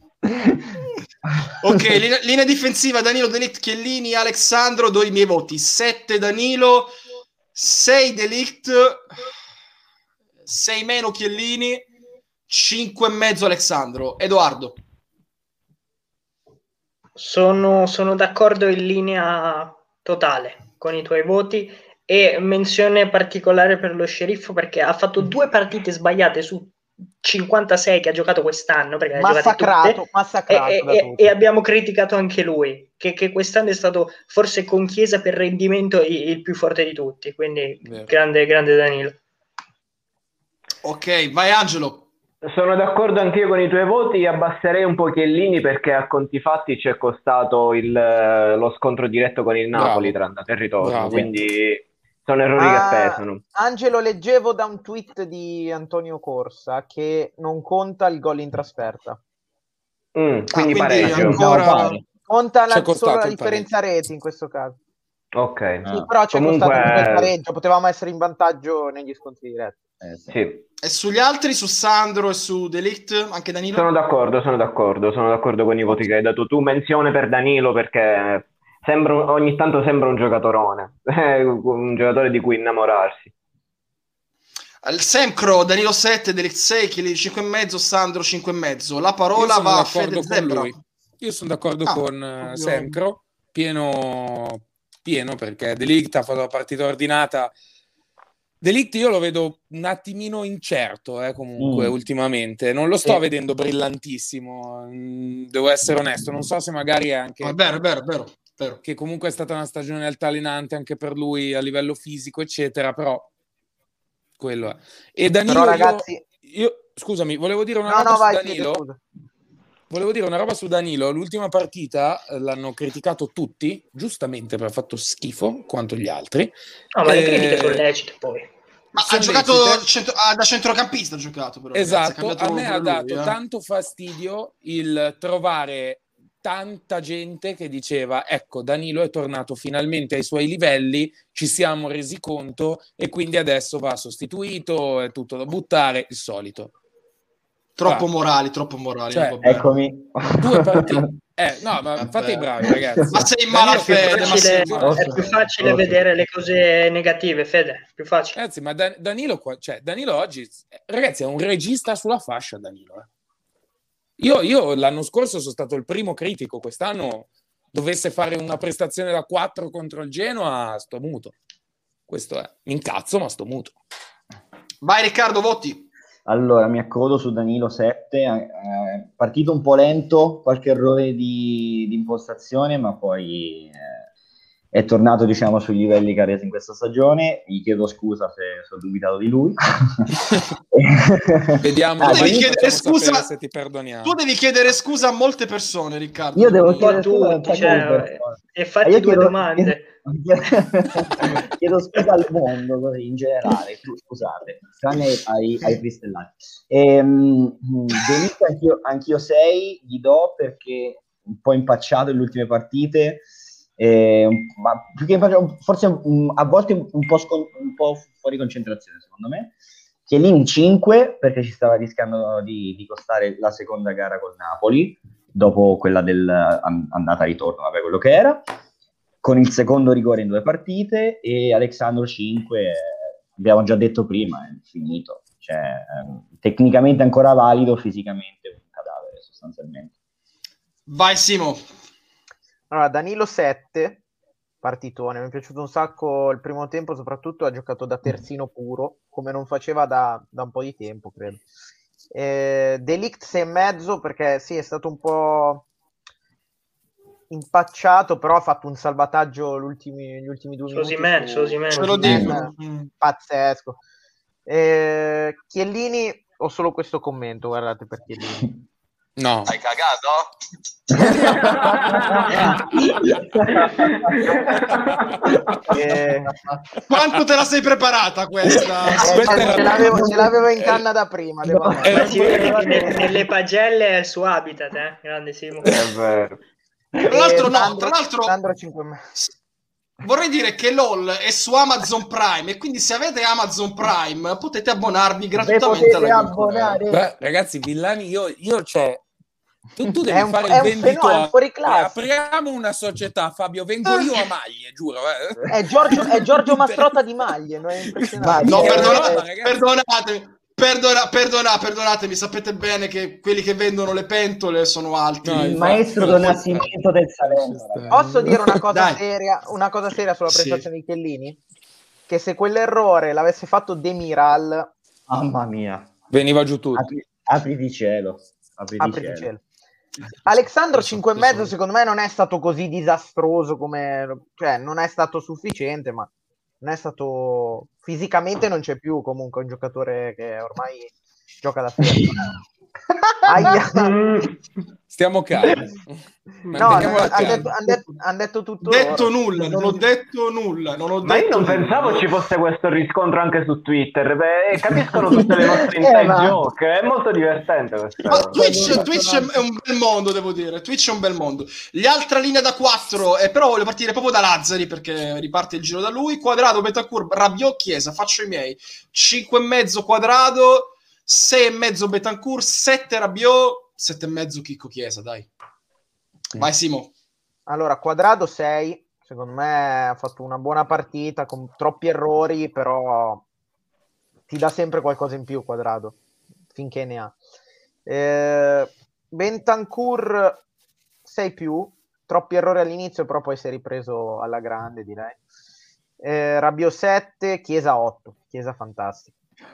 Speaker 1: Ok, linea, linea difensiva Danilo, De Ligt, Chiellini, Alexandro, do i miei voti, sette Danilo, sei De Ligt, sei meno Chiellini, cinque e mezzo Alexandro. Edoardo.
Speaker 3: Sono, sono d'accordo in linea totale con i tuoi voti e menzione particolare per lo sceriffo perché ha fatto due partite sbagliate su cinquantasei che ha giocato quest'anno, perché le ha giocate
Speaker 5: Massacrato,
Speaker 3: tutte,
Speaker 5: massacrato
Speaker 3: e,
Speaker 5: da
Speaker 3: e,
Speaker 5: tutti.
Speaker 3: e abbiamo criticato anche lui, che, che quest'anno è stato forse con Chiesa per rendimento il, il più forte di tutti, quindi
Speaker 6: Vero.
Speaker 3: grande, grande Danilo.
Speaker 1: Ok, vai Angelo.
Speaker 4: Sono d'accordo anch'io con i tuoi voti, abbasserei un po' Chiellini perché a conti fatti ci è costato il, lo scontro diretto con il Napoli
Speaker 6: Bravo.
Speaker 4: tra andata e ritorno,
Speaker 6: Bravo.
Speaker 4: quindi sono errori
Speaker 5: Ah,
Speaker 4: che pesano.
Speaker 5: Angelo, leggevo da un tweet di Antonio Corsa che non conta il gol in trasferta.
Speaker 4: Mm,
Speaker 1: Ah,
Speaker 4: quindi
Speaker 1: quindi
Speaker 4: pareggio.
Speaker 1: ancora...
Speaker 5: Conta
Speaker 6: Ci è
Speaker 5: la,
Speaker 6: costato
Speaker 5: solo la
Speaker 6: il
Speaker 5: differenza reti in questo caso.
Speaker 4: Ok,
Speaker 5: Sì,
Speaker 2: Ah.
Speaker 5: però ci è
Speaker 4: Comunque-
Speaker 5: costato proprio il pareggio, potevamo essere in vantaggio negli scontri diretti.
Speaker 2: Eh, sì.
Speaker 4: sì.
Speaker 1: E sugli altri, su Sandro e su De Ligt, anche Danilo?
Speaker 4: Sono d'accordo, sono d'accordo, sono d'accordo con i voti che hai dato tu. Menzione per Danilo perché sembra, ogni tanto sembra un giocatorone, un giocatore di cui innamorarsi.
Speaker 1: Il Semcro, Danilo sette, De Ligt sei, Chiellini cinque e mezzo, Sandro cinque e mezzo. La
Speaker 6: Io
Speaker 1: parola
Speaker 6: sono
Speaker 1: va a
Speaker 6: d'accordo
Speaker 1: Fede
Speaker 6: con
Speaker 1: Zebra.
Speaker 6: lui. Io sono d'accordo
Speaker 1: Ah,
Speaker 6: con eh,
Speaker 1: proprio-
Speaker 6: Semcro, pieno, pieno perché De Ligt ha fatto la partita ordinata. De Ligt io lo vedo un attimino incerto, eh, comunque,
Speaker 2: Mm.
Speaker 6: ultimamente. Non lo sto
Speaker 2: Sì.
Speaker 6: vedendo brillantissimo, mm, devo essere onesto. Non so se magari è anche...
Speaker 1: Ah, è vero, è vero, è vero, è vero.
Speaker 6: che comunque è stata una stagione altalenante anche per lui a livello fisico, eccetera, però quello è. E Danilo,
Speaker 5: Però
Speaker 6: io-
Speaker 5: ragazzi,
Speaker 6: io, scusami, volevo dire una
Speaker 5: no,
Speaker 6: roba
Speaker 5: no,
Speaker 6: su
Speaker 5: vai, Fede,
Speaker 6: Danilo.
Speaker 5: scusa.
Speaker 6: Volevo dire una roba su Danilo. L'ultima partita eh, l'hanno criticato tutti, giustamente perché ha fatto schifo quanto gli altri.
Speaker 3: No, ma le
Speaker 6: Eh,
Speaker 3: critiche sono lecite poi.
Speaker 1: Ma ha
Speaker 6: sono
Speaker 1: giocato
Speaker 6: lecite.
Speaker 1: centro- ah, da centrocampista, ha giocato però. ragazzi, ha
Speaker 6: Esatto,
Speaker 1: cambiato
Speaker 6: a
Speaker 1: ruolo
Speaker 6: me
Speaker 1: pure
Speaker 6: ha dato
Speaker 1: lui, eh.
Speaker 6: tanto fastidio il trovare tanta gente che diceva ecco Danilo è tornato finalmente ai suoi livelli, ci siamo resi conto e quindi adesso va sostituito, è tutto da buttare, il solito.
Speaker 1: Troppo
Speaker 6: Ah.
Speaker 1: morali, troppo morali.
Speaker 6: Cioè,
Speaker 1: non va bene.
Speaker 2: Eccomi.
Speaker 6: Due partite. Eh, no, ma
Speaker 1: Vabbè.
Speaker 6: fate i bravi, ragazzi.
Speaker 1: Ma sei in
Speaker 6: Danilo-
Speaker 1: malafede,
Speaker 3: È
Speaker 1: ma
Speaker 3: facile,
Speaker 1: sei-
Speaker 2: ma-
Speaker 3: è più facile
Speaker 2: Ok.
Speaker 3: vedere le cose negative, Fede, è più facile.
Speaker 6: Ragazzi, ma Dan- Danilo, qua- cioè, Danilo oggi, ragazzi, è un regista sulla fascia, Danilo. eh. Io, io l'anno scorso sono stato il primo critico, quest'anno dovesse fare una prestazione da quattro contro il Genoa, sto muto. Questo è, mi incazzo, ma sto muto.
Speaker 1: Vai Riccardo, voti.
Speaker 2: Allora, mi accodo su Danilo sette, eh, partito un po' lento, qualche errore di, di impostazione, ma poi eh, è tornato, diciamo, sui livelli che ha reso in questa stagione. Gli chiedo scusa se, se ho dubitato di lui.
Speaker 6: Vediamo,
Speaker 2: Ah,
Speaker 1: Tu devi
Speaker 6: domani
Speaker 1: chiedere
Speaker 6: facciamo
Speaker 1: scusa-
Speaker 6: sapere se ti perdoniamo.
Speaker 1: Tu devi chiedere scusa a molte persone, Riccardo.
Speaker 2: Io devo
Speaker 3: Un po' a
Speaker 2: chiedere scusa a
Speaker 3: tutti,
Speaker 2: un
Speaker 3: cioè,
Speaker 2: sacco di persone.
Speaker 3: e fatti
Speaker 2: Ma io
Speaker 3: due
Speaker 2: chiedo-
Speaker 3: domande.
Speaker 2: Chiedo scusa al mondo così, in generale, tu- scusate, tranne ai, ai cristellati. Ehm, De Ligt anch'io, anch'io sei, gli do perché un po' impacciato nelle ultime partite, eh, ma più che impacciato, forse un- a volte un, un po', scon- un po' fuori concentrazione secondo me. Chiellini cinque perché ci stava rischiando di, di costare la seconda gara col Napoli, dopo quella dell'andata ritorno, vabbè, quello che era, con il secondo rigore in due partite, e Alexandro cinque, eh, abbiamo già detto prima, è finito, cioè ehm, tecnicamente ancora valido, fisicamente un cadavere sostanzialmente.
Speaker 1: Vai Simo.
Speaker 5: Allora, Danilo sette, partitone, mi è piaciuto un sacco il primo tempo, soprattutto ha giocato da terzino puro, come non faceva da, da un po' di tempo, credo. Eh, De Ligt sei e mezzo, perché sì, è stato un po' impacciato, però ha fatto un salvataggio gli ultimi, gli ultimi due minuti.
Speaker 3: Osimhen,
Speaker 5: su-
Speaker 3: su Osimhen.
Speaker 1: Ce lo
Speaker 5: Osimhen,
Speaker 1: dicono. Mm.
Speaker 5: pazzesco. Eh, Chiellini, ho solo questo commento, guardate, per Chiellini.
Speaker 6: No.
Speaker 7: Hai cagato?
Speaker 5: Eh,
Speaker 1: Quanto te la sei preparata questa?
Speaker 5: eh,
Speaker 6: Aspetta,
Speaker 5: ce, ce l'avevo, ce l'avevo in canna da prima, devo
Speaker 2: No.
Speaker 5: ammettere.
Speaker 3: Ma si vede che ne- nelle pagelle è il suo habitat, eh? Grande Simo.
Speaker 4: È vero.
Speaker 1: Tra l'altro,
Speaker 5: Eh,
Speaker 1: no,
Speaker 5: Sandro-
Speaker 1: tra l'altro,
Speaker 5: Sandro cinque e mezzo.
Speaker 1: S- vorrei dire che LOL è su Amazon Prime e quindi se avete Amazon Prime potete abbonarvi gratuitamente alla
Speaker 2: abbonare.
Speaker 6: Beh, ragazzi, Villani, io, io cioè, tu, tu devi
Speaker 5: È un-
Speaker 6: fare
Speaker 5: è
Speaker 6: il
Speaker 5: un
Speaker 6: venditore.
Speaker 5: fenomeno, è fuori classe.
Speaker 6: Apriamo una società, Fabio, vengo io a maglie, giuro. Eh.
Speaker 5: È Giorgio, è Giorgio Mastrota di maglie, non è impressionante.
Speaker 1: No,
Speaker 2: Eh,
Speaker 1: perdonate,
Speaker 6: ragazzi.
Speaker 1: perdonate, perdona, perdona, perdonatemi, sapete bene che quelli che vendono le pentole sono altri.
Speaker 6: No,
Speaker 2: Il
Speaker 6: infatti,
Speaker 2: maestro
Speaker 6: lascia
Speaker 2: Don Nascimento del Salento.
Speaker 6: stare.
Speaker 2: ragazzi.
Speaker 5: Posso dire una cosa
Speaker 1: Dai.
Speaker 5: seria, una cosa seria sulla
Speaker 1: Sì.
Speaker 5: prestazione di Chiellini? Che se quell'errore l'avesse fatto Demiral,
Speaker 2: Mamma mia.
Speaker 6: Veniva giù tutto.
Speaker 2: Apri, apri di cielo. Apri di
Speaker 5: apri di
Speaker 2: cielo.
Speaker 5: cielo. Alexandro
Speaker 1: Esatto,
Speaker 5: cinque e mezzo
Speaker 1: esatto.
Speaker 5: secondo me non è stato così disastroso come, cioè non è stato sufficiente, ma non è stato fisicamente, non c'è più comunque un giocatore che ormai gioca da fermo. Aia.
Speaker 6: Stiamo calmi.
Speaker 5: No,
Speaker 6: Manteniamo la
Speaker 5: hanno
Speaker 6: calma.
Speaker 5: detto, han detto, han detto tutto
Speaker 1: detto
Speaker 5: loro.
Speaker 1: nulla, non ho detto nulla, non ho
Speaker 4: Ma io
Speaker 1: detto
Speaker 4: non
Speaker 1: nulla.
Speaker 4: pensavo ci fosse questo riscontro anche su Twitter. Beh, capiscono tutte le nostre
Speaker 2: Eh,
Speaker 4: inside
Speaker 2: ma-
Speaker 4: joke. È molto divertente questa
Speaker 1: Ma
Speaker 4: cosa.
Speaker 1: Twitch, Twitch è un bel mondo, devo dire. Twitch è un bel mondo. Gli altra linea da quattro, eh, però voglio partire proprio da Lazzari perché riparte il giro da lui. Quadrado, Bentancur, Rabiot, Chiesa. Faccio i miei. cinque e mezzo Quadrado, sei e mezzo Bentancur, sette Rabiot, sette e mezzo Chicco Chiesa, dai. Vai Simo.
Speaker 5: Allora, Quadrado sei, secondo me ha fatto una buona partita con troppi errori, però ti dà sempre qualcosa in più Quadrado, finché ne ha. Eh, Bentancur sei più, troppi errori all'inizio, però poi si è ripreso alla grande, direi. Eh, Rabiot sette, Chiesa otto, Chiesa fantastico.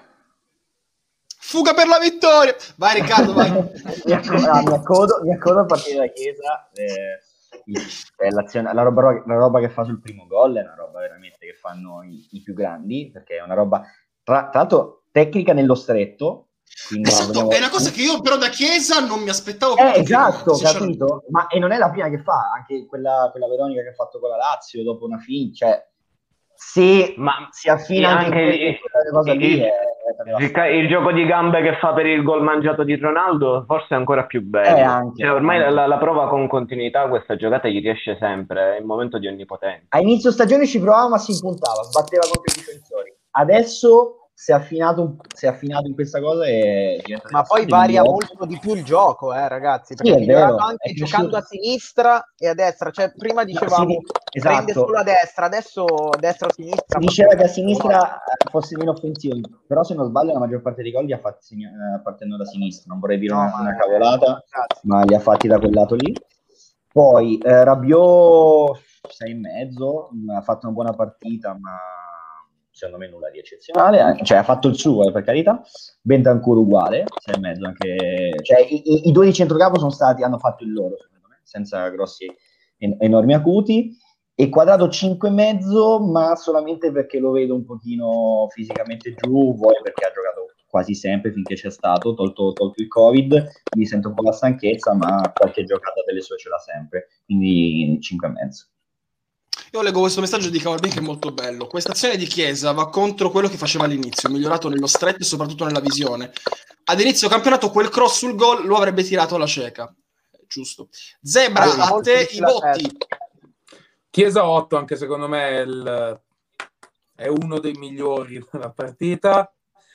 Speaker 1: Fuga per la vittoria. Vai Riccardo, vai.
Speaker 2: mi, accodo, ah, mi, accodo, mi accodo a partire da Chiesa. Eh, è l'azione, la, roba, la roba che fa sul primo gol è una roba veramente che fanno i, i più grandi, perché è una roba tra, tra l'altro tecnica nello stretto. Quindi
Speaker 1: Esatto,
Speaker 2: vogliamo...
Speaker 1: è una cosa che io però da Chiesa non mi aspettavo.
Speaker 2: Eh, esatto,
Speaker 1: sinceramente.
Speaker 2: capito? Ma e non è la prima che fa, anche quella, quella Veronica che ha fatto con la Lazio dopo una fin, cioè se
Speaker 4: Ma
Speaker 2: si affina anche,
Speaker 4: anche
Speaker 2: anche
Speaker 4: il,
Speaker 2: quella cosa lì
Speaker 4: il,
Speaker 2: è,
Speaker 4: il, il gioco di gambe che fa per il gol mangiato di Ronaldo forse è ancora più bello.
Speaker 2: Eh, anche,
Speaker 4: cioè, ormai
Speaker 2: anche.
Speaker 4: La, la prova con continuità, questa giocata gli riesce sempre, è il momento di onnipotenza.
Speaker 2: A inizio stagione ci provava ma si impuntava, sbatteva contro i difensori. Adesso si è affinato, si è affinato in questa cosa e diventa
Speaker 5: Ma poi varia molto di più il gioco, eh, ragazzi, perché
Speaker 2: sì,
Speaker 5: è migliorato
Speaker 2: vero,
Speaker 5: anche
Speaker 2: è
Speaker 5: giocando a sinistra e a destra, cioè prima dicevamo
Speaker 2: sì, esatto.
Speaker 5: prende solo a destra, adesso destra o sinistra.
Speaker 2: Si diceva che a sinistra fosse meno offensivo, però se non sbaglio la maggior parte dei gol li ha fatti segna- partendo da sinistra, non vorrei dire
Speaker 5: No,
Speaker 2: una,
Speaker 5: ma
Speaker 2: una
Speaker 5: è-
Speaker 2: cavolata,
Speaker 5: grazie.
Speaker 2: ma li ha fatti da quel lato lì. Poi eh, Rabiot sei e mezzo, ha fatto una buona partita, ma secondo me nulla di eccezionale, cioè ha fatto il suo, eh, per carità. Bentancur uguale, sei e mezzo anche, cioè i, i, i due di centrocampo sono stati, hanno fatto il loro, secondo me, senza grossi en- enormi acuti. E Quadrado cinque e mezzo, ma solamente perché lo vedo un pochino fisicamente giù, vuoi perché ha giocato quasi sempre finché c'è stato, tolto, tolto il Covid, mi sento un po' la stanchezza, ma qualche giocata delle sue ce l'ha sempre, quindi cinque e mezzo.
Speaker 1: Io leggo questo messaggio di Cavalbin che è molto bello. Questa azione di Chiesa va contro quello che faceva all'inizio, migliorato nello stretto e soprattutto nella visione. Ad inizio campionato quel cross sul gol lo avrebbe tirato alla cieca. Giusto. Zebra,
Speaker 5: Ah,
Speaker 1: a te i voti.
Speaker 6: Chiesa otto, anche secondo me è, il, è uno dei migliori della partita.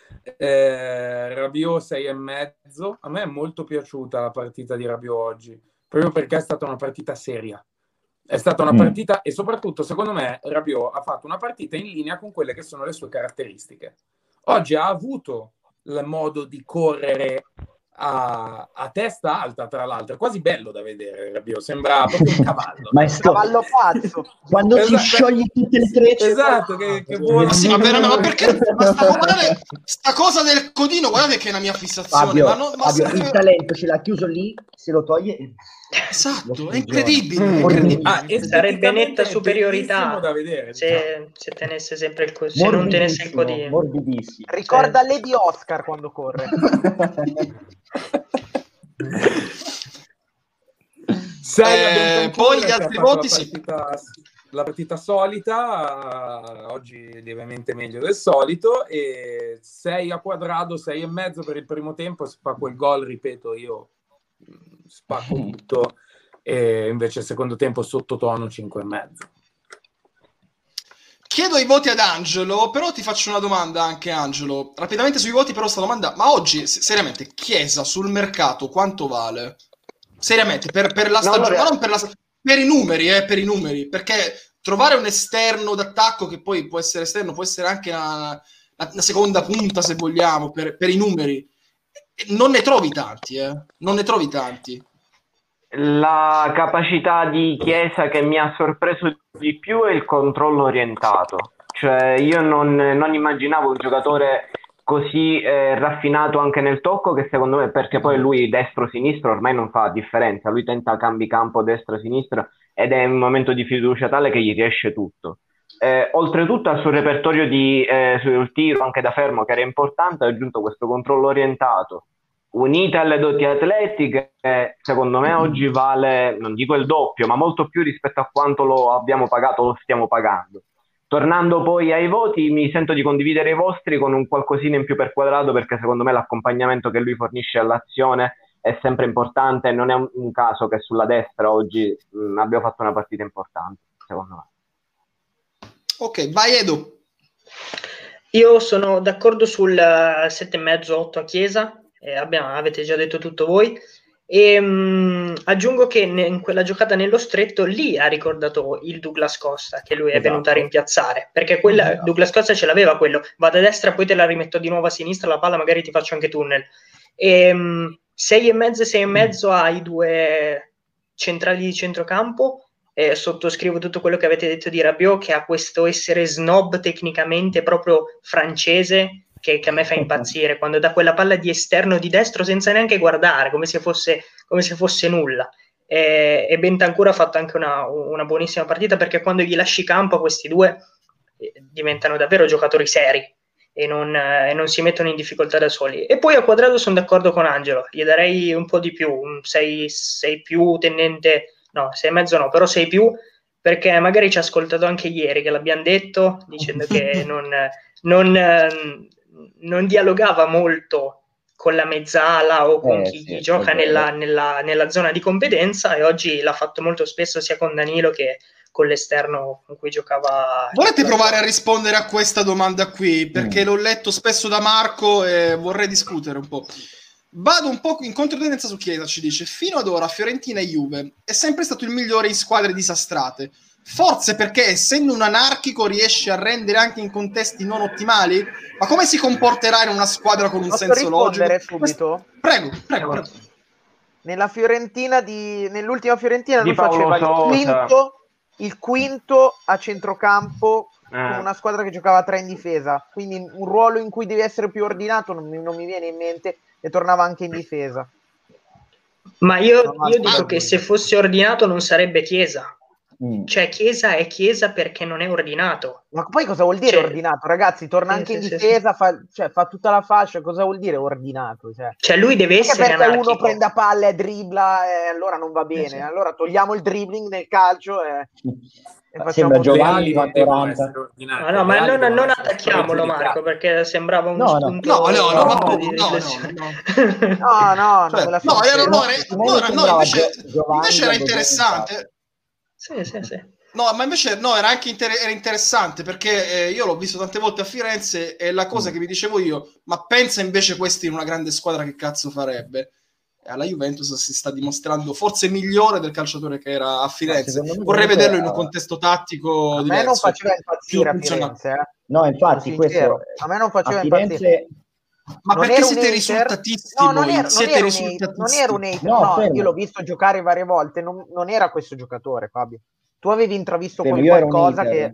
Speaker 6: Eh, Rabiot sei e mezzo. A me è molto piaciuta la partita di Rabiot oggi, proprio perché è stata una partita seria. È stata una
Speaker 2: Mm.
Speaker 6: partita e soprattutto, secondo me, Rabiot ha fatto una partita in linea con quelle che sono le sue caratteristiche. Oggi ha avuto il modo di correre a, a testa alta, tra l'altro. È quasi bello da vedere, Rabiot. Sembra proprio un cavallo.
Speaker 2: Maestro,
Speaker 5: Cavallo pazzo.
Speaker 2: quando
Speaker 6: Esatto.
Speaker 2: si scioglie tutte le trecce,
Speaker 6: Esatto, che, che
Speaker 1: Ma,
Speaker 6: vuole...
Speaker 1: sì, ma, veramente, ma perché ma sta, guardate, sta cosa del codino, guardate che è una mia fissazione.
Speaker 2: Fabio,
Speaker 1: ma non, ma
Speaker 2: Fabio
Speaker 1: se-
Speaker 2: il talento ce l'ha chiuso lì, se lo toglie lo
Speaker 1: Esatto, è
Speaker 2: sprigiona.
Speaker 1: incredibile.
Speaker 2: Mm.
Speaker 1: è incredibile.
Speaker 6: Ah,
Speaker 3: Sarebbe
Speaker 6: esteticamente
Speaker 3: netta
Speaker 6: è
Speaker 3: superiorità
Speaker 6: bellissimo da vedere, diciamo.
Speaker 3: se, se tenesse sempre il co- se non tenesse il
Speaker 2: Morbidissimo,
Speaker 3: codino.
Speaker 2: morbidissimo.
Speaker 5: Ricorda Lady Oscar quando corre.
Speaker 6: Sei
Speaker 1: Eh,
Speaker 6: a Bentancur,
Speaker 1: poi gli
Speaker 6: che ha
Speaker 1: altri
Speaker 6: fatto
Speaker 1: voti,
Speaker 6: la
Speaker 1: sì.
Speaker 6: partita, la partita solita, eh, oggi lievemente meglio del solito, e sei a Quadrado, sei e mezzo per il primo tempo, se fa quel gol, ripeto, io mh, spacco tutto, e invece il secondo tempo sottotono cinque e mezzo.
Speaker 1: chiedo i voti ad Angelo, però ti faccio una domanda anche, Angelo. Rapidamente sui voti, però sta domanda, ma oggi, seriamente, Chiesa sul mercato quanto vale? Seriamente, per, per la stagione, no, non per, la, per i numeri, eh, per i numeri, perché trovare un esterno d'attacco, che poi può essere esterno, può essere anche una, una seconda punta, se vogliamo, per, per i numeri, non ne trovi tanti, eh, non ne trovi tanti.
Speaker 4: La capacità di Chiesa che mi ha sorpreso di più è il controllo orientato, cioè io non, non immaginavo un giocatore così eh, raffinato anche nel tocco, che secondo me, perché poi lui destro-sinistro ormai non fa differenza, lui tenta cambi campo destra-sinistra ed è un momento di fiducia tale che gli riesce tutto. Eh, oltretutto al suo repertorio di, eh, sul tiro anche da fermo, che era importante, ha aggiunto questo controllo orientato, unite alle doti atletiche, che secondo me oggi vale, non dico il doppio, ma molto più rispetto a quanto lo abbiamo pagato, lo stiamo pagando. Tornando poi ai voti, mi sento di condividere i vostri con un qualcosina in più per Quadrado, perché secondo me l'accompagnamento che lui fornisce all'azione è sempre importante e non è un, un caso che sulla destra oggi mh, abbiamo fatto una partita importante, secondo me.
Speaker 1: Ok, vai Edo.
Speaker 3: Io sono d'accordo sul sette e mezzo otto a Chiesa. Eh, abbiamo, avete già detto tutto voi, e mh, aggiungo che ne, in quella giocata nello stretto lì ha ricordato il Douglas Costa, che lui è
Speaker 2: Esatto.
Speaker 3: venuto a rimpiazzare, perché quella,
Speaker 2: Esatto.
Speaker 3: Douglas Costa ce l'aveva quello, vado a destra poi te la rimetto di nuovo a sinistra la palla, magari ti faccio anche tunnel. E mh, sei e mezzo sei e mezzo ai due centrali di centrocampo. Eh, sottoscrivo tutto quello che avete detto di Rabiot, che ha questo essere snob tecnicamente proprio francese, Che, che a me fa impazzire, quando dà quella palla di esterno di destro senza neanche guardare, come se fosse, come se fosse nulla. E, e Bentancur ha fatto anche una, una buonissima partita, perché quando gli lasci campo a questi due eh, diventano davvero giocatori seri e non, eh, e non si mettono in difficoltà da soli. E poi a Quadrado sono d'accordo con Angelo, gli darei un po' di più, un sei più tendente, no, sei e mezzo no, però sei più, perché magari ci ha ascoltato anche ieri, che l'abbiamo detto, dicendo che non... non non dialogava molto con la mezzala o con
Speaker 2: Eh,
Speaker 3: chi,
Speaker 2: sì,
Speaker 3: chi gioca nella, nella, nella zona di competenza, e oggi l'ha fatto molto spesso sia con Danilo che con l'esterno con cui giocava.
Speaker 1: Volete provare a rispondere a questa domanda qui? Perché mm. l'ho letto spesso da Marco e vorrei discutere un po'. Vado un po' in controtendenza su Chiesa, ci dice: fino ad ora Fiorentina e Juve è sempre stato il migliore in squadre disastrate. Forse perché, essendo un anarchico, riesce a rendere anche in contesti non ottimali? Ma come si comporterà in una squadra con un
Speaker 5: Posso
Speaker 1: senso logico?
Speaker 5: subito?
Speaker 1: Prego, prego, prego.
Speaker 5: Nella Fiorentina di... nell'ultima Fiorentina
Speaker 4: di
Speaker 5: lui
Speaker 4: Paolo
Speaker 5: faceva il quinto, il quinto a centrocampo eh. con una squadra che giocava tre in difesa, quindi un ruolo in cui devi essere più ordinato non mi, non mi viene in mente, e tornava anche in difesa.
Speaker 3: Ma io, io dico che se fosse ordinato non sarebbe Chiesa. Mm. Cioè Chiesa è Chiesa perché non è ordinato.
Speaker 5: Ma poi cosa vuol dire cioè, ordinato? Ragazzi, torna sì, anche sì, in difesa, sì. Fa, cioè, fa tutta la fascia, cosa vuol dire ordinato? Cioè,
Speaker 3: cioè lui deve
Speaker 5: perché
Speaker 3: essere
Speaker 5: perché
Speaker 3: anarchico.
Speaker 5: uno prenda palle e dribbla, e allora non va bene. Sì, sì. Allora togliamo il dribbling nel calcio e, e
Speaker 2: sembra Giovanni
Speaker 6: fa quaranta.
Speaker 3: No, no, ma non, non attacchiamolo Marco, perché sembrava un
Speaker 2: no,
Speaker 3: spunto
Speaker 1: no, no, no, no,
Speaker 3: di riflessione.
Speaker 5: No, no, no, no,
Speaker 1: no, era no, invece invece era interessante.
Speaker 3: Sì, sì, sì.
Speaker 1: No, ma invece no, era anche inter- era interessante, perché eh, io l'ho visto tante volte a Firenze e la cosa mm. che vi dicevo io, ma pensa invece questo in una grande squadra che cazzo farebbe? E alla Juventus si sta dimostrando forse migliore del calciatore che era a Firenze. Vorrei vederlo in un contesto tattico
Speaker 5: a
Speaker 1: diverso.
Speaker 5: Me non faceva impazzire a Firenze, eh?
Speaker 2: No, infatti questo
Speaker 5: a me non faceva
Speaker 2: a Firenze...
Speaker 5: impazzire.
Speaker 1: Ma
Speaker 5: non
Speaker 1: perché siete
Speaker 5: hater.
Speaker 1: risultatissimi?
Speaker 5: No, non ero,
Speaker 1: siete
Speaker 5: non ero
Speaker 1: risultatissimi.
Speaker 5: Non ero un hater,
Speaker 2: no,
Speaker 5: no, io l'ho visto giocare varie volte, non, non era questo giocatore, Fabio. Tu avevi intravisto
Speaker 2: Fermo,
Speaker 5: qualcosa che...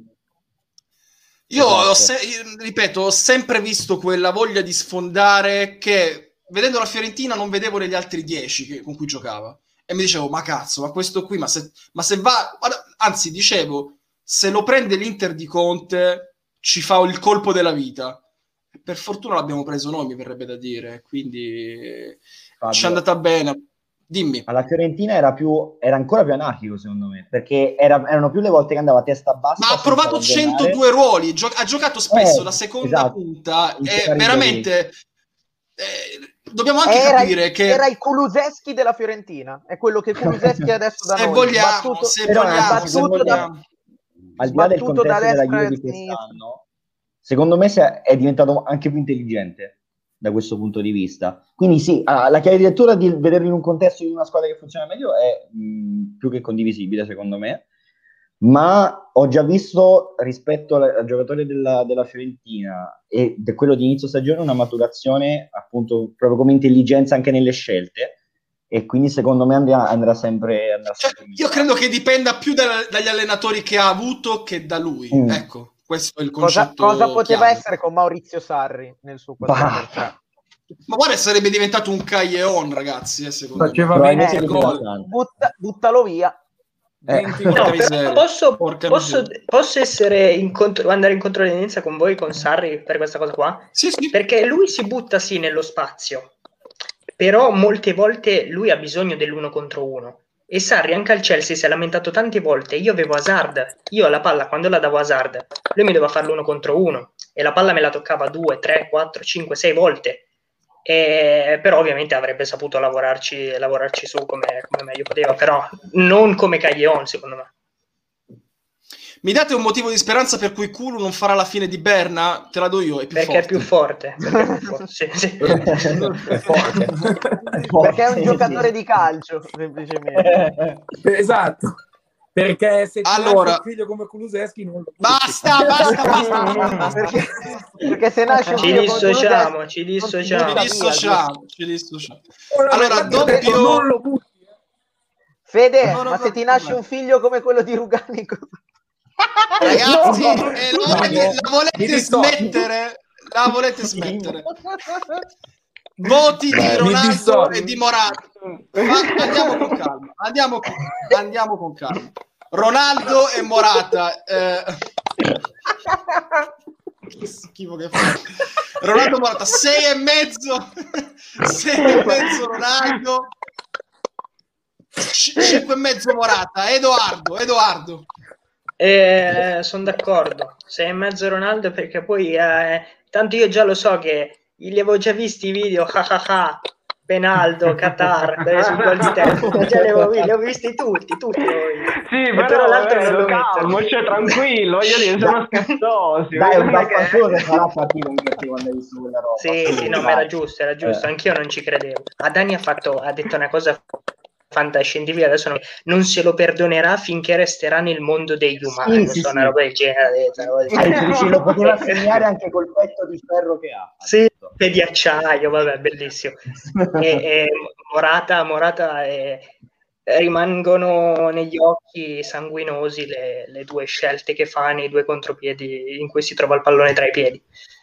Speaker 1: Io,
Speaker 2: esatto.
Speaker 1: ho se- io, ripeto, ho sempre visto quella voglia di sfondare che, vedendo la Fiorentina, non vedevo negli altri dieci che, con cui giocava. E mi dicevo, ma cazzo, ma questo qui, ma se, ma se va... Anzi, dicevo, se lo prende l'Inter di Conte, ci fa il colpo della vita. Per fortuna l'abbiamo preso noi, mi verrebbe da dire. Quindi Fabio, ci è andata bene. Dimmi.
Speaker 2: Alla Fiorentina era più era ancora più anarchico, secondo me, perché era, erano più le volte che andava a testa bassa.
Speaker 1: Ma ha provato centodue ruoli, gio- ha giocato spesso eh, la seconda esatto. punta e veramente eh, dobbiamo anche
Speaker 5: era
Speaker 1: capire
Speaker 5: il,
Speaker 1: che
Speaker 5: era il Kulusevski della Fiorentina, è quello che Kulusevski adesso da
Speaker 1: se
Speaker 5: noi
Speaker 1: vogliamo,
Speaker 5: battuto,
Speaker 1: se vogliamo,
Speaker 5: battuto
Speaker 1: se vogliamo.
Speaker 5: Da,
Speaker 2: al di là del
Speaker 5: sbattuto da
Speaker 2: contesto della
Speaker 5: destra
Speaker 2: Juve
Speaker 5: e
Speaker 2: di
Speaker 5: sinistra.
Speaker 2: quest'anno, secondo me si è, è diventato anche più intelligente da questo punto di vista. Quindi sì, ah, la chiave di lettura di vederlo in un contesto di una squadra che funziona meglio è mh, più che condivisibile, secondo me. Ma ho già visto rispetto al, al giocatore della, della Fiorentina e di quello di inizio stagione una maturazione appunto proprio come intelligenza anche nelle scelte, e quindi secondo me andrà, andrà sempre, andrà
Speaker 1: Cioè,
Speaker 2: sempre
Speaker 1: io credo che dipenda più da- dagli allenatori che ha avuto che da lui.
Speaker 2: Mm.
Speaker 1: Ecco, questo è il
Speaker 5: Cosa,
Speaker 1: concetto
Speaker 5: cosa poteva
Speaker 1: chiave.
Speaker 5: essere con Maurizio Sarri nel suo quattro per tre?
Speaker 1: Ma guarda, sarebbe diventato un Callejon, ragazzi, eh, secondo
Speaker 6: Faceva
Speaker 1: me.
Speaker 2: Probabilmente
Speaker 5: Eh,
Speaker 6: venti
Speaker 2: dipende
Speaker 6: gol.
Speaker 2: tanto.
Speaker 5: Butta- buttalo via.
Speaker 6: venti
Speaker 2: Eh.
Speaker 6: gol.
Speaker 1: Porca
Speaker 3: No, però
Speaker 1: miseria,
Speaker 3: posso,
Speaker 1: porca
Speaker 3: posso,
Speaker 1: miseria.
Speaker 3: posso essere in contro, andare in controtendenza con voi, con Sarri, per questa cosa qua?
Speaker 1: Sì, sì.
Speaker 3: Perché lui si butta sì nello spazio, però molte volte lui ha bisogno dell'uno contro uno. E Sarri anche al Chelsea si è lamentato tante volte. Io avevo Hazard, io la palla quando la davo a Hazard, lui mi doveva fare l'uno contro uno e la palla me la toccava due, tre, quattro, cinque, sei volte. E, però ovviamente avrebbe saputo lavorarci, lavorarci su come, come meglio poteva, però non come Callejon, secondo me.
Speaker 1: Mi date un motivo di speranza per cui Kulu non farà la fine di Berna? Te la do io, è più
Speaker 3: Perché
Speaker 1: forte.
Speaker 3: è più forte. Perché è, più forte. Sì, sì.
Speaker 2: È forte. È forte.
Speaker 5: Perché è un giocatore di calcio, semplicemente.
Speaker 6: Esatto. Perché se ti
Speaker 1: Allora-
Speaker 6: nasce un figlio come Kulusevski non lo
Speaker 1: Basta, basta, basta, basta, basta.
Speaker 5: perché, perché se nasce un
Speaker 3: Ci
Speaker 5: figlio come
Speaker 3: dissociamo,
Speaker 5: Kulusevski,
Speaker 3: ci
Speaker 5: non si
Speaker 3: dissociamo.
Speaker 5: butta
Speaker 1: Ci
Speaker 5: via,
Speaker 1: dissociamo, ci dissociamo.
Speaker 6: Ora,
Speaker 1: Allora,
Speaker 6: ma ti ho detto,
Speaker 1: doppio...
Speaker 6: non lo butti. eh.
Speaker 5: Fede,
Speaker 1: No, no,
Speaker 5: ma
Speaker 1: no,
Speaker 5: se ti
Speaker 1: no,
Speaker 5: nasce
Speaker 1: no.
Speaker 5: un figlio come quello di Rugani, cosa-
Speaker 1: Ragazzi,
Speaker 2: No,
Speaker 1: eh,
Speaker 2: no,
Speaker 1: la, volete,
Speaker 2: no.
Speaker 1: la volete
Speaker 6: Mi dissocio.
Speaker 1: smettere? La volete smettere? Voti di
Speaker 2: Beh,
Speaker 6: mi
Speaker 1: Ronaldo
Speaker 6: dissocio.
Speaker 1: e di Morata. Fa- andiamo con calma, andiamo con, andiamo con calma. Ronaldo e Morata. Eh... Che schifo che fa. Ronaldo Morata, sei e mezzo. sei e mezzo Ronaldo. C- cinque e mezzo Morata. Edoardo, Edoardo.
Speaker 3: Eh, sono d'accordo. Sei e mezzo Ronaldo perché poi eh, tanto io già lo so che li avevo già visti i video. Ah ah ah, Penaldo, Qatar, quelli sul gol di testa. Già li avevo, li ho visti tutti, tutti li avevo visti.
Speaker 4: Sì,
Speaker 3: E
Speaker 4: però,
Speaker 3: però l'altro non
Speaker 4: vedo,
Speaker 3: lo
Speaker 4: calmo,
Speaker 3: mettono.
Speaker 4: cioè tranquillo, voglio dire, sono scherzosi.
Speaker 2: Dai, un
Speaker 4: non è che-
Speaker 2: baffanculo che farà partire anche te quando hai visto quella roba.
Speaker 3: Sì, sì, no, ma era giusto, era giusto.
Speaker 2: Eh.
Speaker 3: Anch'io non ci credevo. Adani ha fatto, ha detto una cosa fantascientifica, adesso non, non se lo perdonerà finché resterà nel mondo degli umani.
Speaker 2: Sì, sì,
Speaker 3: so,
Speaker 2: sì.
Speaker 3: una roba del genere. una roba del
Speaker 2: Ah,
Speaker 3: genere.
Speaker 2: dici, lo poteva segnare anche col petto di ferro che ha.
Speaker 3: Sì, e di acciaio, vabbè, bellissimo. E, e Morata, Morata è- rimangono negli occhi sanguinosi le, le due scelte che fa nei due contropiedi in cui si trova il pallone tra i piedi.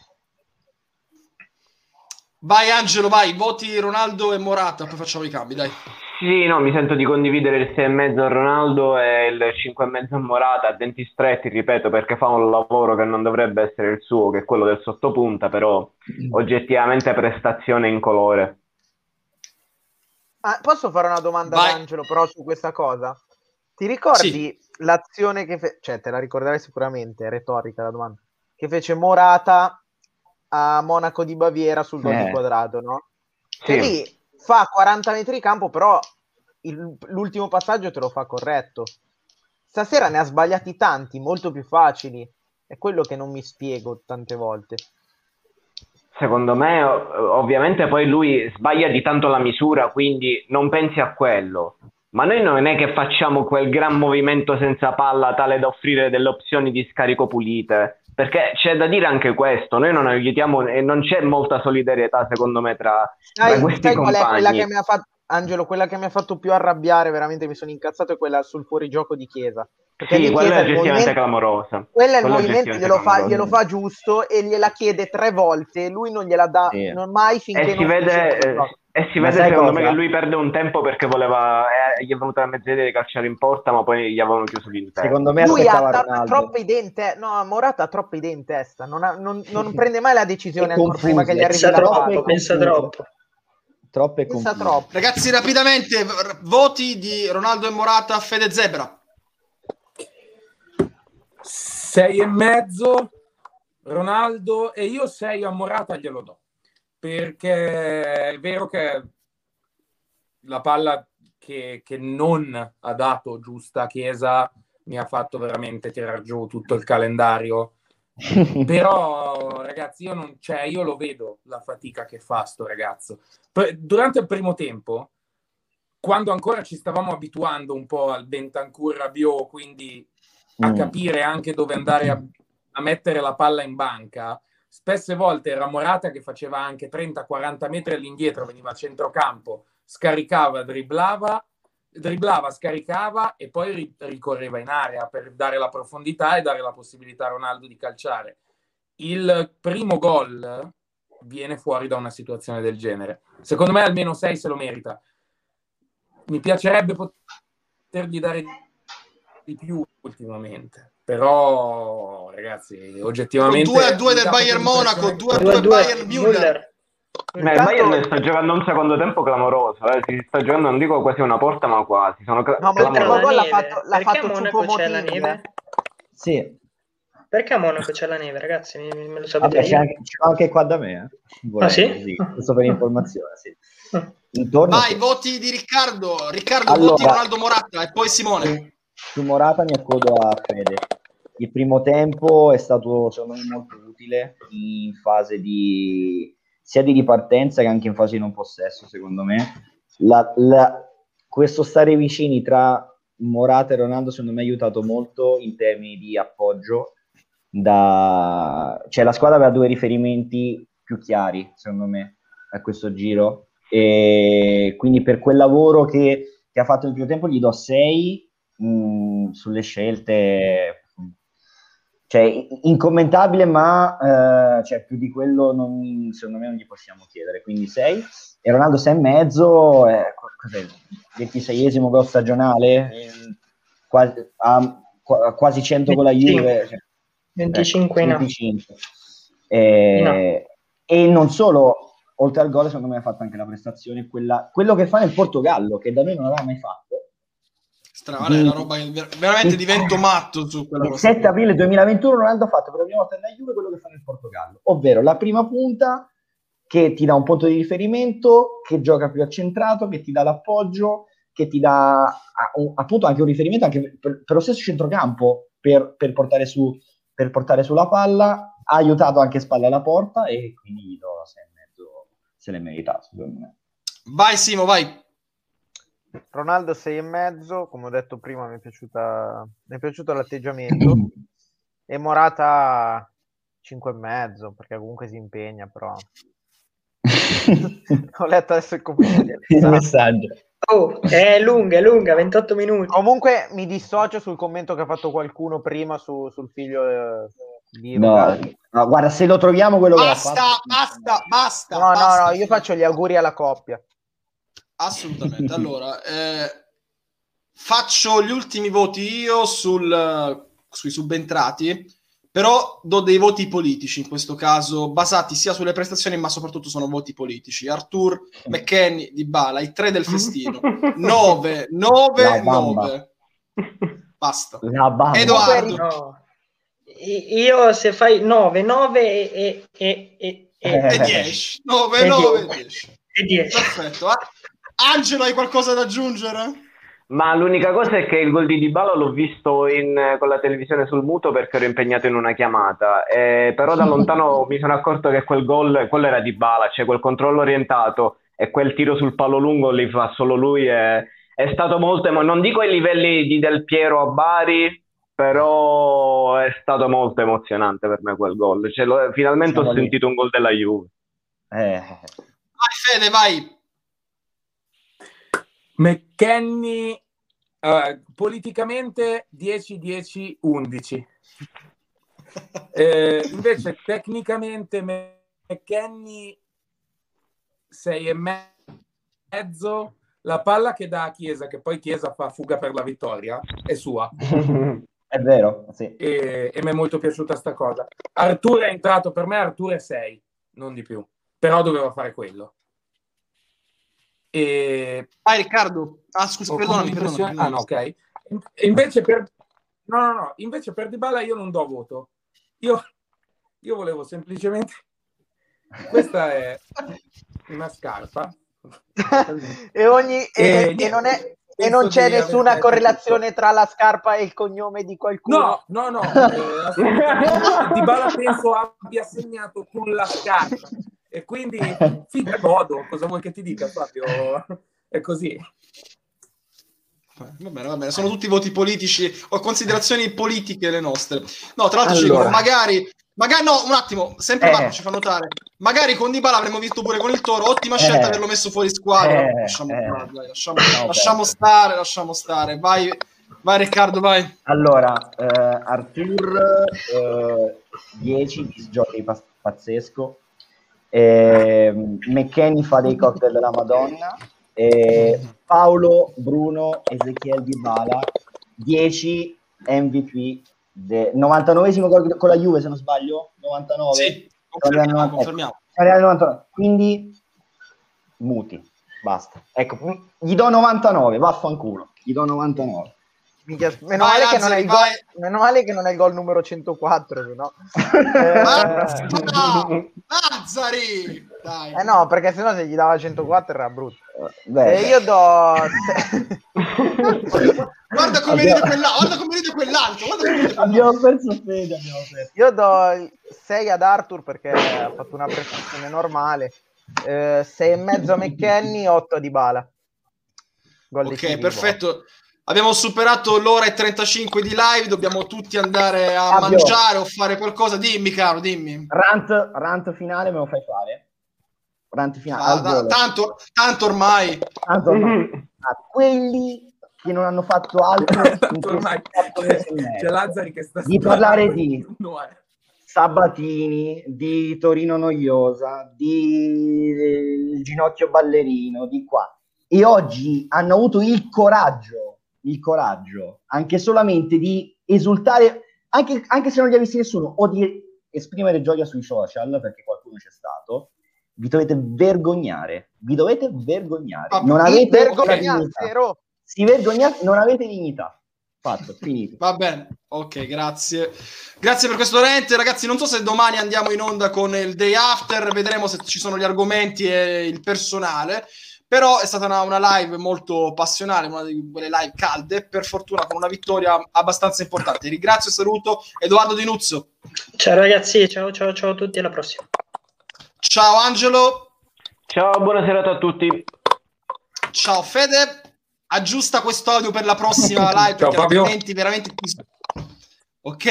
Speaker 1: Vai Angelo, vai, voti Ronaldo e Morata, poi facciamo i cambi, dai.
Speaker 4: Sì, no, mi sento di condividere il sei e mezzo a Ronaldo e il cinque e mezzo a Morata, a denti stretti, ripeto, perché fa un lavoro che non dovrebbe essere il suo, che è quello del sottopunta, però oggettivamente prestazione incolore.
Speaker 5: Ah, posso fare una domanda
Speaker 1: Vai.
Speaker 5: ad Angelo però su questa cosa? Ti ricordi l'azione che fe- cioè te la ricorderai sicuramente, è retorica la domanda, che fece Morata a Monaco di Baviera sul gol
Speaker 2: Eh.
Speaker 5: di Quadrado, no?
Speaker 4: Sì.
Speaker 5: Che lì fa quaranta metri di campo, però il- l'ultimo passaggio te lo fa corretto. Stasera ne ha sbagliati tanti, molto più facili. È quello che non mi spiego tante volte.
Speaker 4: Secondo me, ov- ovviamente poi lui sbaglia di tanto la misura, quindi non pensi a quello. Ma noi non è che facciamo quel gran movimento senza palla tale da offrire delle opzioni di scarico pulite, perché c'è da dire anche questo, noi non aiutiamo e non c'è molta solidarietà secondo me tra, tra
Speaker 5: Sai,
Speaker 4: questi
Speaker 5: sai qual è quella
Speaker 4: compagni.
Speaker 5: che mi ha fatto, Angelo, quella che mi ha fatto più arrabbiare, veramente mi sono incazzato, è quella sul fuorigioco di Chiesa. Perché
Speaker 4: Sì,
Speaker 5: lì
Speaker 4: quella
Speaker 5: Chiesa
Speaker 4: è
Speaker 5: il
Speaker 4: oggettivamente
Speaker 5: movimento,
Speaker 4: clamorosa.
Speaker 5: quello è il
Speaker 4: Quella è
Speaker 5: movimento,
Speaker 4: oggettivamente
Speaker 5: glielo fa,
Speaker 4: clamorosa.
Speaker 5: glielo fa giusto e gliela chiede tre volte, lui non gliela dà
Speaker 2: Sì.
Speaker 5: non mai finché
Speaker 4: E si
Speaker 5: non finisce il
Speaker 4: vede,
Speaker 5: primo
Speaker 4: eh,
Speaker 5: gioco.
Speaker 4: e si
Speaker 2: Ma
Speaker 4: vede
Speaker 2: sai
Speaker 4: secondo
Speaker 2: cosa?
Speaker 4: me che lui perde un tempo perché voleva, eh, gli è venuta la mezza idea di calciare in porta, ma poi gli avevano chiuso l'interno.
Speaker 2: Secondo me
Speaker 5: Lui ha
Speaker 2: aspettava
Speaker 5: ta-
Speaker 2: Ronaldo.
Speaker 5: troppe idee in testa, no, Morata ha troppe idee in testa, non, ha- non- non prende mai la decisione
Speaker 2: È
Speaker 5: ancora prima che gli
Speaker 2: confuso,
Speaker 5: arrivi
Speaker 3: Pensa
Speaker 5: la
Speaker 2: troppo
Speaker 3: troppo,
Speaker 5: palla.
Speaker 2: e
Speaker 3: pensa
Speaker 2: confuso.
Speaker 3: troppo.
Speaker 2: Troppo e
Speaker 5: Pensa
Speaker 2: confuso.
Speaker 5: troppo.
Speaker 1: Ragazzi, rapidamente, r- voti di Ronaldo e Morata, Fede Zebra.
Speaker 6: sei e mezzo Ronaldo e io sei a Morata glielo do, perché è vero che la palla che, che non ha dato giusta a Chiesa mi ha fatto veramente tirar giù tutto il calendario. Però ragazzi, io non, cioè, io lo vedo la fatica che fa sto ragazzo. P- durante il primo tempo, quando ancora ci stavamo abituando un po' al Bentancur Rabiot, quindi a
Speaker 2: Mm.
Speaker 6: capire anche dove andare a, a mettere la palla in banca, spesse volte era Morata che faceva anche trenta quaranta metri all'indietro, veniva a centrocampo, scaricava, dribblava, dribblava, scaricava e poi ri- ricorreva in area per dare la profondità e dare la possibilità a Ronaldo di calciare. Il primo gol viene fuori da una situazione del genere. Secondo me almeno sei se lo merita. Mi piacerebbe potergli dare di più ultimamente, però ragazzi, oggettivamente
Speaker 1: due a due
Speaker 6: mi
Speaker 1: del
Speaker 6: dà
Speaker 1: Bayern
Speaker 6: proprio
Speaker 1: Monaco,
Speaker 6: l'impressione-
Speaker 1: due a
Speaker 3: due
Speaker 1: due
Speaker 3: a due,
Speaker 1: Bayern Müller.
Speaker 4: Ma il
Speaker 5: Intanto-
Speaker 4: Bayern sta giocando un secondo tempo clamoroso, eh. Si sta giocando, non dico quasi una porta, ma quasi. Sono cla-
Speaker 5: No, ma il
Speaker 3: Oltre
Speaker 5: primo
Speaker 3: alla
Speaker 5: gol l'ha
Speaker 3: neve.
Speaker 5: fatto, l'ha
Speaker 3: Perché a
Speaker 5: fatto
Speaker 3: Monaco c'è la
Speaker 5: Choupo-Moting,
Speaker 3: neve?
Speaker 5: eh.
Speaker 2: Sì.
Speaker 3: Perché a Monaco c'è la neve, ragazzi? Me, me lo sapete
Speaker 2: Vabbè, c'è
Speaker 3: dire?
Speaker 2: anche, c'è anche qua da me, eh. Volendo,
Speaker 3: Ah, sì?
Speaker 2: così, giusto per informazione, sì. Intorno,
Speaker 1: Vai,
Speaker 2: sì.
Speaker 1: voti di Riccardo. Riccardo,
Speaker 2: Allora-
Speaker 1: voti Ronaldo Morata e poi Simone.
Speaker 2: Su Morata mi accodo a Fede. Il primo tempo è stato secondo me molto utile in fase di sia di ripartenza che anche in fase di non possesso, secondo me. La- la- questo stare vicini tra Morata e Ronaldo secondo me ha aiutato molto in termini di appoggio. Da... Cioè, la squadra aveva due riferimenti più chiari, secondo me, a questo giro. E quindi per quel lavoro che, che ha fatto nel primo tempo gli do sei. Mh, sulle scelte, cioè incommentabile, ma eh, cioè, più di quello non, secondo me non gli possiamo chiedere, quindi sei. E Ronaldo sei e mezzo, eh, cos'è, ventiseiesimo gol stagionale, eh, quasi, a, qua- quasi cento con la Juve, cioè,
Speaker 3: venticinque
Speaker 2: ecco,
Speaker 3: in A.
Speaker 2: venticinque. Eh, e non solo, oltre al gol secondo me ha fatto anche la prestazione, quella, quello che fa nel Portogallo, che da noi non aveva mai fatto.
Speaker 1: Strano, è una roba che ver- veramente divento matto su quella
Speaker 2: Il
Speaker 1: cosa.
Speaker 2: sette aprile duemilaventuno Ronaldo ha fatto per la prima volta nella Juve quello che fa nel Portogallo, ovvero la prima punta che ti dà un punto di riferimento, che gioca più accentrato, che ti dà l'appoggio, che ti dà appunto anche un riferimento anche per, per lo stesso centrocampo per, per, portare su, per portare sulla palla, ha aiutato anche spalle alla porta e quindi gli do sei e mezzo, se l'è meritato secondo me.
Speaker 1: Vai Simo, vai.
Speaker 5: Ronaldo sei e mezzo, come ho detto prima mi è piaciuta mi è piaciuto l'atteggiamento, e Morata cinque e mezzo perché comunque si impegna, però ho letto adesso il commento
Speaker 2: il messaggio.
Speaker 3: Oh, è lunga, è lunga, ventotto minuti.
Speaker 5: Comunque mi dissocio sul commento che ha fatto qualcuno prima su, sul figlio eh, di
Speaker 2: No,
Speaker 5: Rugani.
Speaker 2: no, guarda, se lo troviamo quello
Speaker 1: Basta,
Speaker 2: che l'ha fatto,
Speaker 1: basta, basta.
Speaker 5: No,
Speaker 1: basta.
Speaker 5: no, no, io faccio gli auguri alla coppia.
Speaker 1: Assolutamente. Allora, eh, faccio gli ultimi voti io sul, sui subentrati, però do dei voti politici in questo caso, basati sia sulle prestazioni ma soprattutto sono voti politici. Arthur, McKennie, Dybala, i tre del festino. nove, nove,
Speaker 2: La bamba.
Speaker 1: nove. Basta.
Speaker 2: La bamba.
Speaker 1: Edoardo.
Speaker 3: No. I- Io se fai nove, nove e, e, e, e,
Speaker 1: E dieci. nove,
Speaker 3: E
Speaker 1: nove,
Speaker 3: dieci.
Speaker 1: dieci.
Speaker 3: e dieci.
Speaker 1: Perfetto. Ah, Angelo, hai qualcosa da aggiungere?
Speaker 4: Ma l'unica cosa è che il gol di Dybala l'ho visto in, con la televisione sul muto perché ero impegnato in una chiamata, eh, però da lontano mi sono accorto che quel gol, quello era Dybala, cioè quel controllo orientato e quel tiro sul palo lungo li fa solo lui, è, è stato molto, emo- non dico ai livelli di Del Piero a Bari, però è stato molto emozionante per me quel gol, cioè, lo- finalmente
Speaker 2: Siamo
Speaker 4: ho
Speaker 2: lì.
Speaker 4: sentito un gol della Juve.
Speaker 2: Eh.
Speaker 1: Vai Fede, vai.
Speaker 6: McKennie eh, politicamente dieci dieci undici. Eh, invece tecnicamente McKennie sei e mezzo. La palla che dà a Chiesa, che poi Chiesa fa fuga per la vittoria, è sua.
Speaker 2: È vero, sì.
Speaker 6: E, e mi è molto piaciuta sta cosa. Arthur è entrato, per me Arthur è sei, non di più, però doveva fare quello. E
Speaker 1: Vai Riccardo. Ah, scusa,
Speaker 6: ho
Speaker 1: perdonami,
Speaker 6: come
Speaker 1: perdonami,
Speaker 6: impressione- ah, no, ok. E invece per no, no, no, invece per Dybala io non do voto. Io, io volevo semplicemente questa è una scarpa
Speaker 5: e, ogni, e,
Speaker 6: E
Speaker 5: e-
Speaker 6: niente.
Speaker 5: e non è, E non c'è
Speaker 6: di
Speaker 5: nessuna
Speaker 6: aver
Speaker 5: correlazione tra la scarpa e il cognome di qualcuno?
Speaker 6: No, no, no, eh, assolutamente. Dybala penso abbia segnato con la scarpa e quindi figa godo, cosa vuoi che ti dica, Fabio? È così.
Speaker 1: Va bene, va bene, sono tutti voti politici o considerazioni politiche le nostre. No, tra l'altro
Speaker 2: Allora.
Speaker 1: ci dicono, magari, magari no, un attimo, sempre
Speaker 2: Eh.
Speaker 1: Marco ci fa notare, magari con Dybala avremmo visto pure con il Toro, ottima scelta
Speaker 2: Eh.
Speaker 1: averlo messo fuori squadra.
Speaker 2: Eh,
Speaker 1: lasciamo
Speaker 2: eh.
Speaker 1: stare, dai, lasciamo,
Speaker 2: No,
Speaker 1: lasciamo
Speaker 2: beh.
Speaker 1: stare, lasciamo stare. Vai, vai Riccardo, vai.
Speaker 2: Allora, eh, Arthur eh, dieci, disgiochi pa- pazzesco. Eh, McKennie fa dei cocktail della Madonna. Eh, Paolo, Bruno, Ezechiel Dybala dieci M V P de- novantanovesimo gol con la Juve, se non sbaglio, novantanove.
Speaker 1: Sì,
Speaker 2: Siamo arrivati
Speaker 1: confermiamo,
Speaker 2: al
Speaker 1: confermiamo.
Speaker 2: siamo arrivati al novantanove. Quindi muti, basta. Ecco, m- gli do novantanove, vaffanculo, gli do novantanove.
Speaker 5: Minchia, meno,
Speaker 1: Vai,
Speaker 5: male che non è
Speaker 1: Lazzari,
Speaker 5: il gol,
Speaker 1: vai.
Speaker 5: meno male che non è il gol numero centoquattro, no?
Speaker 1: Ah,
Speaker 5: eh,
Speaker 1: no, Lazzari! Dai.
Speaker 5: eh no, perché sennò se gli dava centoquattro era brutto.
Speaker 2: Beh,
Speaker 5: Eh, io do...
Speaker 1: Guarda come
Speaker 2: Abbiamo-
Speaker 1: ride quella, guarda come ride quell'altro, guarda come ride quell'altro.
Speaker 2: abbiamo perso fede, abbiamo perso.
Speaker 5: Io do sei ad Arthur perché ha fatto una prestazione normale, eh, sei e mezzo a McKennie, otto a Dybala. Gol
Speaker 1: Ok,
Speaker 5: decisivo.
Speaker 1: perfetto. Abbiamo superato l'ora e trentacinque di live, dobbiamo tutti andare a
Speaker 2: Fabio.
Speaker 1: mangiare o fare qualcosa. Dimmi, caro, dimmi.
Speaker 2: Rant, rant finale me lo fai fare? Rant finale.
Speaker 1: Ah,
Speaker 2: al
Speaker 1: da-
Speaker 2: volo.
Speaker 1: tanto, tanto ormai.
Speaker 2: Tanto ormai. A quelli che non hanno fatto altro in
Speaker 6: Tanto ormai
Speaker 2: questi quattro mesi e
Speaker 6: c'è,
Speaker 2: mezzo.
Speaker 6: c'è Lazzari che sta
Speaker 2: Di parlare
Speaker 6: sparando
Speaker 2: di-
Speaker 6: in uno, eh.
Speaker 2: Sabatini, di Torino Noiosa, di del ginocchio ballerino, di qua. E oggi hanno avuto il coraggio, il coraggio, anche solamente di esultare, anche, anche se non li ha visti nessuno, o di esprimere gioia sui social, perché qualcuno c'è stato. Vi dovete vergognare, vi dovete vergognare.
Speaker 1: Vabbè,
Speaker 2: Non
Speaker 1: vi
Speaker 2: avete
Speaker 5: vergognassero.
Speaker 2: Si vergognate, non avete dignità. Fatto, finito.
Speaker 1: Va bene, ok, grazie. Grazie per questo rente, ragazzi. Non so se domani andiamo in onda con il day after, vedremo se ci sono gli argomenti e il personale. Però è stata una, una live molto passionale, una di quelle live calde, per fortuna con una vittoria abbastanza importante. Ringrazio e saluto Edoardo Di Nuzzo.
Speaker 3: Ciao ragazzi, ciao ciao ciao a tutti, alla prossima.
Speaker 1: Ciao Angelo.
Speaker 4: Ciao, buona serata a tutti.
Speaker 1: Ciao Fede. Aggiusta questo audio per la prossima live,
Speaker 6: Ciao,
Speaker 1: perché
Speaker 6: Fabio.
Speaker 1: altrimenti veramente ti... Ok.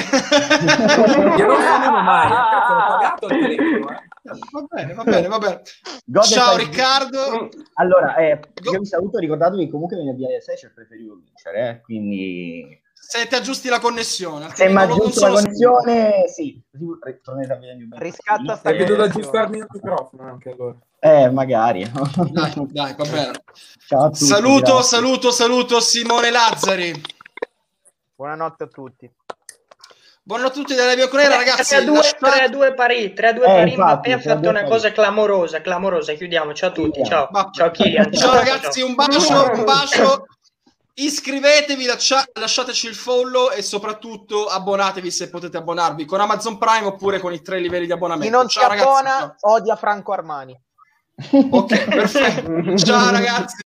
Speaker 6: Io non sapevo mai, cazzo, l'ho pagato il telefono, eh.
Speaker 1: Va bene, va bene, va bene.
Speaker 2: Gode
Speaker 1: Ciao
Speaker 2: fai-
Speaker 1: Riccardo.
Speaker 2: Allora, eh,
Speaker 1: Go-
Speaker 2: io vi saluto ricordatevi comunque venerdì alle sei c'è preferivo vincere, eh, quindi
Speaker 1: Se ti aggiusti la connessione,
Speaker 2: se mi
Speaker 1: altrimenti non- non
Speaker 2: aggiungo la
Speaker 1: sono sicuro.
Speaker 2: connessione, sì, così ri- tornerete a vedere il mio
Speaker 5: Riscatta sta
Speaker 6: Hai venuto ad
Speaker 5: connessione.
Speaker 6: aggiustarmi il microfono anche allora.
Speaker 2: Eh, magari.
Speaker 1: Dai, dai, va bene.
Speaker 2: Ciao a tutti.
Speaker 1: Saluto,
Speaker 2: grazie.
Speaker 1: saluto, saluto Simone Lazzari.
Speaker 5: Buonanotte a tutti.
Speaker 1: Buonanotte a tutti dalla Bianconera, ragazzi.
Speaker 3: tre a due,
Speaker 1: lasciate-
Speaker 3: tre a due pari, tre a due
Speaker 2: Eh,
Speaker 3: pari,
Speaker 2: infatti,
Speaker 3: Mbappé ha
Speaker 2: tre a
Speaker 3: fatto
Speaker 2: due
Speaker 3: una
Speaker 2: pari.
Speaker 3: cosa clamorosa, clamorosa. Chiudiamo, ciao a tutti,
Speaker 2: Chiudiamo.
Speaker 3: ciao.
Speaker 1: Ma-
Speaker 3: Ciao Kilian.
Speaker 1: Ciao ragazzi, un bacio, un bacio. Iscrivetevi, lascia- lasciateci il follow e soprattutto abbonatevi se potete abbonarvi con Amazon Prime oppure con i tre livelli di abbonamento.
Speaker 5: Chi non si
Speaker 1: Ciao ragazzi.
Speaker 5: abbona odia Franco Armani.
Speaker 1: Ok, perfetto. Ciao ragazzi.